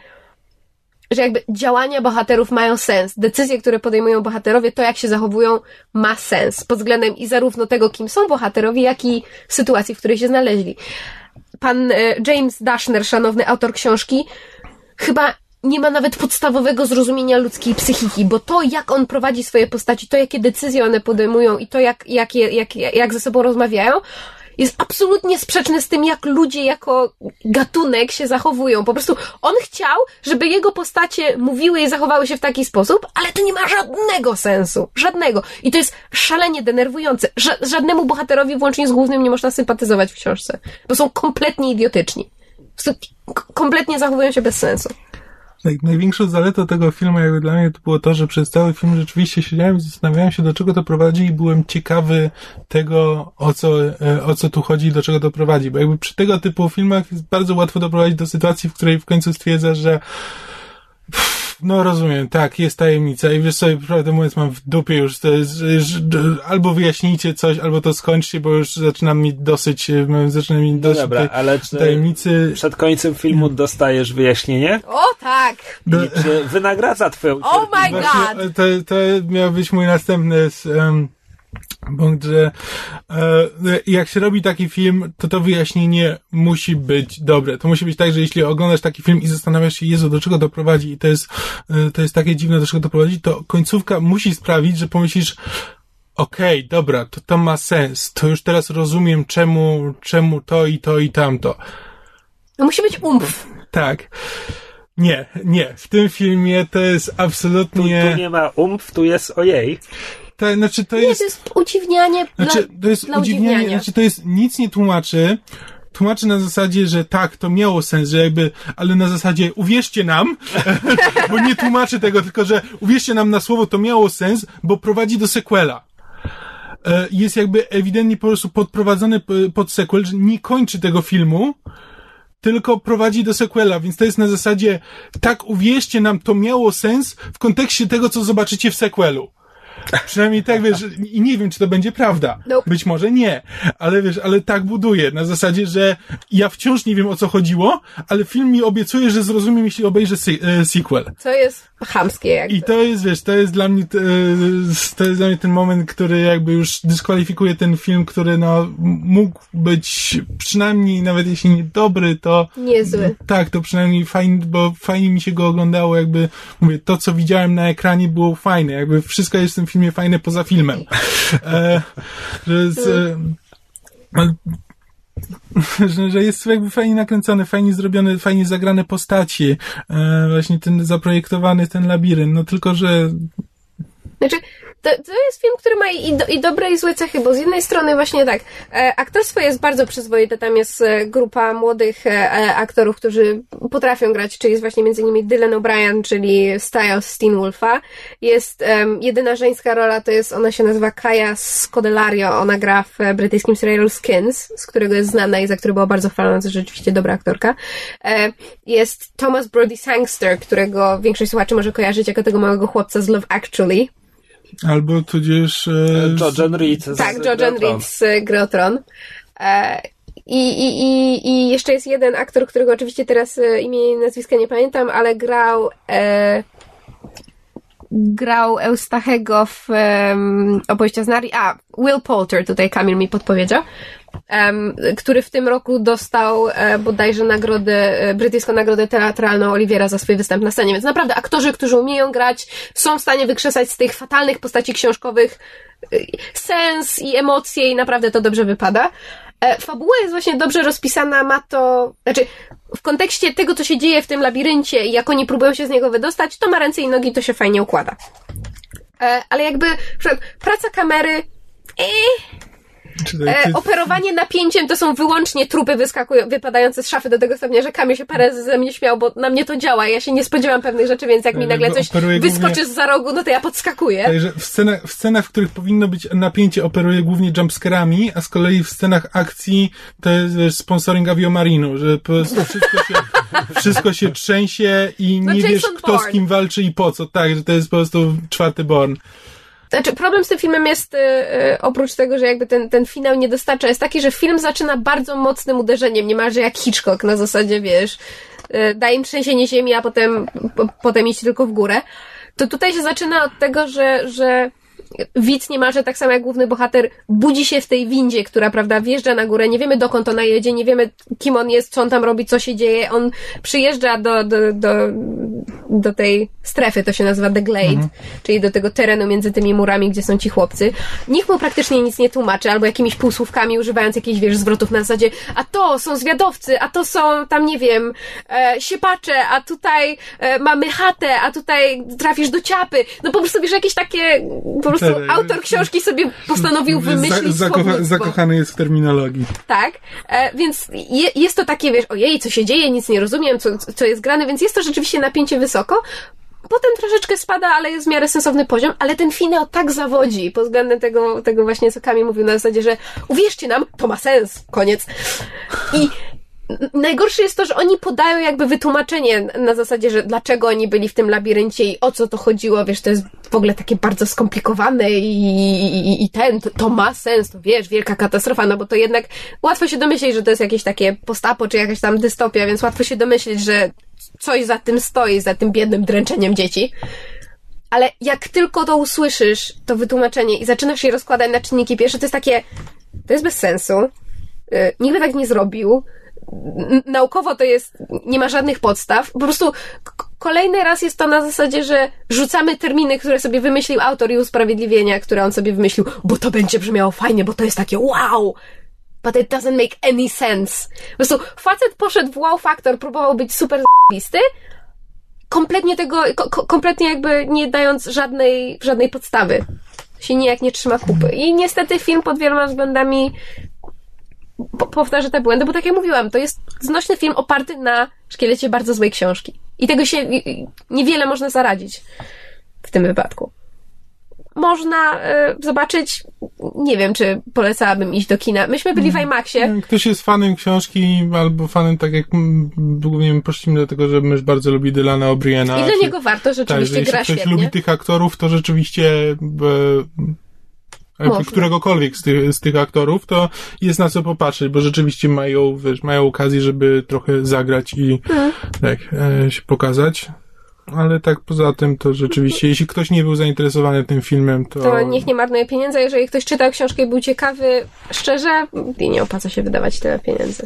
że jakby działania bohaterów mają sens. Decyzje, które podejmują bohaterowie, to jak się zachowują, ma sens. Pod względem i zarówno tego, kim są bohaterowie, jak i sytuacji, w której się znaleźli. Pan e, James Dashner, szanowny autor książki, chyba nie ma nawet podstawowego zrozumienia ludzkiej psychiki, bo to, jak on prowadzi swoje postaci, to, jakie decyzje one podejmują i to, jak, jak, jak, jak ze sobą rozmawiają, jest absolutnie sprzeczne z tym, jak ludzie jako gatunek się zachowują. Po prostu on chciał, żeby jego postacie mówiły i zachowały się w taki sposób, ale to nie ma żadnego sensu. Żadnego. I to jest szalenie denerwujące. Ża- żadnemu bohaterowi, włącznie z głównym, nie można sympatyzować w książce. Bo są kompletnie idiotyczni. Po prostu k- kompletnie zachowują się bez sensu. Tak, największą zaletą tego filmu jakby dla mnie to było to, że przez cały film rzeczywiście siedziałem i zastanawiałem się, do czego to prowadzi i byłem ciekawy tego, o co, o co tu chodzi i do czego to prowadzi. Bo jakby przy tego typu filmach jest bardzo łatwo doprowadzić do sytuacji, w której w końcu stwierdzasz, że pff, no rozumiem, tak, jest tajemnica i wiesz sobie, prawdę mówiąc, mam w dupie już, to jest, że, że albo wyjaśnijcie coś, albo to skończcie, bo już zaczynam mieć dosyć, zaczynam mieć dosyć no dobra, tej ale czy tajemnicy. Przed końcem filmu dostajesz wyjaśnienie? O tak! Do... I czy wynagradza twoją Oh my god! Właśnie, to, to miał być mój następny um, punkt, że e, jak się robi taki film, to to wyjaśnienie musi być dobre. To musi być tak, że jeśli oglądasz taki film i zastanawiasz się, Jezu, do czego doprowadzi i to jest, e, to jest takie dziwne, do czego doprowadzi, to końcówka musi sprawić, że pomyślisz, okej, okay, dobra, to to ma sens. To już teraz rozumiem, czemu, czemu to i to i tamto. No musi być umf. Tak. Nie, nie. W tym filmie to jest absolutnie... Tu, tu nie ma umf, tu jest ojej. To, znaczy to nie, jest... to jest udziwnianie znaczy, dla, to jest dla udziwnianie, udziwniania. Znaczy to jest, nic nie tłumaczy, tłumaczy na zasadzie, że tak, to miało sens, że jakby, ale na zasadzie uwierzcie nam, bo nie tłumaczy tego, tylko że uwierzcie nam na słowo, to miało sens, bo prowadzi do sequela. Jest jakby ewidentnie po prostu podprowadzony pod sequel, że nie kończy tego filmu, tylko prowadzi do sequela, więc to jest na zasadzie tak, uwierzcie nam, to miało sens w kontekście tego, co zobaczycie w sequelu. Przynajmniej tak, wiesz, i nie wiem, czy to będzie prawda. Nope. Być może nie, ale wiesz, ale tak buduję, na zasadzie, że ja wciąż nie wiem, o co chodziło, ale film mi obiecuje, że zrozumiem, jeśli obejrzę se- e, sequel. Co jest chamskie jakby. I to jest, wiesz, to jest dla mnie, e, to jest dla mnie ten moment, który jakby już dyskwalifikuje ten film, który no, mógł być przynajmniej, nawet jeśli nie dobry, to... Niezły. Tak, to przynajmniej fajnie, bo fajnie mi się go oglądało, jakby, mówię, to, co widziałem na ekranie było fajne, jakby wszystko jest w tym filmie fajne poza filmem. E, że, jest, e, że, że jest jakby fajnie nakręcony, fajnie zrobiony, fajnie zagrane postaci, e, właśnie ten zaprojektowany ten labirynt, no tylko, że Znaczy, to, to jest film, który ma i, do, i dobre, i złe cechy, bo z jednej strony właśnie tak, e, aktorstwo jest bardzo przyzwoite, tam jest e, grupa młodych e, aktorów, którzy potrafią grać, czyli jest właśnie między innymi Dylan O'Brien, czyli Styles z Teen Wolfa. Jest e, jedyna żeńska rola, to jest, ona się nazywa Kaya Scodelario, ona gra w e, brytyjskim serialu Skins, z którego jest znana i za który była bardzo chwalona, to jest rzeczywiście dobra aktorka. E, jest Thomas Brody Sangster, którego większość słuchaczy może kojarzyć jako tego małego chłopca z Love Actually. Albo tudzież... E, Jojen Reed z Tak, Jojen Reed z Gry o Tron. E, i, i, i, I jeszcze jest jeden aktor, którego oczywiście teraz e, imię i nazwiska nie pamiętam, ale grał e, grał Eustachego w um, Opowieściach z Narni. A, Will Poulter, tutaj Kamil mi podpowiedział, um, który w tym roku dostał e, bodajże nagrodę, e, brytyjską nagrodę teatralną Oliviera za swój występ na scenie. Więc naprawdę aktorzy, którzy umieją grać, są w stanie wykrzesać z tych fatalnych postaci książkowych e, sens i emocje i naprawdę to dobrze wypada. E, fabuła jest właśnie dobrze rozpisana, ma to, znaczy w kontekście tego, co się dzieje w tym labiryncie i jak oni próbują się z niego wydostać, to ma ręce i nogi, to się fajnie układa. E, ale jakby praca kamery eh, E, operowanie napięciem to są wyłącznie trupy wyskakują, wypadające z szafy do tego stopnia, że Kamil się parę razy ze mnie śmiał, bo na mnie to działa. Ja się nie spodziewam pewnych rzeczy, więc jak mi nagle coś wyskoczy głównie... z za rogu, no to ja podskakuję. Także w scenach, w scenach, w których powinno być napięcie, operuje głównie jumpscarami, a z kolei w scenach akcji to jest wiesz, sponsoring Aviomarinu, że po prostu wszystko się, wszystko się trzęsie i no nie Jason wiesz, kto Bourne. z kim walczy i po co. Tak, że to jest po prostu czwarty Bourne. Znaczy, problem z tym filmem jest, yy, oprócz tego, że jakby ten, ten finał nie dostarcza, jest taki, że film zaczyna bardzo mocnym uderzeniem, niemalże jak Hitchcock, na zasadzie, wiesz, yy, daje im trzęsienie ziemi, a potem, po, potem iść tylko w górę. To tutaj się zaczyna od tego, że, że widz niemalże tak samo jak główny bohater budzi się w tej windzie, która, prawda, wjeżdża na górę, nie wiemy dokąd ona jedzie, nie wiemy kim on jest, co on tam robi, co się dzieje, on przyjeżdża do, do, do, do tej strefy, to się nazywa The Glade, mhm. czyli do tego terenu między tymi murami, gdzie są ci chłopcy. Nikt mu praktycznie nic nie tłumaczy, albo jakimiś półsłówkami używając jakichś, wiesz, zwrotów na zasadzie, a to są zwiadowcy, a to są tam, nie wiem, e, siepacze, a tutaj e, mamy chatę, a tutaj trafisz do ciapy. No po prostu, wiesz, jakieś takie po prostu Cztery. Autor książki sobie postanowił wymyślić Za, zakocha, Zakochany jest w terminologii. Tak, e, więc je, jest to takie, wiesz, ojej, co się dzieje, nic nie rozumiem, co, co jest grane, więc jest to rzeczywiście napięcie wysoko. Potem troszeczkę spada, ale jest w miarę sensowny poziom, ale ten finał tak zawodzi pod względem tego, tego właśnie, co Kamil mówił na zasadzie, że uwierzcie nam, to ma sens, koniec. I najgorsze jest to, że oni podają jakby wytłumaczenie na zasadzie, że dlaczego oni byli w tym labiryncie i o co to chodziło, wiesz, to jest w ogóle takie bardzo skomplikowane i, i, i ten, to, to ma sens, to wiesz, wielka katastrofa, no bo to jednak łatwo się domyślić, że to jest jakieś takie postapo, czy jakaś tam dystopia, więc łatwo się domyślić, że coś za tym stoi, za tym biednym dręczeniem dzieci. Ale jak tylko to usłyszysz, to wytłumaczenie i zaczynasz je rozkładać na czynniki pierwsze, to jest takie, to jest bez sensu, yy, nikt by tak nie zrobił, naukowo to jest, nie ma żadnych podstaw. Po prostu k- kolejny raz jest to na zasadzie, że rzucamy terminy, które sobie wymyślił autor i usprawiedliwienia, które on sobie wymyślił, bo to będzie brzmiało fajnie, bo to jest takie wow! But it doesn't make any sense. Po prostu facet poszedł w wow factor, próbował być super z***listy, kompletnie tego, ko- kompletnie jakby nie dając żadnej, żadnej podstawy. Się nijak nie trzyma kupy. I niestety film pod wieloma względami Po, powtarza te błędy, bo tak jak mówiłam, to jest znośny film oparty na szkielecie bardzo złej książki. I tego się niewiele można zaradzić w tym wypadku. Można y, zobaczyć, nie wiem, czy polecałabym iść do kina. Myśmy byli w IMAXie. Ktoś jest fanem książki, albo fanem, tak jak głównie poszliśmy do tego, że mysz bardzo lubi Dylana O'Briena. I dla niego warto, rzeczywiście tak, gra jeśli ktoś świetnie. lubi tych aktorów, to rzeczywiście e, któregokolwiek z tych, z tych aktorów, to jest na co popatrzeć, bo rzeczywiście mają, wiesz, mają okazję, żeby trochę zagrać i hmm. tak, e, się pokazać. Ale tak poza tym to rzeczywiście, jeśli ktoś nie był zainteresowany tym filmem, to... To niech nie marnuje pieniędzy, jeżeli ktoś czytał książkę i był ciekawy, szczerze, nie opłaca się wydawać tyle pieniędzy.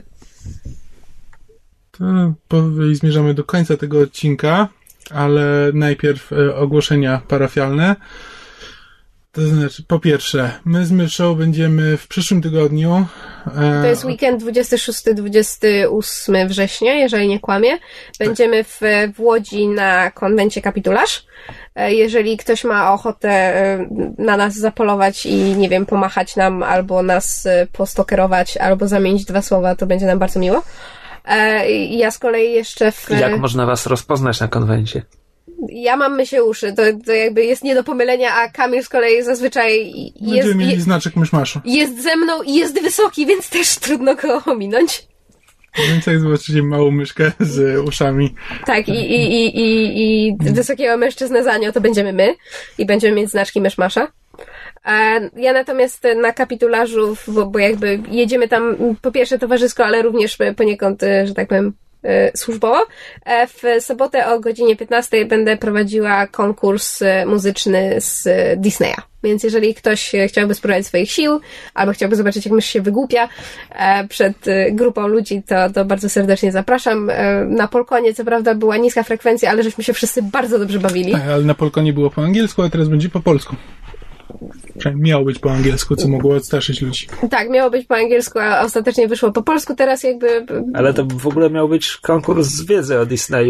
To powoli zmierzamy do końca tego odcinka, ale najpierw e, ogłoszenia parafialne. To znaczy, po pierwsze, my z Myszą będziemy w przyszłym tygodniu. E, to jest weekend dwudziestego szóstego do dwudziestego ósmego września, jeżeli nie kłamię. Będziemy w, w Łodzi na konwencie Kapitularz. E, jeżeli ktoś ma ochotę e, na nas zapolować i, nie wiem, pomachać nam, albo nas e, postokerować, albo zamienić dwa słowa, to będzie nam bardzo miło. E, ja z kolei jeszcze w... Jak można was rozpoznać na konwencie? Ja mam mysie uszy, to, to jakby jest nie do pomylenia, a Kamil z kolei zazwyczaj jest... Będziemy mieli znaczek myszmaszu. Jest ze mną i jest wysoki, więc też trudno go ominąć. Więc jak zobaczycie małą myszkę z uszami. Tak, i, i, i, i, i wysokiego mężczyznę za nią to będziemy my i będziemy mieć znaczki myszmasza. Ja natomiast na kapitularzu, bo, bo jakby jedziemy tam po pierwsze towarzysko, ale również poniekąd, że tak powiem, służbowo. W sobotę o godzinie piętnastej będę prowadziła konkurs muzyczny z Disneya. Więc jeżeli ktoś chciałby spróbować swoich sił, albo chciałby zobaczyć, jak mysz się wygłupia przed grupą ludzi, to, to bardzo serdecznie zapraszam. Na Polkonie co prawda była niska frekwencja, ale żeśmy się wszyscy bardzo dobrze bawili. Tak, ale na Polkonie było po angielsku, a teraz będzie po polsku. Miało być po angielsku, co mogło odstraszyć ludzi. Tak, miało być po angielsku, a ostatecznie wyszło po polsku. Teraz jakby... Ale to w ogóle miał być konkurs z wiedzy o Disneyu.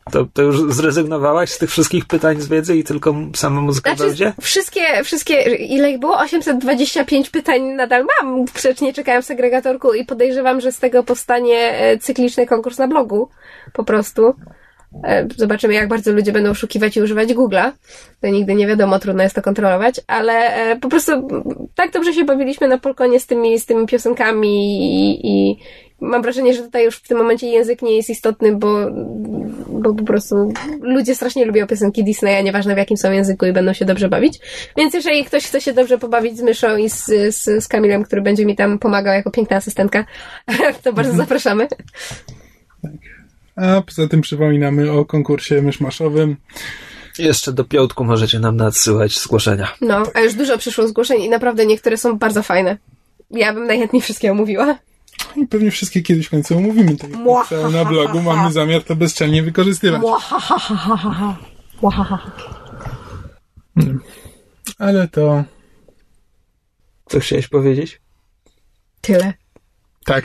To, to już zrezygnowałaś z tych wszystkich pytań z wiedzy i tylko sama muzyka znaczy, będzie? Wszystkie, wszystkie, ile ich było? osiemset dwadzieścia pięć pytań nadal mam. Grzecznie czekałem w segregatorku i podejrzewam, że z tego powstanie cykliczny konkurs na blogu. Po prostu. Zobaczymy, jak bardzo ludzie będą oszukiwać i używać Google'a. To nigdy nie wiadomo, trudno jest to kontrolować, ale po prostu tak dobrze się bawiliśmy na Polkonie z tymi, z tymi piosenkami i, i mam wrażenie, że tutaj już w tym momencie język nie jest istotny, bo, bo po prostu ludzie strasznie lubią piosenki Disneya, nieważne w jakim są języku i będą się dobrze bawić. Więc jeżeli ktoś chce się dobrze pobawić z Myszą i z, z, z Kamilem, który będzie mi tam pomagał jako piękna asystentka, to bardzo zapraszamy. Tak. A poza tym przypominamy o konkursie myszmaszowym. Jeszcze do piątku możecie nam nadsyłać zgłoszenia. No, a już dużo przyszło zgłoszeń i naprawdę niektóre są bardzo fajne. Ja bym najchętniej wszystkie omówiła. I pewnie wszystkie kiedyś w końcu omówimy. Tak jak na blogu mamy zamiar to bezczelnie wykorzystywać. Ale to... Co chciałeś powiedzieć? Tyle. Tak.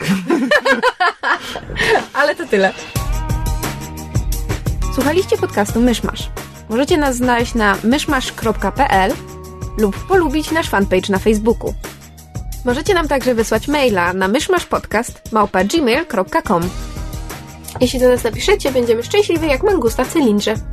Ale to tyle. Słuchaliście podcastu Myszmasz. Możecie nas znaleźć na myszmasz kropka p l lub polubić nasz fanpage na Facebooku. Możecie nam także wysłać maila na myszmaszpodcast małpa gmail kropka com. Jeśli do nas napiszecie, będziemy szczęśliwi jak mangusta w cylindrze.